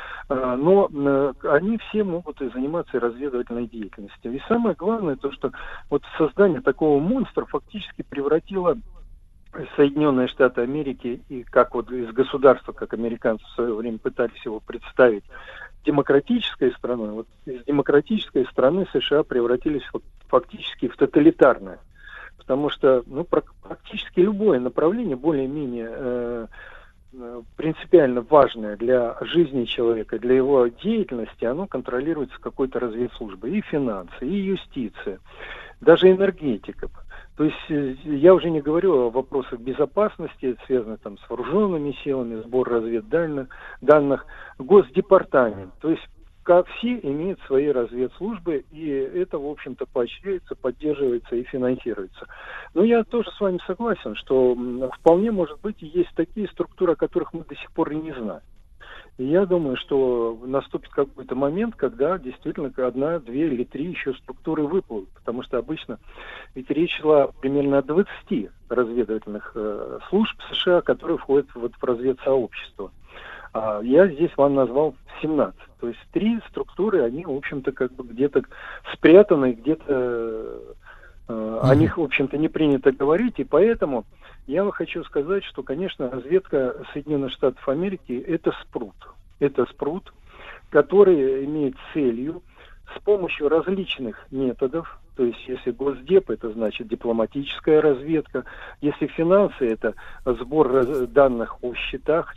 но они все могут и заниматься разведывательной деятельностью. И самое главное то, что вот создание такого монстра фактически превратило Соединенные Штаты Америки и как вот из государства, как американцы в свое время пытались его представить, демократической страной, вот из демократической страны США превратились фактически в тоталитарное. Потому что ну, практически любое направление, более-менее э, принципиально важное для жизни человека, для его деятельности, оно контролируется какой-то разведслужбой. И финансы, и юстиция, даже энергетика. То есть я уже не говорю о вопросах безопасности, это связано там с вооруженными силами, сбор разведданных, данных, Госдепартамент. То есть как все имеют свои разведслужбы, и это, в общем-то, поощряется, поддерживается и финансируется. Но я тоже с вами согласен, что вполне может быть и есть такие структуры, о которых мы до сих пор и не знаем. И я думаю, что наступит какой-то момент, когда действительно одна, две или три еще структуры выплывут. Потому что обычно ведь речь шла примерно о двадцати разведывательных э, служб США, которые входят вот в разведсообщество. А я здесь вам назвал семнадцать. То есть три структуры, они, в общем-то, как бы где-то спрятаны, где-то э, э, о них, в общем-то, не принято говорить. И поэтому я вам хочу сказать, что, конечно, разведка Соединенных Штатов Америки – это спрут. Это спрут, который имеет целью с помощью различных методов, то есть если Госдеп, это значит дипломатическая разведка, если финансы, это сбор раз- данных о счетах,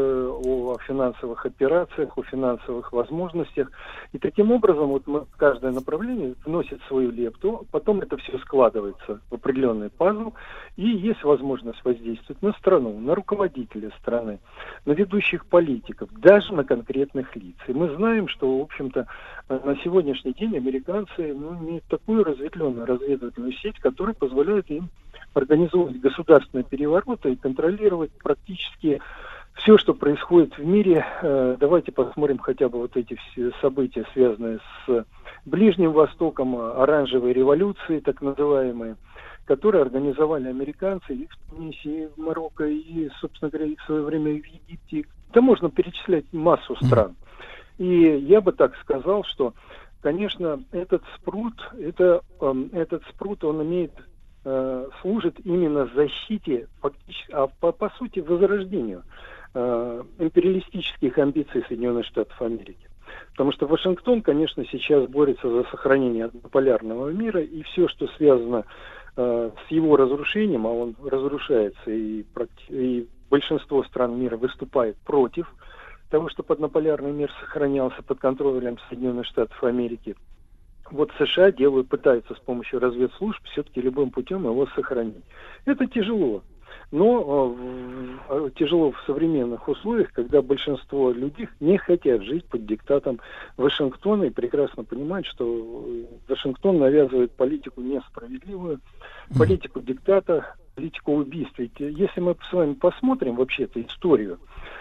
о финансовых операциях, о финансовых возможностях. И таким образом вот мы, каждое направление вносит свою лепту, потом это все складывается в определенный пазл, и есть возможность воздействовать на страну, на руководителя страны, на ведущих политиков, даже на конкретных лиц. И мы знаем, что, в общем-то, на сегодняшний день американцы ну, имеют такую разветвленную разведывательную сеть, которая позволяет им организовывать государственные перевороты и контролировать практически все, что происходит в мире. Давайте посмотрим хотя бы вот эти все события, связанные с Ближним Востоком, оранжевой революцией, так называемые, которые организовали американцы и в Тунисе, и в Марокко, и, собственно говоря, и в свое время и в Египте. Да можно перечислять массу стран. И я бы так сказал, что, конечно, этот спрут, это, э, этот спрут, он имеет, э, служит именно защите, фактически, а по, по сути возрождению э, империалистических амбиций Соединенных Штатов Америки. Потому что Вашингтон, конечно, сейчас борется за сохранение однополярного мира, и все, что связано э, с его разрушением, а он разрушается, и, и большинство стран мира выступает против того, чтобы однополярный мир сохранялся под контролем Соединенных Штатов Америки. Вот США делают, пытаются с помощью разведслужб все-таки любым путем его сохранить. Это тяжело. Но э, тяжело в современных условиях, когда большинство людей не хотят жить под диктатом Вашингтона и прекрасно понимают, что Вашингтон навязывает политику несправедливую, политику диктата, политику убийств. Ведь если мы с вами посмотрим вообще-то историю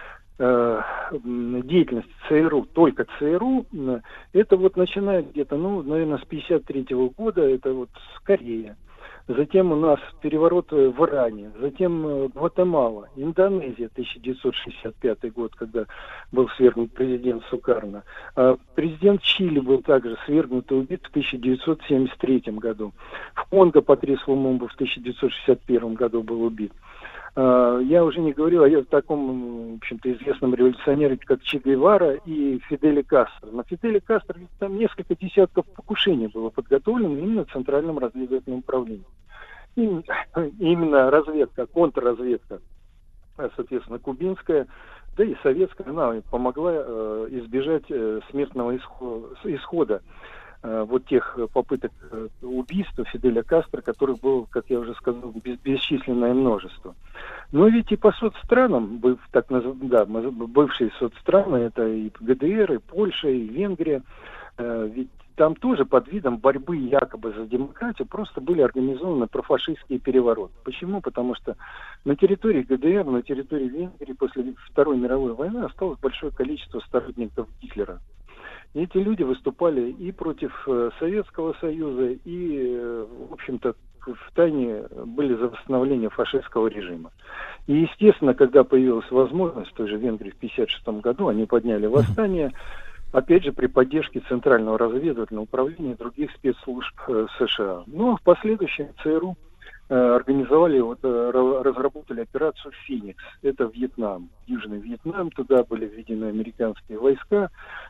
деятельность ЦРУ, только ЦРУ, это вот начиная где-то, ну, наверное, с пятьдесят третьего года, это вот с Кореи. Затем у нас переворот в Иране, затем Гватемала, Индонезия, тысяча девятьсот шестьдесят пятый год, когда был свергнут президент Сукарно. А президент Чили был также свергнут и убит в тысяча девятьсот семьдесят третьем году. В Конго Патрис Лумумба в тысяча девятьсот шестьдесят первом году был убит. Я уже не говорил о таком, в общем-то, известном революционере, как Че Гевара и Фиделе Кастро. На Фиделе Кастро ведь там несколько десятков покушений было подготовлено именно Центральным разведывательным управлением. И именно разведка, контрразведка, соответственно, кубинская, да и советская, она помогла э, избежать э, смертного исхода, исхода э, вот тех попыток э, убийства Фиделя Кастро, которых было, как я уже сказал, бес, бесчисленное множество. Но ведь и по соцстранам, быв, так назов, да, бывшие соцстраны, это и ГДР, и Польша, и Венгрия, э, ведь там тоже под видом борьбы якобы за демократию просто были организованы профашистские перевороты. Почему? Потому что на территории ГДР, на территории Венгрии после Второй мировой войны осталось большое количество сторонников Гитлера. И эти люди выступали и против Советского Союза, и, в общем-то, в тайне были за восстановление фашистского режима. И, естественно, когда появилась возможность, в той же Венгрии в тысяча девятьсот пятьдесят шестом году, они подняли восстание, опять же, при поддержке Центрального разведывательного управления и других спецслужб э, США. Ну, а в последующем ЦРУ э, организовали, вот, э, разработали операцию «Феникс». Это Вьетнам, Южный Вьетнам. Туда были введены американские войска.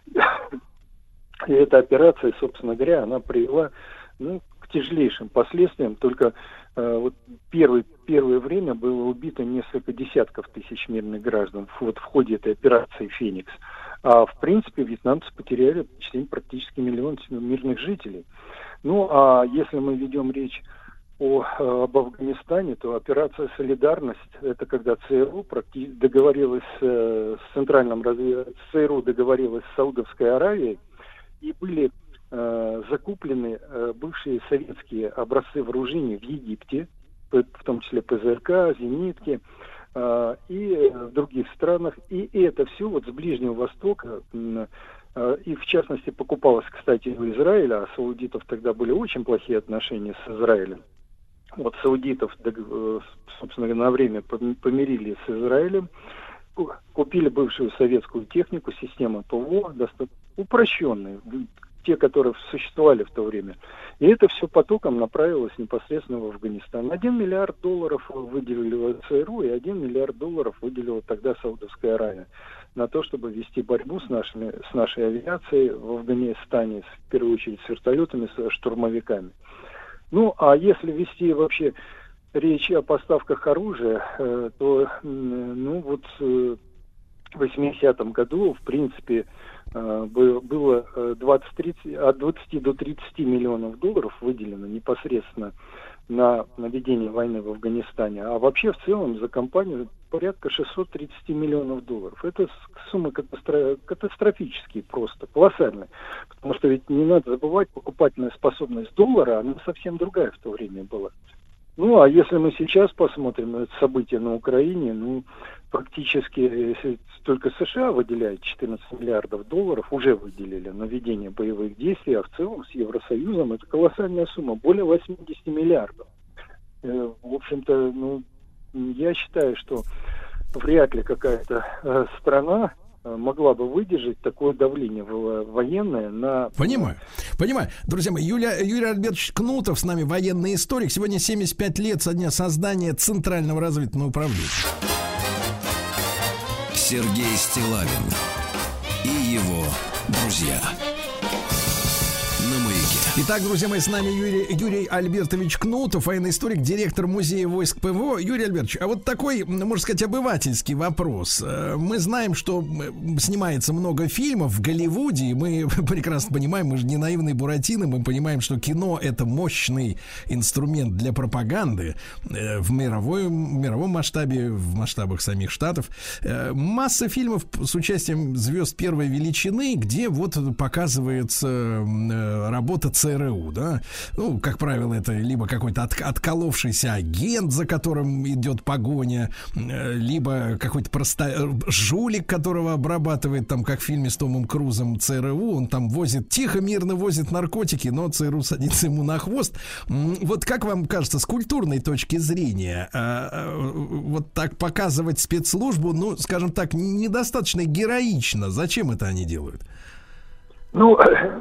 И эта операция, собственно говоря, она привела ну, к тяжелейшим последствиям. Только э, вот первый, первое время было убито несколько десятков тысяч мирных граждан вот, в ходе этой операции «Феникс». А в принципе вьетнамцы потеряли почти практически миллион мирных жителей. Ну а если мы ведем речь о, об Афганистане, то операция «Солидарность» — это когда ЦРУ договорилась с Центральным разве... ЦРУ договорилась с Саудовской Аравией, и были э, закуплены э, бывшие советские образцы вооружений в Египте, в том числе ПЗРК, зенитки. э, и в других странах. И это все вот с Ближнего Востока, э, и в частности покупалось, кстати, у Израиля, а саудитов тогда были очень плохие отношения с Израилем. Вот саудитов, собственно, на время помирили с Израилем, купили бывшую советскую технику, систему ПВО, достаточно упрощенные, те, которые существовали в то время. И это все потоком направилось непосредственно в Афганистан. Один миллиард долларов выделили ЦРУ, и один миллиард долларов выделила тогда Саудовская Аравия на то, чтобы вести борьбу с, нашими, с нашей авиацией в Афганистане, в первую очередь с вертолетами, с штурмовиками. Ну, а если вести вообще речь о поставках оружия, э, то, э, ну, вот э, в восьмидесятом году, в принципе, э, было двадцать-тридцать, от двадцати до тридцати миллионов долларов выделено непосредственно на, на ведение войны в Афганистане. А вообще, в целом, за кампанию порядка шестьсот тридцать миллионов долларов. Это суммы катастро- катастрофические просто, колоссальные. Потому что ведь не надо забывать, покупательная способность доллара, она совсем другая в то время была. Ну, а если мы сейчас посмотрим на это событие на Украине, ну, практически, если только США выделяет четырнадцать миллиардов долларов, уже выделили на ведение боевых действий, а в целом с Евросоюзом это колоссальная сумма, более восемьдесят миллиардов. Э, в общем-то, ну, я считаю, что вряд ли какая-то э, страна могла бы выдержать такое давление военное на... Понимаю, понимаю. Друзья мои, Юлия, Юрий Альбертович Кнутов с нами, военный историк. Сегодня семьдесят пять лет со дня создания Центрального разведывательного управления. Сергей Стиллавин и его друзья. Итак, друзья мои, с нами Юрий, Юрий Альбертович Кнутов, военный историк, директор музея войск ПВО. Юрий Альбертович, а вот такой, можно сказать, обывательский вопрос. Мы знаем, что снимается много фильмов в Голливуде, и мы прекрасно понимаем, мы же не наивные буратино, мы понимаем, что кино — это мощный инструмент для пропаганды в мировой, в мировом масштабе, в масштабах самих Штатов. Масса фильмов с участием звезд первой величины, где вот показывается работа ЦРУ, да, ну, как правило, это либо какой-то от, отколовшийся агент, за которым идет погоня, либо какой-то просто жулик, которого обрабатывает, там, как в фильме с Томом Крузом, ЦРУ, он там возит, тихо, мирно возит наркотики, но ЦРУ садится ему на хвост. Вот как вам кажется, с культурной точки зрения, вот так показывать спецслужбу, ну, скажем так, недостаточно героично, зачем это они делают? Ну,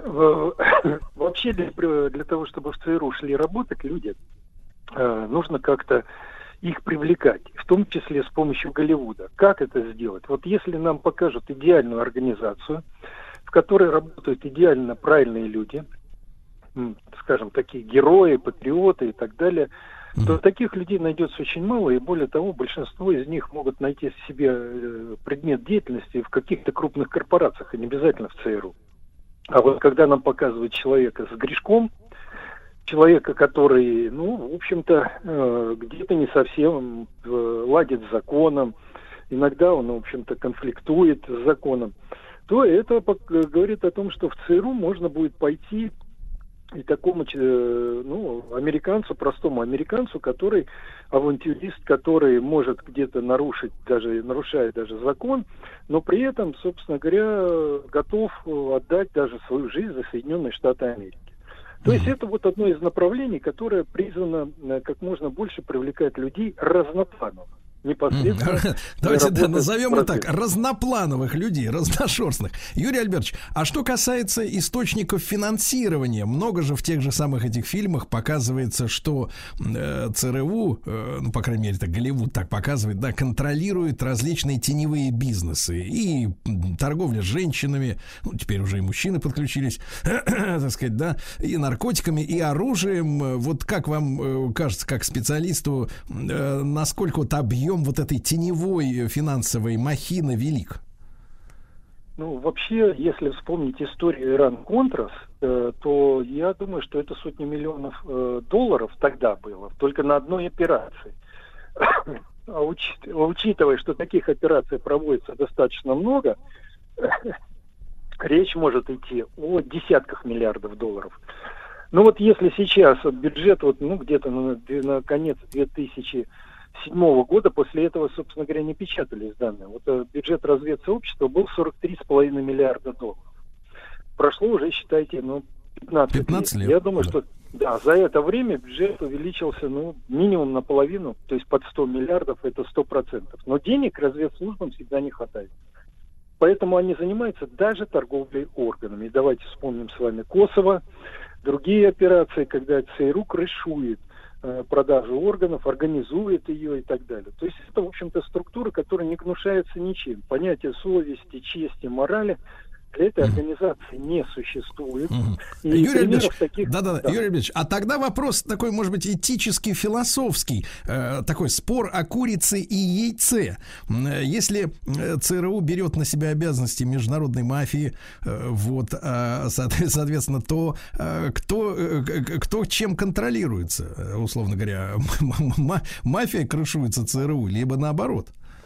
вообще для, для того, чтобы в ЦРУ шли работать люди, э, нужно как-то их привлекать, в том числе с помощью Голливуда. Как это сделать? Вот если нам покажут идеальную организацию, в которой работают идеально правильные люди, скажем, такие герои, патриоты и так далее, то таких людей найдется очень мало, и более того, большинство из них могут найти себе предмет деятельности в каких-то крупных корпорациях, а не обязательно в ЦРУ. А вот когда нам показывают человека с грешком, человека, который, ну, в общем-то, э, где-то не совсем э, ладит с законом, иногда он, в общем-то, конфликтует с законом, то это говорит о том, что в ЦРУ можно будет пойти и такому, э, ну, американцу, простому американцу, который авантюрист, который может где-то нарушить, даже нарушает даже закон, но при этом, собственно говоря, готов отдать даже свою жизнь за Соединенные Штаты Америки. То есть это вот одно из направлений, которое призвано как можно больше привлекать людей разнопланово. Непосредственно. Давайте да, назовем это так: разноплановых людей, разношерстных. Юрий Альбертович, а что касается источников финансирования, много же в тех же самых этих фильмах показывается, что э, ЦРУ, э, ну, по крайней мере, так Голливуд так показывает, да, контролирует различные теневые бизнесы и торговля с женщинами, ну, теперь уже и мужчины подключились, так сказать, да, и наркотиками, и оружием. Вот как вам э, кажется, как специалисту, э, насколько вот объем вот этой теневой финансовой махины велик? Ну, вообще, если вспомнить историю Иран-Контрас, э, то я думаю, что это сотни миллионов э, долларов тогда было, только на одной операции. А, учит, а учитывая, что таких операций проводится достаточно много, речь может идти о десятках миллиардов долларов. Но вот если сейчас бюджет вот, ну, где-то на, на конец две тысячи седьмого года после этого, собственно говоря, не печатались данные. Вот э, бюджет разведсообщества был сорок три с половиной миллиарда долларов. Прошло уже, считайте, ну, пятнадцать, пятнадцать лет. Я думаю, да. что да, за это время бюджет увеличился, ну, минимум наполовину, то есть под сто миллиардов, это сто процентов. Но денег разведслужбам всегда не хватает. Поэтому они занимаются даже торговлей органами. Давайте вспомним с вами Косово, другие операции, когда ЦРУ крышует э, продажу органов, организует ее и так далее. То есть это, в общем-то, структура, которая не гнушается ничем. Понятие совести, чести, морали для этой организации не существует. Угу. И Юрий Альбертович, таких... да-да, да. Юрий Альбертович, а тогда вопрос такой, может быть, этический, философский, э, такой спор о курице и яйце. Если ЦРУ берет на себя обязанности международной мафии, э, вот, э, соответственно, то э, кто, э, кто чем контролируется, условно говоря, мафия крышуется ЦРУ, либо наоборот?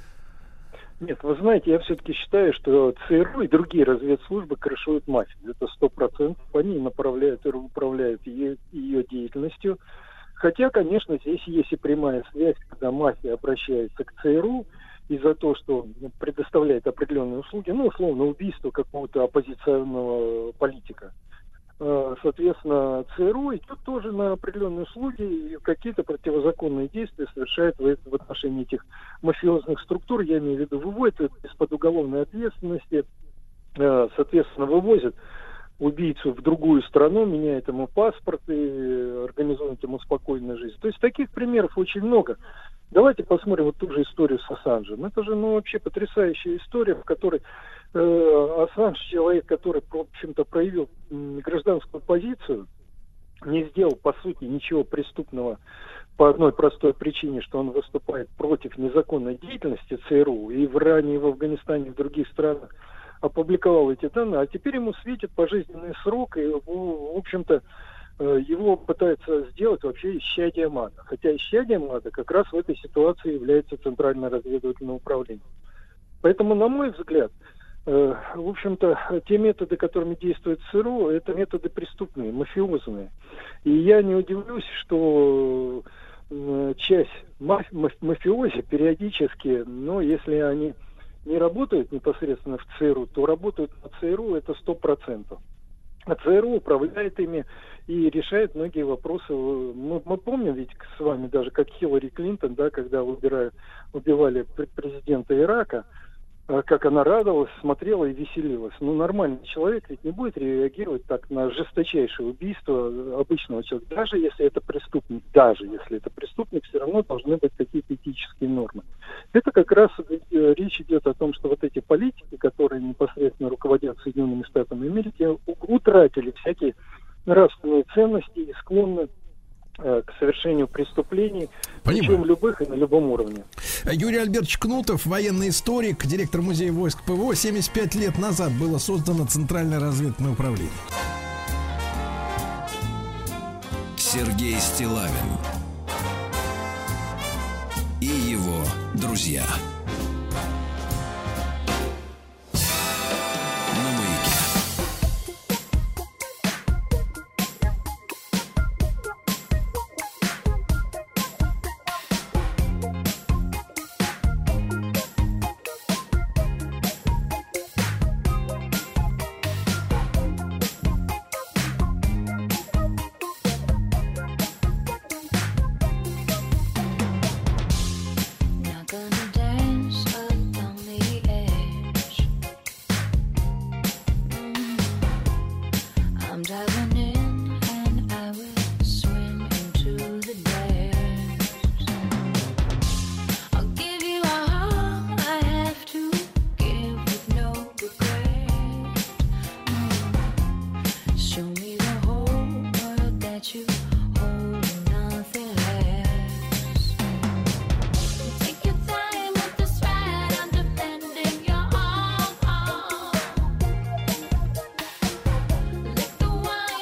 Нет, вы знаете, я все-таки считаю, что ЦРУ и другие разведслужбы крышуют мафию. Это сто процентов. Они направляют и управляют ее, ее деятельностью. Хотя, конечно, здесь есть и прямая связь, когда мафия обращается к ЦРУ и за то, что предоставляет определенные услуги, ну, условно, убийство какого-то оппозиционного политика. Соответственно, ЦРУ идет тоже на определенные услуги и какие-то противозаконные действия совершает в, в отношении этих мафиозных структур, я имею в виду, выводит из-под уголовной ответственности, соответственно, вывозят убийцу в другую страну, меняет ему паспорт и организует ему спокойную жизнь. То есть таких примеров очень много. Давайте посмотрим вот ту же историю с Ассанжем. Это же, ну, вообще потрясающая история, в которой э, Ассанж, человек, который, в общем-то, проявил м, гражданскую позицию, не сделал, по сути, ничего преступного по одной простой причине, что он выступает против незаконной деятельности ЦРУ, и в Иране, и в Афганистане, и в других странах опубликовал эти данные, а теперь ему светит пожизненный срок, и, в общем-то, его пытаются сделать вообще исчадием ада. Хотя исчадием ада как раз в этой ситуации является Центральное разведывательное управление. Поэтому, на мой взгляд, в общем-то, те методы, которыми действует ЦРУ, это методы преступные, мафиозные. И я не удивлюсь, что часть мафи- мафиози периодически, ну, если они не работают непосредственно в ЦРУ, то работают на ЦРУ это сто процентов. А ЦРУ управляет ими и решает многие вопросы. Мы, мы помним ведь с вами даже, как Хиллари Клинтон, да, когда выбирали, убивали президента Ирака, как она радовалась, смотрела и веселилась. Ну, нормальный человек ведь не будет реагировать так на жесточайшее убийство обычного человека. Даже если это преступник, даже если это преступник, все равно должны быть какие-то этические нормы. Это как раз речь идет о том, что вот эти политики, которые непосредственно руководят Соединенными Штатами Америки, утратили всякие нравственные ценности и склонны к совершению преступлений, причем любых и на любом уровне. Юрий Альбертович Кнутов, военный историк, директор музея войск ПВО. семьдесят пять лет назад было создано Центральное разведывательное управление. Сергей Стиллавин и его друзья. The one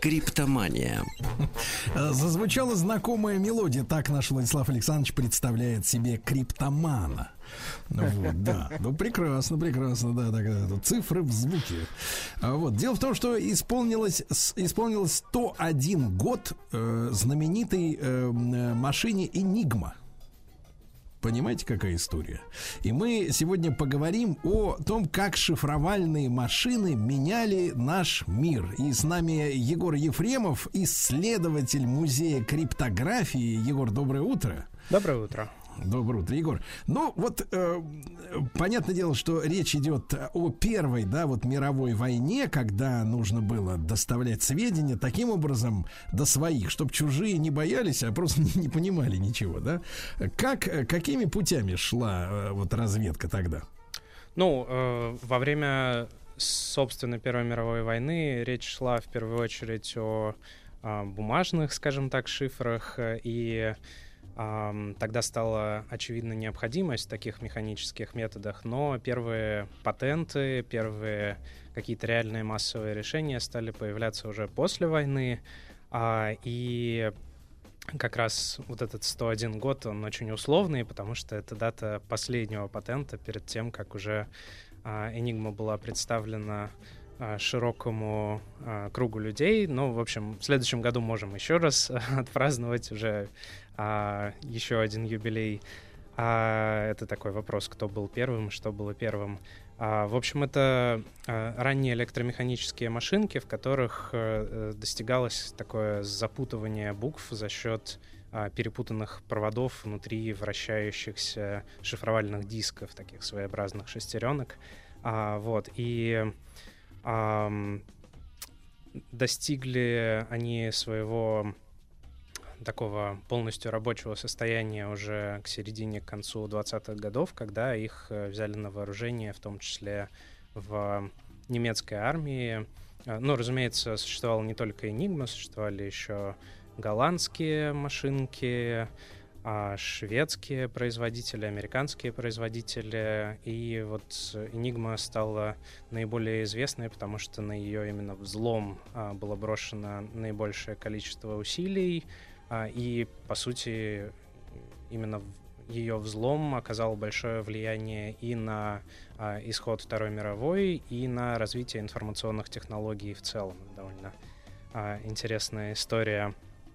Криптомания. Зазвучала знакомая мелодия. Так наш Владислав Александрович представляет себе криптомана. Вот, да. Ну, прекрасно, прекрасно, да, да, да. Цифры в звуке. А вот. Дело в том, что исполнилось, исполнилось сто один год э, знаменитой э, машине Enigma. Понимаете, какая история? И мы сегодня поговорим о том, как шифровальные машины меняли наш мир. И с нами Егор Ефремов, исследователь музея криптографии. Егор, доброе утро. Доброе утро. Доброе утро, Егор. Ну, вот э, понятное дело, что речь идет о первой, да, вот мировой войне, когда нужно было доставлять сведения таким образом до своих, чтобы чужие не боялись, а просто не, не понимали ничего, да? Как, какими путями шла э, вот разведка тогда? Ну, э, во время, собственно, Первой мировой войны речь шла в первую очередь о, о бумажных, скажем так, шифрах, и тогда стала очевидна необходимость в таких механических методах, но первые патенты, первые какие-то реальные массовые решения стали появляться уже после войны, и как раз вот этот сто один год, он очень условный, потому что это дата последнего патента перед тем, как уже Enigma была представлена широкому а, кругу людей. Ну, в общем, в следующем году можем еще раз отпраздновать уже а, еще один юбилей. А, это такой вопрос, кто был первым, что было первым. А, в общем, это а, ранние электромеханические машинки, в которых а, достигалось такое запутывание букв за счет а, перепутанных проводов внутри вращающихся шифровальных дисков, таких своеобразных шестеренок. А, вот, и Um, достигли они своего такого полностью рабочего состояния уже к середине, к концу двадцатых годов, когда их взяли на вооружение, в том числе в немецкой армии. Ну, разумеется, существовала не только Enigma, существовали еще голландские машинки, а шведские производители, американские производители. И вот Enigma стала наиболее известной, потому что на ее именно взлом а, было брошено наибольшее количество усилий. А, и, по сути, именно ее взлом оказал большое влияние и на а, исход Второй мировой, и на развитие информационных технологий в целом. Довольно а, интересная история.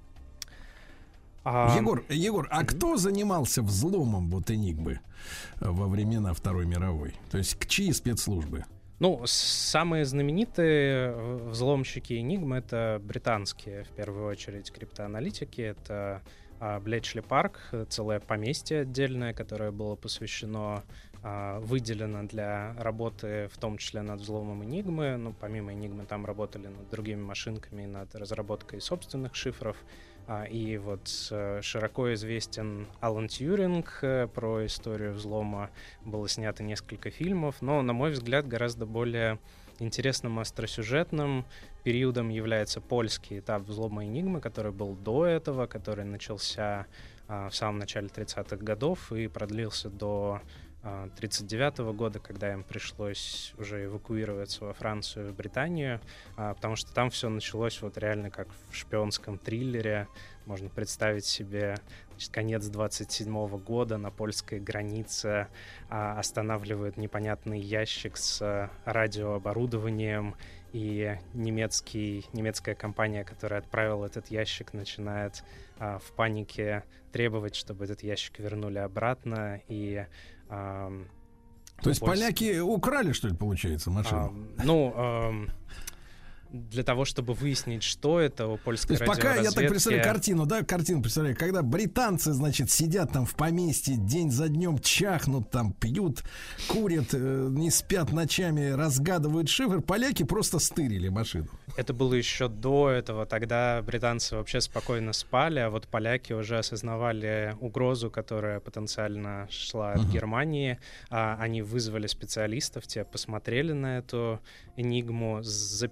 А... Егор, Егор, а кто занимался взломом вот Энигмы во времена Второй мировой? То есть к чьи спецслужбы? Ну, самые знаменитые взломщики Enigma — это британские, в первую очередь, криптоаналитики. Это а, Блетчли Парк, целое поместье отдельное, которое было посвящено, а, выделено для работы, в том числе над взломом Enigma. Ну, помимо Enigma там работали над другими машинками, над разработкой собственных шифров. И вот широко известен Алан Тьюринг, про историю взлома было снято несколько фильмов, но, на мой взгляд, гораздо более интересным остросюжетным периодом является польский этап взлома Enigma, который был до этого, который начался а, в самом начале тридцатых годов и продлился до тридцать девятого года, когда им пришлось уже эвакуироваться во Францию, в Британию, а, потому что там все началось вот реально как в шпионском триллере. Можно представить себе, значит, конец двадцать седьмого года, на польской границе а, останавливают непонятный ящик с а, радиооборудованием, и немецкий, немецкая компания, которая отправила этот ящик, начинает а, в панике требовать, чтобы этот ящик вернули обратно, и Um, То есть польс... поляки украли, что ли, получается, машину? Um, ну, um, для того, чтобы выяснить, что это, у польской радиоразведки... Пока я так представляю картину, да, картину представляю, когда британцы, значит, сидят там в поместье, день за днем чахнут, там пьют, курят, э, не спят ночами, разгадывают шифр, поляки просто стырили машину. Это было еще до этого, тогда британцы вообще спокойно спали, а вот поляки уже осознавали угрозу, которая потенциально шла от uh-huh. Германии. А, они вызвали специалистов, те посмотрели на эту Enigmu, запечатали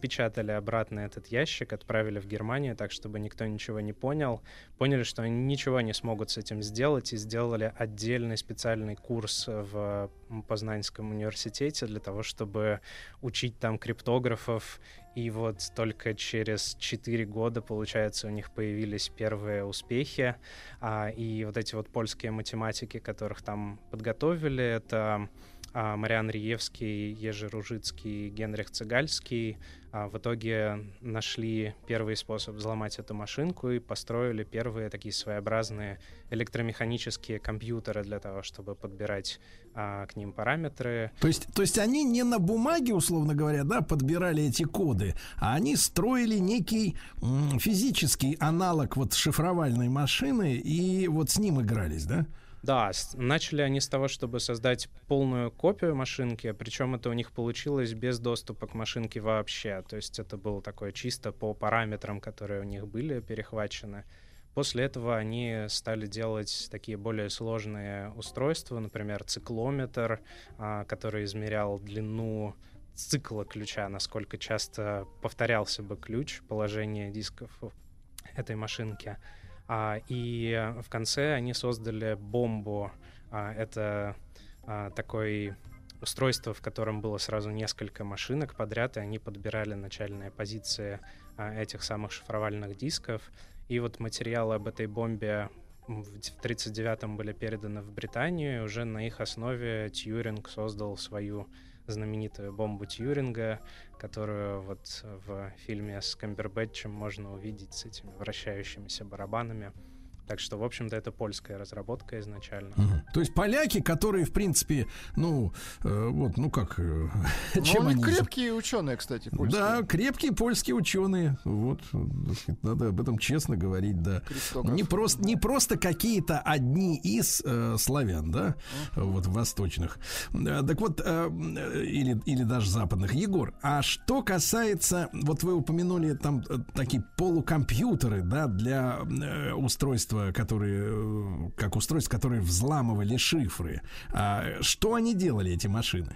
отдали обратно этот ящик, отправили в Германию так, чтобы никто ничего не понял. Поняли, что они ничего не смогут с этим сделать, и сделали отдельный специальный курс в Познанском университете для того, чтобы учить там криптографов. И вот только через четыре года, получается, у них появились первые успехи. А, и вот эти вот польские математики, которых там подготовили, это а, Мариан Риевский, Ежи Ружицкий, Генрих Цигальский, а, в итоге нашли первый способ взломать эту машинку и построили первые такие своеобразные электромеханические компьютеры для того, чтобы подбирать а, к ним параметры. То есть, то есть они не на бумаге, условно говоря, да, подбирали эти коды, а они строили некий м, физический аналог вот шифровальной машины и вот с ним игрались, да? Да, с- начали они с того, чтобы создать полную копию машинки, причем это у них получилось без доступа к машинке вообще. То есть это было такое чисто по параметрам, которые у них были перехвачены. После этого они стали делать такие более сложные устройства, например, циклометр, а, который измерял длину цикла ключа, насколько часто повторялся бы ключ, положение дисков этой машинки. А, и в конце они создали бомбу. А, это а, такое устройство, в котором было сразу несколько машинок подряд, и они подбирали начальные позиции а, этих самых шифровальных дисков. И вот материалы об этой бомбе в тридцать девятом были переданы в Британию, и уже на их основе Тьюринг создал свою знаменитую бомбу Тьюринга, которую вот в фильме с Камбербэтчем можно увидеть с этими вращающимися барабанами. Так что, в общем-то, это польская разработка изначально. Мгм. То есть поляки, которые, в принципе, ну, э, вот, ну как, э, Ну, чем они они... крепкие ученые, кстати, польские. Да, крепкие польские ученые. Вот, так сказать, надо об этом честно говорить, да. Криптограф. Не просто, не просто какие-то одни из э, славян, да, вот восточных. Э, Так вот, э, или, или даже западных. Егор, а что касается, вот вы упомянули там э, такие полукомпьютеры, да, для э, устройства, которые, э, как устройства, которые взламывали шифры. А что они делали, эти машины?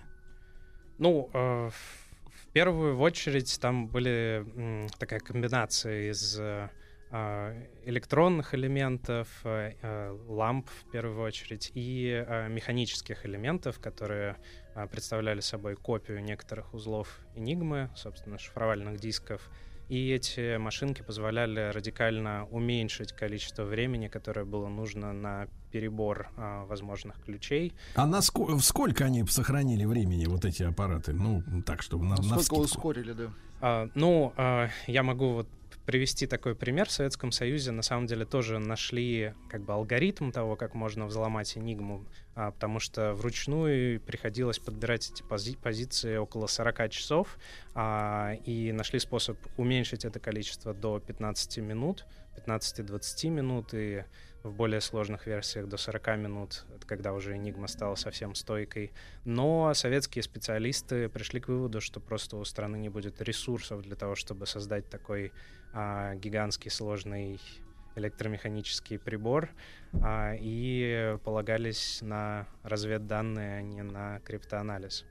Ну, э, в первую очередь там были м, такая комбинация из э, э, электронных элементов, э, э, ламп в первую очередь, и э, механических элементов, которые э, представляли собой копию некоторых узлов Enigma, собственно, шифровальных дисков. И эти машинки позволяли радикально уменьшить количество времени, которое было нужно на перебор а, возможных ключей. А на ско- сколько они сохранили времени, вот эти аппараты? Ну, так, чтобы на, Ну, навскидку. сколько ускорили, да. А, ну, а, я могу вот привести такой пример. В Советском Союзе на самом деле тоже нашли как бы алгоритм того, как можно взломать Enigma, а, потому что вручную приходилось подбирать эти пози- позиции около сорок часов, а, и нашли способ уменьшить это количество до пятнадцати минут, пятнадцати-двадцати минут, и в более сложных версиях до сорока минут, это когда уже Enigma стала совсем стойкой. Но советские специалисты пришли к выводу, что просто у страны не будет ресурсов для того, чтобы создать такой а, гигантский сложный электромеханический прибор, а, и полагались на разведданные, а не на криптоанализ.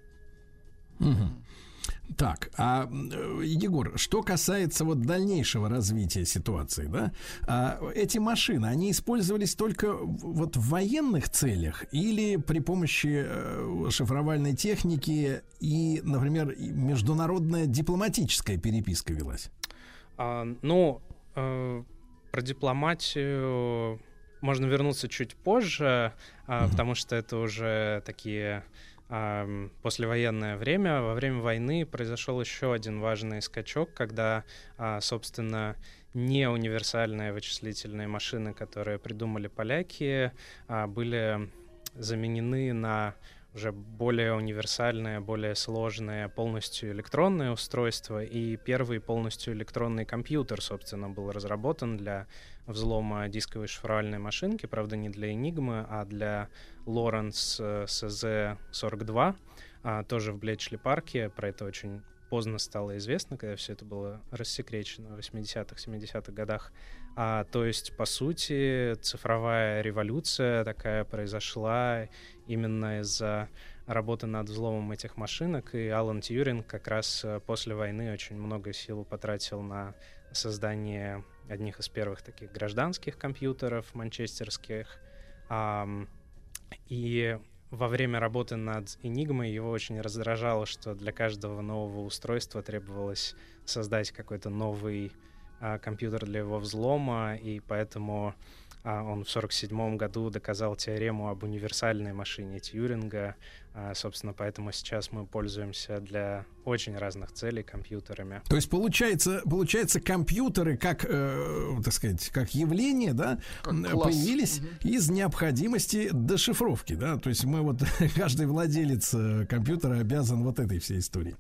Мгм. Так, а э, Егор, что касается вот дальнейшего развития ситуации, да, а, эти машины, они использовались только в- вот в военных целях или при помощи э, шифровальной техники и, например, и международная дипломатическая переписка велась? А, ну, э, про дипломатию можно вернуться чуть позже, а, потому что это уже такие а, послевоенное время. Во время войны произошел еще один важный скачок, когда, а, собственно, не универсальные вычислительные машины, которые придумали поляки, а, были заменены на уже более универсальные, более сложные, полностью электронные устройства. И первый полностью электронный компьютер, собственно, был разработан для взлома дисковой шифровальной машинки, правда, не для Enigma, а для Lawrence эс зет сорок два, а, тоже в Блетчли-парке. Про это очень поздно стало известно, когда все это было рассекречено в восьмидесятых, семидесятых годах. А, то есть, по сути, цифровая революция такая произошла именно из-за работы над взломом этих машинок, и Алан Тьюринг как раз э, после войны очень много сил потратил на создание одних из первых таких гражданских компьютеров манчестерских. Ам, и во время работы над Энигмой его очень раздражало, что для каждого нового устройства требовалось создать какой-то новый а, компьютер для его взлома, и поэтому а, он в сорок седьмом году доказал теорему об универсальной машине Тьюринга. А, собственно, поэтому сейчас мы пользуемся для очень разных целей компьютерами. То есть получается, получается компьютеры как, э, так сказать, как явление, да, как класс. Появились угу. из необходимости дешифровки, да. То есть мы вот каждый владелец компьютера обязан вот этой всей истории.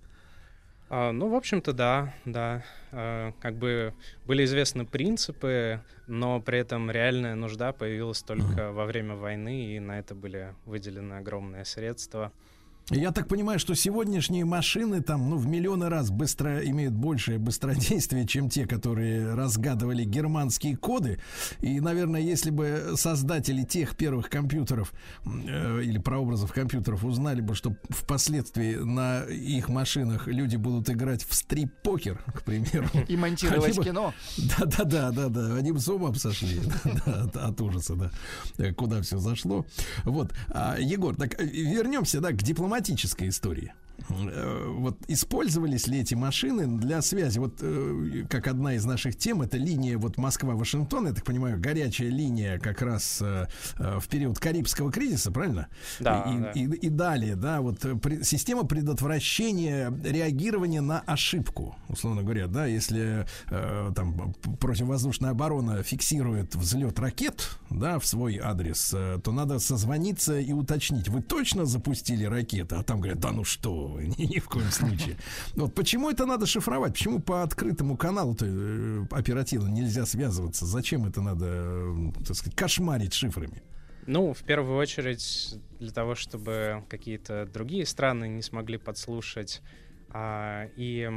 А, ну, в общем-то, да, да. А, как бы были известны принципы, но при этом реальная нужда появилась только uh-huh. во время войны, и на это были выделены огромные средства. Я так понимаю, что сегодняшние машины там, ну, в миллионы раз быстро имеют большее быстродействие, чем те, которые разгадывали германские коды. И, наверное, если бы создатели тех первых компьютеров э, или прообразов компьютеров узнали бы, что впоследствии на их машинах люди будут играть в стрип-покер, к примеру. И монтировать бы, кино. Да-да-да, да-да. Они бы с ума сошли от ужаса, да. Куда все зашло. Вот. Егор, так вернемся, да, к дипломатии. Истории. Вот использовались ли эти машины для связи? Вот как одна из наших тем, это линия вот Москва-Вашингтон, я так понимаю, горячая линия как раз в период Карибского кризиса, правильно? Да. И, да. и, и далее, да, вот при, система предотвращения реагирования на ошибку, условно говоря, да, если э, там противовоздушная оборона фиксирует взлет ракет, да, в свой адрес, э, то надо созвониться и уточнить, вы точно запустили ракеты? А там говорят, да ну что, Ни, ни в коем случае. Вот почему это надо шифровать? Почему по открытому каналу-то э, оперативно нельзя связываться? Зачем это надо, э, так сказать, кошмарить шифрами? Ну, в первую очередь для того, чтобы какие-то другие страны не смогли подслушать. А, и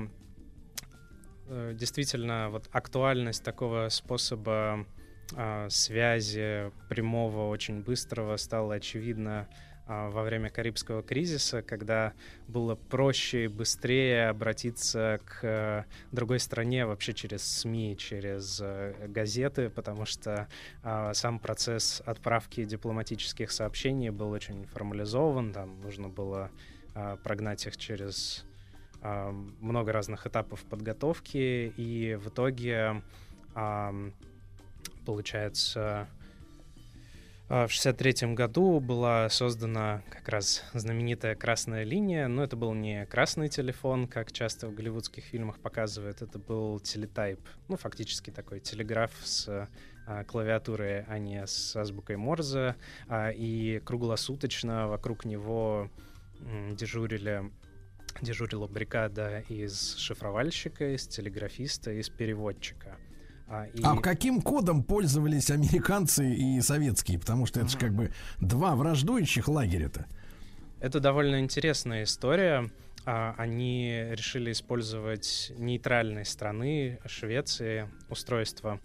э, действительно, вот актуальность такого способа э, связи прямого, очень быстрого стала очевидна во время Карибского кризиса, когда было проще и быстрее обратиться к другой стране вообще через СМИ, через газеты, потому что а, сам процесс отправки дипломатических сообщений был очень формализован, там нужно было а, прогнать их через а, много разных этапов подготовки, и в итоге а, получается... В шестьдесят третьем году была создана как раз знаменитая красная линия, но это был не красный телефон, как часто в голливудских фильмах показывают, это был телетайп, ну, фактически такой телеграф с а, клавиатурой, а не с азбукой Морзе, а, и круглосуточно вокруг него м, дежурили, дежурила бригада из шифровальщика, из телеграфиста, из переводчика. А, и... а каким кодом пользовались американцы и советские? Потому что это же как бы два враждующих лагеря-то. Это довольно интересная история. А, они решили использовать нейтральной страны Швеции устройство.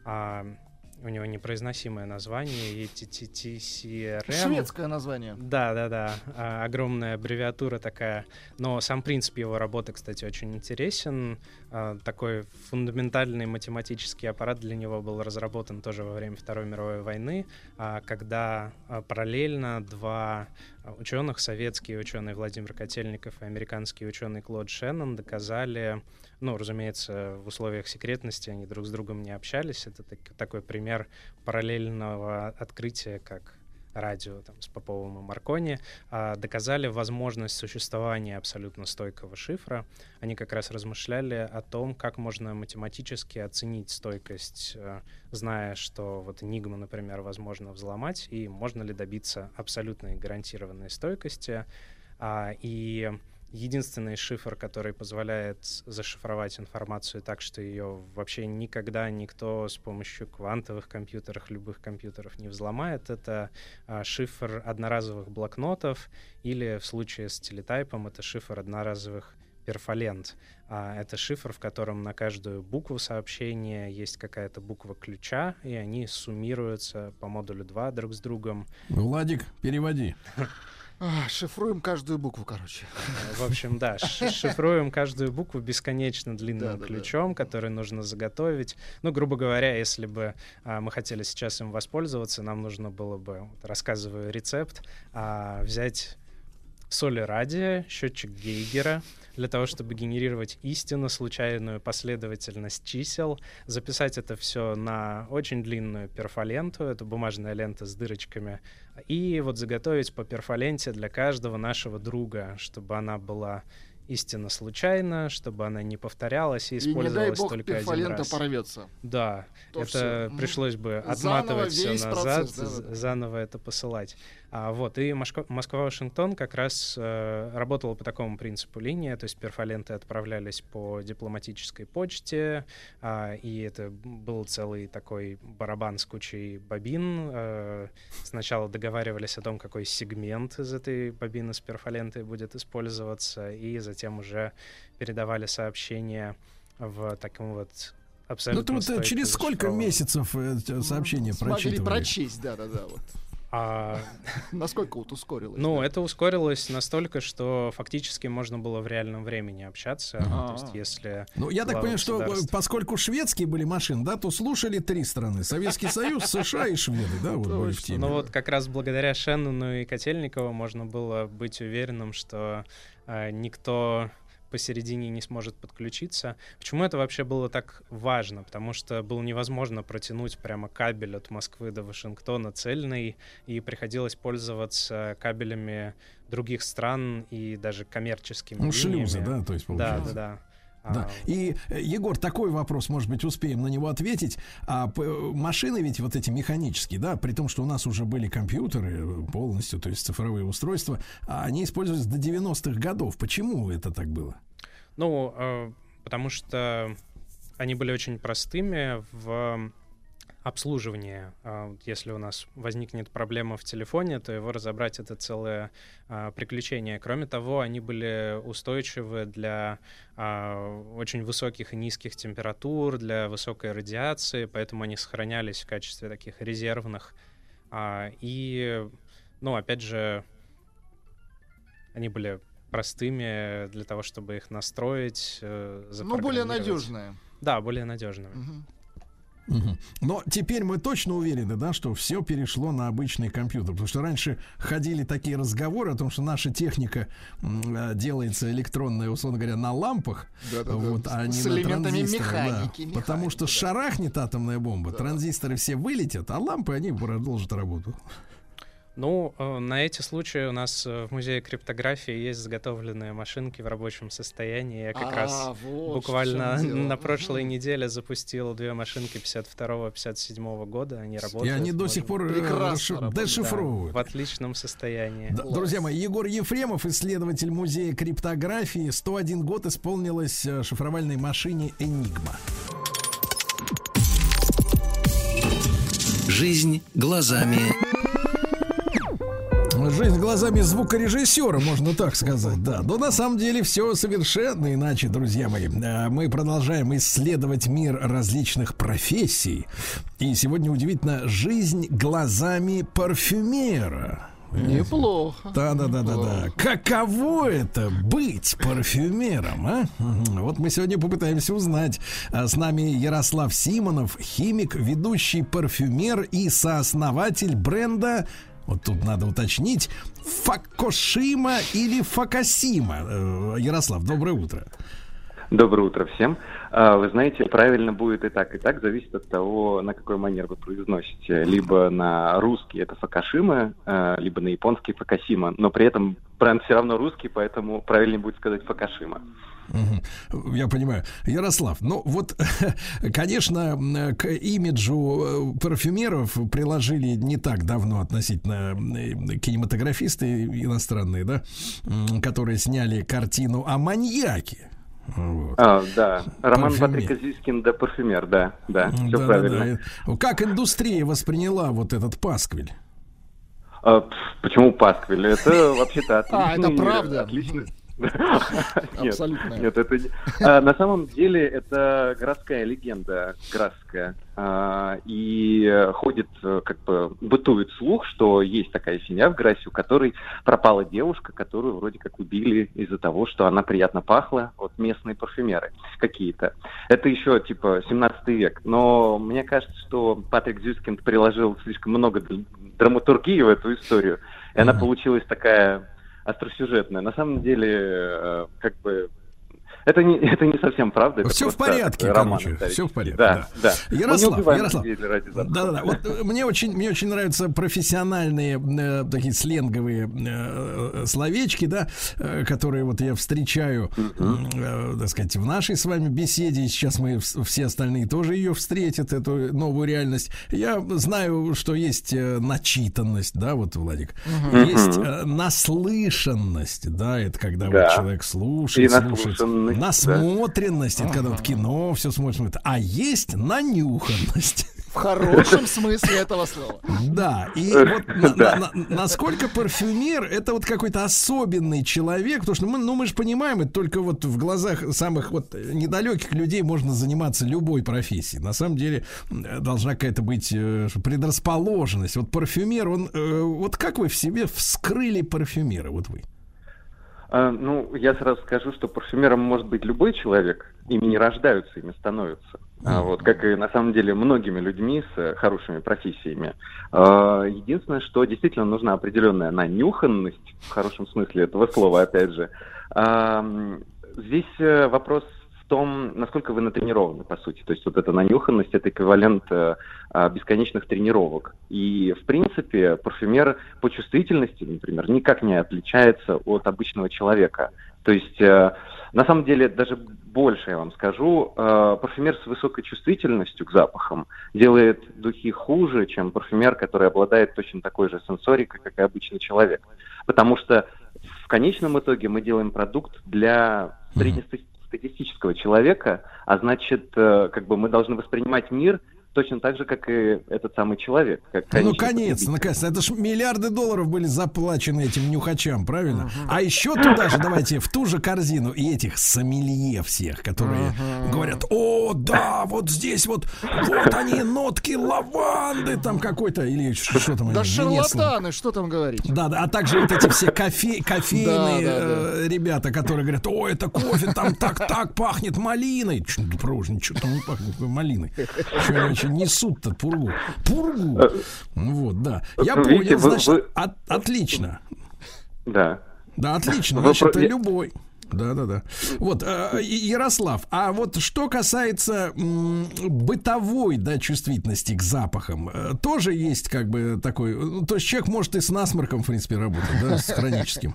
А, у него непроизносимое название, и ти ти ти си эр эм. Шведское название. Да, да, да. А, огромная аббревиатура такая. Но сам принцип его работы, кстати, очень интересен. А, такой фундаментальный математический аппарат для него был разработан тоже во время Второй мировой войны, а, когда а, параллельно два ученых, советский ученый Владимир Котельников и американский ученый Клод Шеннон, доказали, ну, разумеется, в условиях секретности они друг с другом не общались. Это так, такой пример параллельного открытия, как радио там, с Поповым и Маркони, а, доказали возможность существования абсолютно стойкого шифра. Они как раз размышляли о том, как можно математически оценить стойкость, а, зная, что вот Enigma, например, возможно взломать, и можно ли добиться абсолютной гарантированной стойкости. А, и единственный шифр, который позволяет зашифровать информацию так, что ее вообще никогда никто с помощью квантовых компьютеров, любых компьютеров не взломает, это а, шифр одноразовых блокнотов, или в случае с телетайпом это шифр одноразовых перфолент. А, это шифр, в котором на каждую букву сообщения есть какая-то буква ключа, и они суммируются по модулю два друг с другом. Владик, переводи. А, шифруем каждую букву, короче. В общем, да, шифруем каждую букву бесконечно длинным Да, да, ключом, который нужно заготовить. Ну, грубо говоря, если бы а, мы хотели сейчас им воспользоваться, нам нужно было бы, вот, рассказываю рецепт, а, взять соли радия, счетчик Гейгера, для того, чтобы генерировать истинно случайную последовательность чисел, записать это все на очень длинную перфоленту, это бумажная лента с дырочками, и вот заготовить по перфоленте для каждого нашего друга, чтобы она была истинно случайна, чтобы она не повторялась и использовалась и не дай бог, только один перфолента раз. порвется. Да, То это всё. пришлось бы Заново отматывать все весь назад, процесс, да, да. заново это посылать. А, вот, и Машко- Москва-Вашингтон как раз э, работала по такому принципу линии, то есть перфоленты отправлялись по дипломатической почте, а, и это был целый такой барабан с кучей бобин. Э, сначала договаривались о том, какой сегмент из этой бобины с перфолентой будет использоваться, и затем уже передавали сообщения в таком вот абсолютно Ну, ты вот через сколько месяцев э, сообщение Смогли прочитывали? прочесть, да-да-да. Вот. А, Насколько вот ускорилось? ну, да? это ускорилось настолько, что фактически можно было в реальном времени общаться. А-а-а. То есть, если Ну, я так глава понимаю, что государства- поскольку шведские были машины, да, то слушали три страны. Советский Союз, США и Шведы, да, вот были в теме. Ну вот как раз благодаря Шеннону и Котельникову можно было быть уверенным, что э, никто посередине не сможет подключиться. Почему это вообще было так важно? Потому что было невозможно протянуть прямо кабель от Москвы до Вашингтона цельный, и приходилось пользоваться кабелями других стран и даже коммерческими Ну, линиями. шлюзы, да, то есть Да, получается. да, да. Да. А, И, э, Егор, такой вопрос, может быть, успеем на него ответить. А п- машины ведь вот эти механические, да, при том, что у нас уже были компьютеры полностью, то есть цифровые устройства, а они использовались до девяностых годов. Почему это так было? Ну, э, потому что они были очень простыми в обслуживании. Э, если у нас возникнет проблема в телефоне, то его разобрать — это целое э, приключение. Кроме того, они были устойчивы для э, очень высоких и низких температур, для высокой радиации, поэтому они сохранялись в качестве таких резервных. А, и, ну, опять же, они были простыми для того, чтобы их настроить, э, Ну, более запрограммировать. надежные. Да, более надежными. Мгм. Мгм. Но теперь мы точно уверены, да, что все перешло на обычный компьютер. Потому что раньше ходили такие разговоры о том, что наша техника м, э, делается электронная, условно говоря, на лампах, Да-да-да. вот, а не С на элементами транзисторах, да. механики, механики, Потому что да. шарахнет атомная бомба, Да. транзисторы все вылетят, а лампы, они продолжат работу. Ну, э, на эти случаи у нас э, в музее криптографии есть заготовленные машинки в рабочем состоянии. Я как А, раз вот в буквально чём дело. на прошлой Мгм. неделе запустил две машинки пятьдесят второго — пятьдесят седьмого года. Они работают. И они до можем- сих пор э, Прекрасно расшиф- работают. Да, дешифровывают. в отличном состоянии. Да, друзья мои, Егор Ефремов, исследователь музея криптографии. сто один год исполнилось э, шифровальной машине «Энигма». Жизнь глазами Жизнь глазами звукорежиссера, можно так сказать, да. Но на самом деле все совершенно иначе, друзья мои. А, Мы продолжаем исследовать мир различных профессий. И сегодня удивительно, жизнь глазами парфюмера. Неплохо. Да, да, да, да, да. Неплохо. Каково это быть парфюмером, а? Мгм. Вот мы сегодня попытаемся узнать. А, С нами Ярослав Симонов, химик, ведущий парфюмер и сооснователь бренда. Вот тут надо уточнить, Факошима или Факасима. Э, Ярослав, доброе утро. Доброе утро всем. А, Вы знаете, правильно будет и так, и так, зависит от того, на какой манер вы произносите. Либо на русский это Факашима, а, либо на японский Факасима. Но при этом бренд все равно русский, поэтому правильнее будет сказать Факашима. Мгм. Я понимаю. Ярослав, ну вот, конечно, к имиджу э, парфюмеров приложили не так давно относительно э, кинематографисты иностранные, да, м, которые сняли картину о маньяке. Вот. А, да, Роман Парфюмер. Патрик Азискин, да, парфюмер, да, да, все Да, правильно. да, да. Как индустрия восприняла вот этот пасквиль? А, пф, почему пасквиль? Это вообще-то А, это отличный, правда? отличный, Абсолютно. Нет, это не... а, на самом деле это городская легенда, графская. А, и ходит, как бы, бытует слух, что есть такая семья в Грасе, у которой пропала девушка, которую вроде как убили из-за того, что она приятно пахла, вот местные парфюмеры какие-то. Это еще, типа, семнадцатый век. Но мне кажется, что Патрик Зюскинд приложил слишком много драматургии в эту историю, и она получилась такая остросюжетная. На самом деле, как бы, это не, это не совсем правда. Это все в порядке, короче, все в порядке. Да, да. да. Ярослав, Ярослав, да, да, да. Вот мне очень, мне очень нравятся профессиональные э, такие сленговые э, словечки, да, э, которые вот я встречаю, э, так сказать, в нашей с вами беседе. И сейчас мы все остальные тоже ее встретят, эту новую реальность. Я знаю, что есть э, начитанность, да, вот, Владик, угу. есть э, наслышанность, да, это когда да. вот человек слушает, слушает. Насмотренность, да. это когда вот кино все смотрит, а есть нанюханность. В хорошем смысле этого слова. Да, и вот на, да. На, на, насколько парфюмер это вот какой-то особенный человек, потому что мы, ну, мы же понимаем, это только вот в глазах самых вот недалеких людей можно заниматься любой профессией. На самом деле должна какая-то быть предрасположенность. Вот парфюмер, он, вот как вы в себе вскрыли парфюмера, вот вы? А, ну, я сразу скажу, что парфюмером может быть любой человек, ими не рождаются, ими становятся. А, вот, как и на самом деле многими людьми с хорошими профессиями. А, единственное, что действительно нужна определенная нанюханность, в хорошем смысле этого слова, опять же. А, здесь вопрос в том, насколько вы натренированы, по сути. То есть вот эта нанюханность — это эквивалент а, бесконечных тренировок. И, в принципе, парфюмер по чувствительности, например, никак не отличается от обычного человека. То есть, а, на самом деле, даже больше я вам скажу, а, парфюмер с высокой чувствительностью к запахам делает духи хуже, чем парфюмер, который обладает точно такой же сенсорикой, как и обычный человек. Потому что в конечном итоге мы делаем продукт для среднестатистического человека, а значит, как бы мы должны воспринимать мир точно так же, как и этот самый человек. Как ну, наконец, наконец, это ж миллиарды долларов были заплачены этим нюхачам, правильно? Uh-huh. А еще туда же, давайте, в ту же корзину и этих сомелье всех, которые uh-huh. говорят, о, да, вот здесь вот, вот они, нотки лаванды там какой-то, или что там. Да шарлатаны, что там говорить? Да, да, а также вот эти все кофе, кофейные да, да, да. Э, ребята, которые говорят, о, это кофе, там так-так пахнет малиной. Чё, ничего там не пахнет малиной. Что несут-то пургу. Пургу. Вот, да. Я Видите, понял, значит, вы... от, отлично. Да. Да, отлично. Значит, вы... любой. Да, да, да. Вот, э, Ярослав, а вот что касается м, бытовой, да, чувствительности к запахам, э, тоже есть как бы такой, ну, то есть человек может и с насморком, в принципе, работать, да, с хроническим.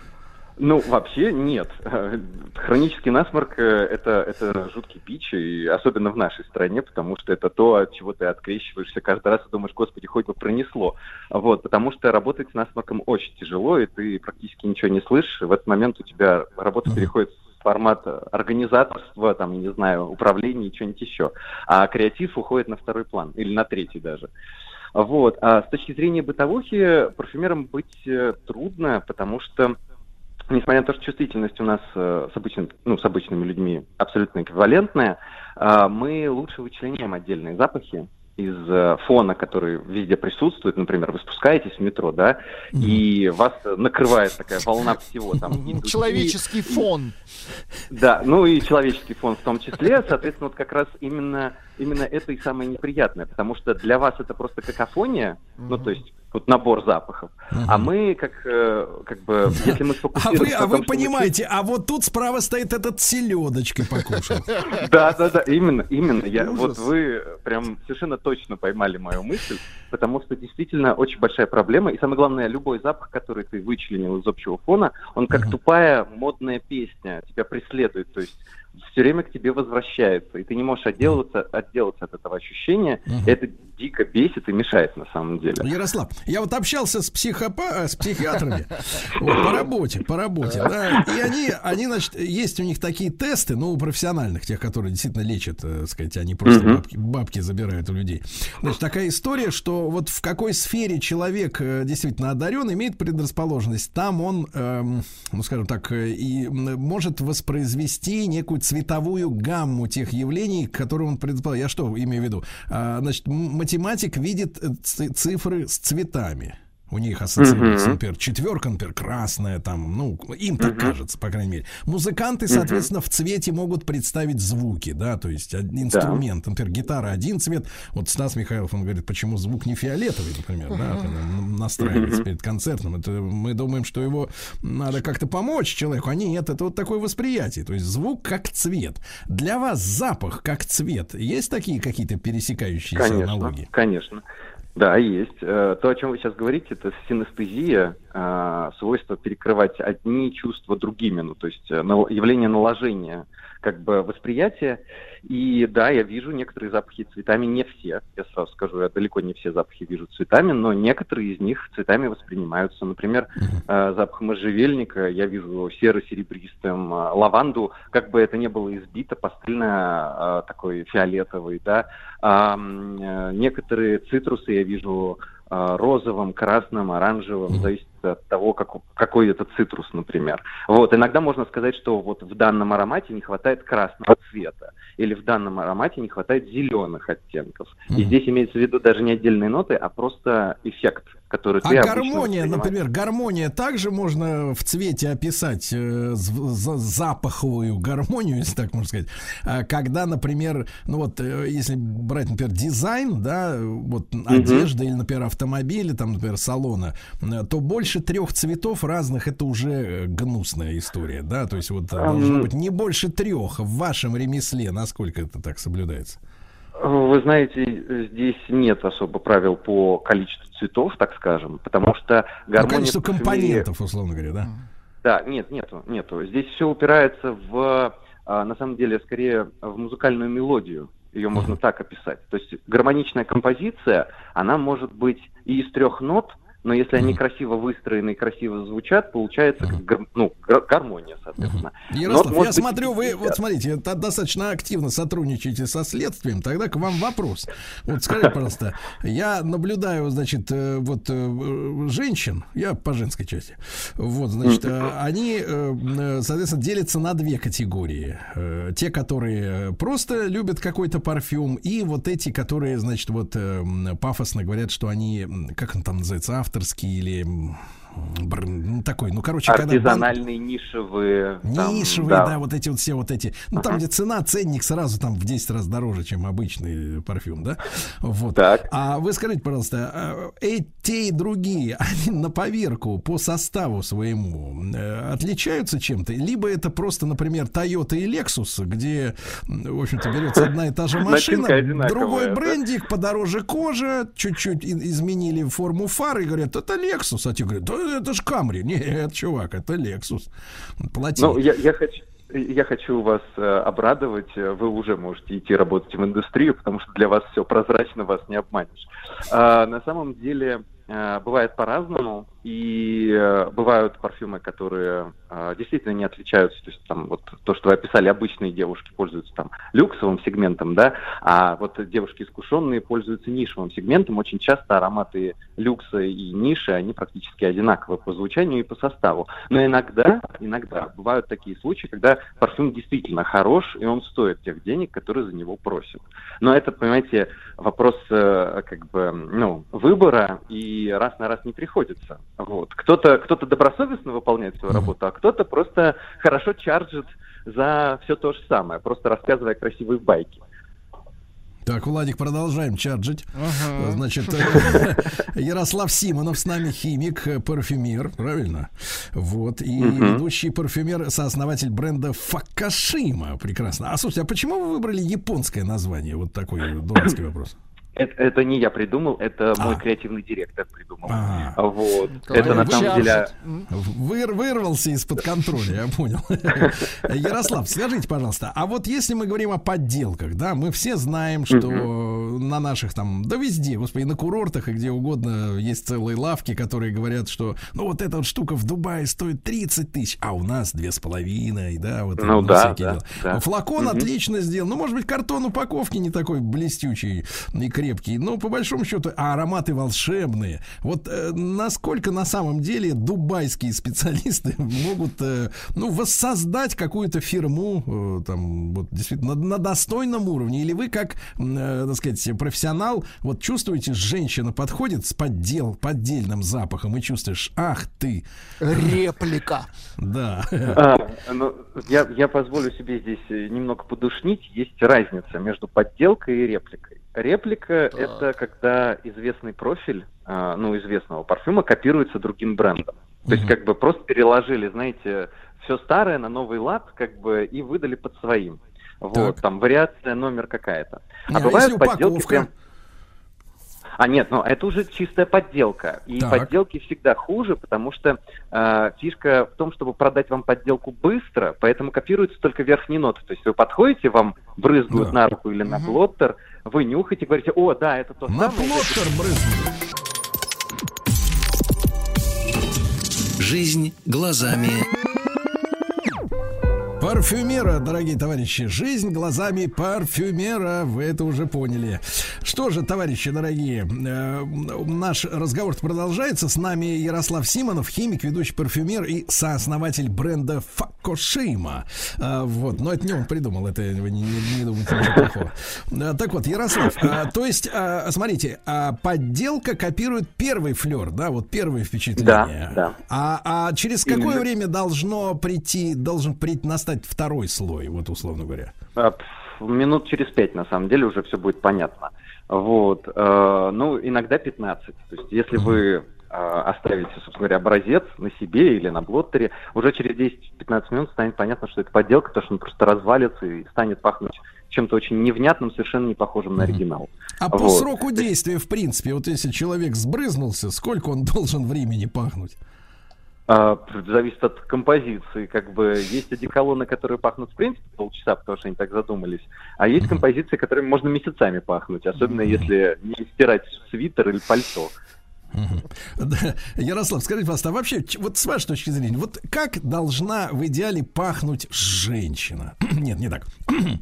Ну, вообще нет. Хронический насморк это, — это жуткий бич, и особенно в нашей стране, потому что это то, от чего ты открещиваешься каждый раз и думаешь, господи, хоть бы пронесло. Вот, потому что работать с насморком очень тяжело, и ты практически ничего не слышишь. В этот момент у тебя работа переходит в формат организаторства, там, не знаю, управления и что-нибудь еще. А креатив уходит на второй план, или на третий даже. Вот. А с точки зрения бытовухи парфюмером быть трудно, потому что несмотря на то, что чувствительность у нас э, с, обычным, ну, с обычными людьми абсолютно эквивалентная, э, мы лучше вычленяем отдельные запахи из э, фона, который везде присутствует. Например, вы спускаетесь в метро, да, mm-hmm. и вас накрывает такая волна всего. Там, человеческий фон. Да, ну и человеческий фон в том числе. Соответственно, вот как раз именно, именно это и самое неприятное, потому что для вас это просто какофония, mm-hmm. ну, то есть вот набор запахов. Uh-huh. А мы, как, как бы, если мы сфокусируемся... А вы, а вы понимаете, мы... а вот тут справа стоит этот селедочкой покушал. Да, да, да, именно, именно. Я, вот вы прям совершенно точно поймали мою мысль, потому что действительно очень большая проблема. И самое главное, любой запах, который ты вычленил из общего фона, он как uh-huh. тупая модная песня тебя преследует. То есть все время к тебе возвращается, и ты не можешь отделаться, отделаться от этого ощущения. Uh-huh. Это дико бесит и мешает на самом деле. Ярослав, я вот общался с, психопа... с психиатрами вот, по работе, по работе, да, и они, они, значит, есть у них такие тесты, ну, у профессиональных, тех, которые действительно лечат, так сказать, они просто uh-huh. бабки, бабки забирают у людей. Значит, такая история, что что вот в какой сфере человек э, действительно одарен, имеет предрасположенность, там он, э, ну, скажем так, э, и может воспроизвести некую цветовую гамму тех явлений, к которым он предрасположен. Я что имею в виду? А, значит, математик видит ц- цифры с цветами. У них ассоциируется, uh-huh. например, четверка, например, красная, там, ну, им так uh-huh. кажется, по крайней мере. Музыканты, соответственно, uh-huh. в цвете могут представить звуки, да, то есть инструмент. Да. Например, гитара один цвет. Вот Стас Михайлов, он говорит, почему звук не фиолетовый, например, uh-huh. да, когда настраивается uh-huh. перед концертом. Это мы думаем, что его надо как-то помочь человеку, а нет, это вот такое восприятие. То есть звук как цвет. Для вас запах как цвет. Есть такие какие-то пересекающиеся конечно, аналогии? Конечно. Да, есть. То, о чем вы сейчас говорите, это синестезия, свойство перекрывать одни чувства другими, ну, то есть явление наложения, как бы восприятия. И да, я вижу некоторые запахи цветами, не все, я сразу скажу, я далеко не все запахи вижу цветами, но некоторые из них цветами воспринимаются. Например, uh-huh. запах можжевельника я вижу серо-серебристым, лаванду, как бы это ни было избито, пастельно такой фиолетовый, да. А некоторые цитрусы я вижу розовым, красным, оранжевым, mm-hmm. зависит от того, как, какой это цитрус, например. Вот, иногда можно сказать, что вот в данном аромате не хватает красного цвета, или в данном аромате не хватает зеленых оттенков. Mm-hmm. И здесь имеется в виду даже не отдельные ноты, а просто эффект, который а ты гармония, например, гармония также можно в цвете описать, э, запаховую гармонию, если так можно сказать. А когда, например, ну вот, э, если брать, например, дизайн, да, вот mm-hmm. одежда или, например, автомобиля, там, например, салона, э, то больше трех цветов разных это уже гнусная история, да, то есть вот mm-hmm. должно быть не больше трех в вашем ремесле, насколько это так соблюдается? Вы знаете, здесь нет особо правил по количеству цветов, так скажем, потому что гармония... Ну, количество компонентов, условно говоря, да? Да, нет, нету, нету. Здесь все упирается в, на самом деле, скорее в музыкальную мелодию. Ее можно mm-hmm. так описать. То есть гармоничная композиция, она может быть и из трех нот, но если они красиво выстроены и красиво звучат, получается как гар, ну, гармония, соответственно. Ярослав, Нот, я смотрю, вы, вот смотрите, это достаточно активно сотрудничаете со следствием, тогда к вам вопрос. Вот скажите, пожалуйста, я наблюдаю, значит, вот женщин, я по женской части, вот, значит, они, соответственно, делятся на две категории. Те, которые просто любят какой-то парфюм, и вот эти, которые, значит, вот пафосно говорят, что они, как он там называется, автор или такой, ну, короче, артизанальные, когда... нишевые. Нишевые, там, да. да, вот эти вот все вот эти. Ну, uh-huh. там, где цена, ценник сразу там в десять раз дороже, чем обычный парфюм, да? Вот. Так. А вы скажите, пожалуйста, эти и другие, они на поверку по составу своему отличаются чем-то? Либо это просто, например, Toyota и Lexus, где, в общем-то, берется одна и та же машина, другой брендик, подороже кожа, чуть-чуть изменили форму фары и говорят, это Lexus, а те говорят, да это ж Камри. Нет, чувак, это Lexus. Плати. Ну, я, я хочу... Я хочу вас э, обрадовать. Вы уже можете идти работать в индустрию, потому что для вас все прозрачно, вас не обманешь. А, на самом деле э, бывает по-разному, и э, бывают парфюмы, которые э, действительно не отличаются. То есть там вот то, что вы описали, обычные девушки пользуются там люксовым сегментом, да, а вот девушки искушенные пользуются нишевым сегментом. Очень часто ароматы люкса и ниши, они практически одинаковы по звучанию и по составу. Но иногда, иногда бывают такие случаи, когда парфюм действительно хорош, и он стоит тех денег, которые за него просят. Но это, понимаете, вопрос э, как бы, ну, выбора, и раз на раз не приходится. Вот. Кто-то, кто-то добросовестно выполняет свою работу, а кто-то просто хорошо чарджит за все то же самое, просто рассказывая красивые байки. Так, Владик, продолжаем чарджить. Ага. Значит, Ярослав Симонов с нами, химик, парфюмер, правильно? Вот, и uh-huh. ведущий парфюмер, сооснователь бренда Факашима. Прекрасно. А слушайте, а почему вы выбрали японское название? Вот такой дурацкий вопрос. Это, это не я придумал, это а. мой креативный директор придумал. А. Вот. Это на самом деле... Выр, вырвался из-под контроля, я понял. Ярослав, скажите, пожалуйста, а вот если мы говорим о подделках, да, мы все знаем, что uh-huh. на наших там, да везде, господи, на курортах и где угодно есть целые лавки, которые говорят, что ну вот эта вот штука в Дубае стоит тридцать тысяч, а у нас две с половиной, да, вот ну, ну, да, всякие да, дела. Да. Флакон uh-huh. отлично сделан, ну, может быть, картон упаковки не такой блестючий и крепкий, крепкий, но по большому счету а ароматы волшебные. Вот э, насколько на самом деле дубайские специалисты могут э, ну, воссоздать какую-то фирму э, там, вот, действительно на, на достойном уровне? Или вы как, э, так сказать, профессионал, вот чувствуете, женщина подходит с поддел, поддельным запахом и чувствуешь, ах ты. Реплика. Да. А, ну, я, я позволю себе здесь немного подушнить. Есть разница между подделкой и репликой. Реплика Да. — это когда известный профиль, а, ну, известного парфюма копируется другим брендом. То есть как бы просто переложили, знаете, все старое на новый лад, как бы, и выдали под своим. Вот, Так. там вариация номер какая-то. Не, А а бывают если подделки упаковка? прям... А нет, ну это уже чистая подделка. И Так. подделки всегда хуже, потому что э, фишка в том, чтобы продать вам подделку быстро, поэтому копируются только верхние ноты. То есть вы подходите, вам брызгают Да. на руку или на блоттер, вы нюхаете, говорите, о, да, это то На самое. плоттер брызнули. Жизнь глазами Парфюмера, дорогие товарищи, жизнь глазами парфюмера, вы это уже поняли. Что же, товарищи дорогие, э, наш разговор продолжается. С нами Ярослав Симонов, химик, ведущий парфюмер и сооснователь бренда Факошима. Э, вот, но это не он придумал, это вы не, не, не думайте ничего плохого. Э, так вот, Ярослав, э, то есть, э, смотрите, э, подделка копирует первый флер, да, вот первое впечатление. Да, да. А, а через какое Именно. время должно прийти, должен прийти, настать второй слой, вот условно говоря? А, пф, Минут через пять, на самом деле, уже все будет понятно. Вот. э, ну, иногда пятнадцать. То есть, если вы э, оставите, собственно говоря, образец на себе или на блоттере, уже через десять-пятнадцать минут станет понятно, что это подделка, потому что он просто развалится и станет пахнуть чем-то очень невнятным, совершенно не похожим на оригинал. А по Вот. сроку действия, в принципе, вот если человек сбрызнулся, сколько он должен времени пахнуть? А, зависит от композиции. Как бы есть одеколоны, которые пахнут в принципе полчаса, потому что они так задумались. А есть композиции, которыми можно месяцами пахнуть, особенно если не стирать свитер или пальто. Да. Ярослав, скажите, пожалуйста, а вообще, ч- вот с вашей точки зрения, вот как должна в идеале пахнуть женщина? Нет, не так.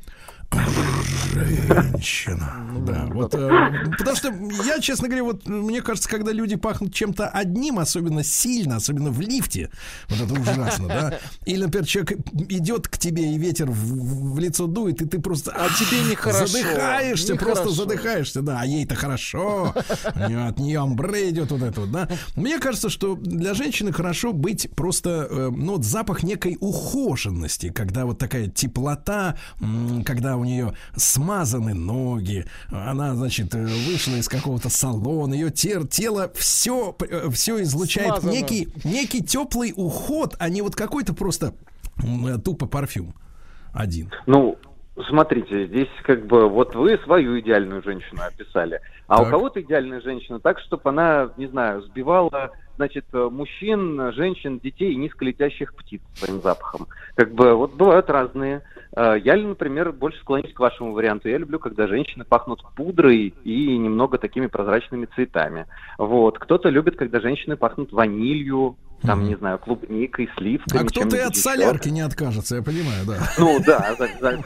Женщина. Да, вот, э, потому что я, честно говоря, вот мне кажется, когда люди пахнут чем-то одним, особенно сильно, особенно в лифте, вот это ужасно, да. Или, например, человек идет к тебе и ветер в, в лицо дует, и ты просто А тебе нехорошо. задыхаешься, Нехорошо. просто задыхаешься, да. А ей-то хорошо, от нее амбре идет вот это вот, да. Мне кажется, что для женщины хорошо быть просто, э, ну, вот запах некой ухоженности, когда вот такая теплота, м, когда у нее смазаны ноги, она, значит, э, вышла из какого-то салона, ее те- тело все, э, все излучает Смазано. некий, некий теплый уход, а не вот какой-то просто м, э, тупо парфюм один. Ну, смотрите, здесь как бы вот вы свою идеальную женщину описали, а Так. у кого-то идеальная женщина так, чтобы она, не знаю, сбивала, значит, мужчин, женщин, детей и низколетящих птиц своим запахом. Как бы вот бывают разные. Э, Я, например, больше склоняюсь к вашему варианту. Я люблю, когда женщины пахнут пудрой и немного такими прозрачными цветами. Вот. Кто-то любит, когда женщины пахнут ванилью, там, Мгм. не знаю, клубникой, сливками. А кто-то и чем-нибудь от еще. солярки не откажется, я понимаю, да. Ну да, за- за-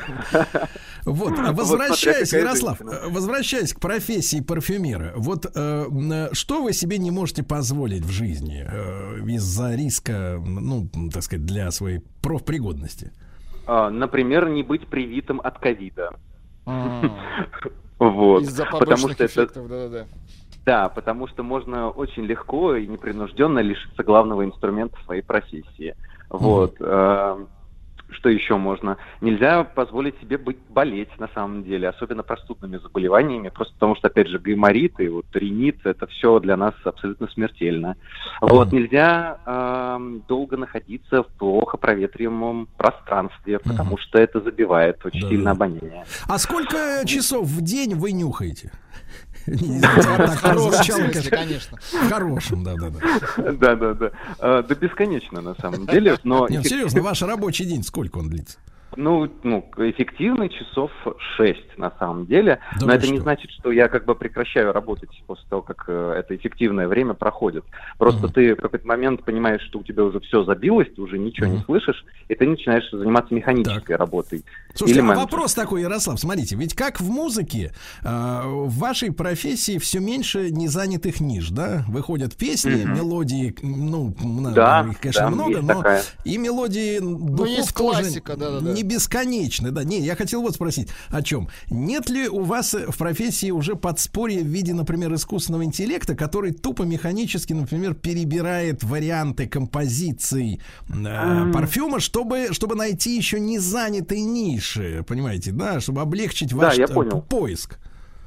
Вот, а Вот возвращаясь, смотря какая Ярослав, женщина. э, возвращаясь к профессии парфюмера, вот э, м, что вы себе не можете позволить в жизни э, из-за риска, ну, так сказать, для своей профпригодности? А, например, не быть привитым от ковида. А, Вот. Из-за Потому побочных что это, эффектов, да-да-да. да, потому что можно очень легко и непринужденно лишиться главного инструмента своей профессии. Вот. А, Что еще можно? Нельзя позволить себе быть, болеть, на самом деле, особенно простудными заболеваниями, просто потому что, опять же, гайморит и вот ринит — это все для нас абсолютно смертельно. Вот. Нельзя эм, долго находиться в плохо проветриваемом пространстве, потому что это забивает очень Да. сильно обоняние. А сколько часов в день вы нюхаете? Не В знаю, так хорошем прозвучало, смысле, конечно. В хорошем, да-да-да. Да-да-да. Э, Да бесконечно, на самом деле, но... Нет, серьезно, ваш рабочий день сколько он длится? Ну, ну, эффективно часов шесть на самом деле, Да но вы это не что? значит, что я как бы прекращаю работать после того, как э, это эффективное время проходит. Просто Мгм. ты в какой-то момент понимаешь, что у тебя уже все забилось, ты уже ничего не Мгм. слышишь, и ты начинаешь заниматься механической работой. Слушайте, Или а менеджерской. вопрос такой, Ярослав, смотрите, ведь как в музыке, э, в вашей профессии все меньше незанятых ниш, да? Выходят песни, Мгм. мелодии, ну, на- Да, их, конечно, да, много, есть но такая. и мелодии духов есть тоже классика, да-да-да. не бесконечны, да. Не, я хотел вот спросить, о чем? Нет ли у вас в профессии уже подспорье в виде, например, искусственного интеллекта, который тупо механически, например, перебирает варианты композиций э, парфюма, чтобы, чтобы найти еще не занятые ниши, понимаете, да, чтобы облегчить Да, ваш я э, понял. поиск.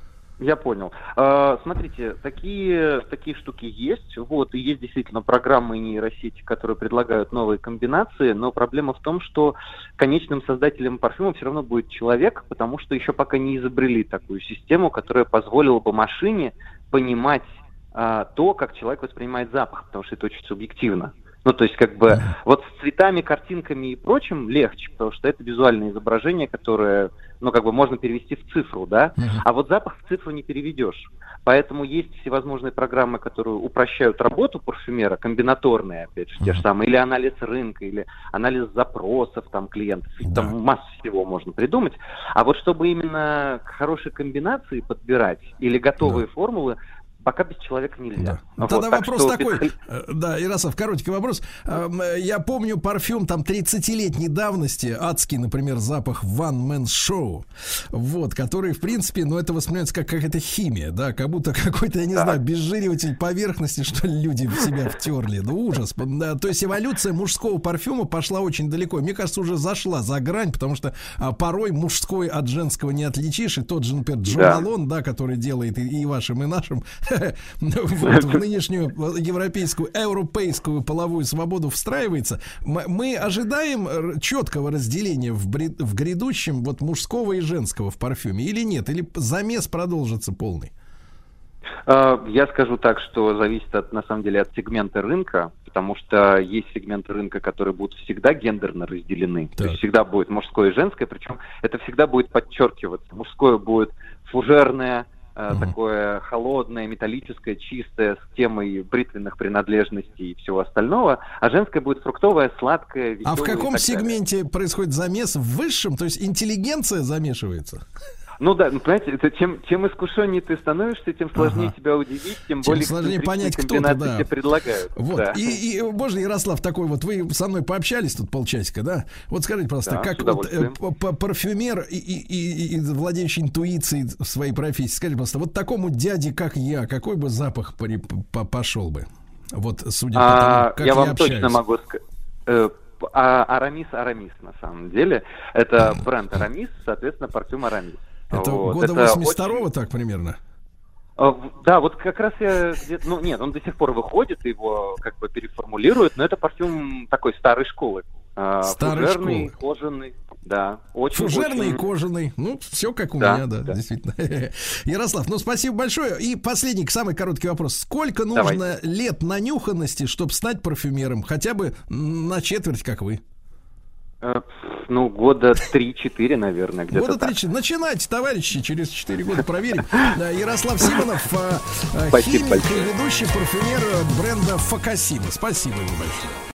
Я понял. А, смотрите, такие, такие штуки есть. Вот, и есть действительно программы и нейросети, которые предлагают новые комбинации, но проблема в том, что конечным создателем парфюма все равно будет человек, потому что еще пока не изобрели такую систему, которая позволила бы машине понимать а, то, как человек воспринимает запах, потому что это очень субъективно. Ну, то есть, как бы, вот с цветами, картинками и прочим легче, потому что это визуальное изображение, которое, ну, как бы, можно перевести в цифру, да, а вот запах в цифру не переведешь. Поэтому есть всевозможные программы, которые упрощают работу парфюмера, комбинаторные, опять же, те же самые, или анализ рынка, или анализ запросов там клиентов, Да. там массу всего можно придумать. А вот чтобы именно к хорошей комбинации подбирать или готовые формулы, пока без человека нельзя. Да. Вот, Тогда так вопрос что такой, без- э, да, Ярослав, коротенький вопрос. Эм, э, Я помню парфюм там тридцатилетней давности, адский, например, запах One Man Show, вот, который, в принципе, ну, это воспринимается как какая-то химия, да, как будто какой-то, я не знаю, обезжириватель поверхности, что ли, люди в себя втерли. Ну, ужас. Да, то есть эволюция мужского парфюма пошла очень далеко. Мне кажется, уже зашла за грань, потому что а, порой мужской от женского не отличишь. И тот же, например, Джо Да. Малон, да, который делает и, и вашим, и нашим, вот, в нынешнюю европейскую, европейскую половую свободу встраивается. М- Мы ожидаем р- четкого разделения в, бре- в грядущем вот мужского и женского в парфюме или нет? Или замес продолжится полный? А, Я скажу так, что зависит от, на самом деле, от сегмента рынка, потому что есть сегменты рынка, которые будут всегда гендерно разделены. То есть всегда будет мужское и женское, причем это всегда будет подчеркиваться. Мужское будет фужерное, э, такое холодное, металлическое, чистое, с темой бритвенных принадлежностей и всего остального, а женское будет фруктовое, сладкое, веселое. А в и каком так далее. сегменте происходит замес? В высшем? То есть интеллигенция замешивается? Ну да, ну, понимаете, это чем, чем искушеннее ты становишься, тем сложнее Ага. тебя удивить, тем, Тем более сложнее эксцентричные понять, кто ты, комбинации да. тебе предлагают. Вот. Да. И, и, можно, Ярослав, такой вот, вы со мной пообщались тут полчасика, да? Вот скажите, пожалуйста, Да, с как вот, удовольствием. э, п- п- парфюмер и, и, и- и владеющий интуицией в своей профессии, скажите, пожалуйста, вот такому дяде, как я, какой бы запах при- по- пошел бы? Вот, судя по А, тому, как я я, вам общаюсь. точно могу сказать. Арамис Арамис, на самом деле. Это бренд Арамис, соответственно, парфюм Арамис. Это Вот. года Это восемьдесят второго очень- так примерно? А, в- Да, вот как раз я где-то, ну нет, он до сих пор выходит, его как бы переформулируют, но это парфюм такой старой школы. А, Старой фужерный, школы. кожаный, да, очень. Фужерный и очень- кожаный. Ну, все как у Да, меня, да, да. действительно. Ярослав, ну спасибо большое. И последний, самый короткий вопрос. Сколько нужно Давайте. лет нанюханности, чтобы стать парфюмером? Хотя бы на четверть, как вы. Э, Ну, года три-четыре, наверное, где-то Года так. три. Начинайте, товарищи, через четыре года проверим. Да, Ярослав Симонов, э, э, Спасибо химик большое. и ведущий парфюмер бренда Фокасима. Спасибо ему большое.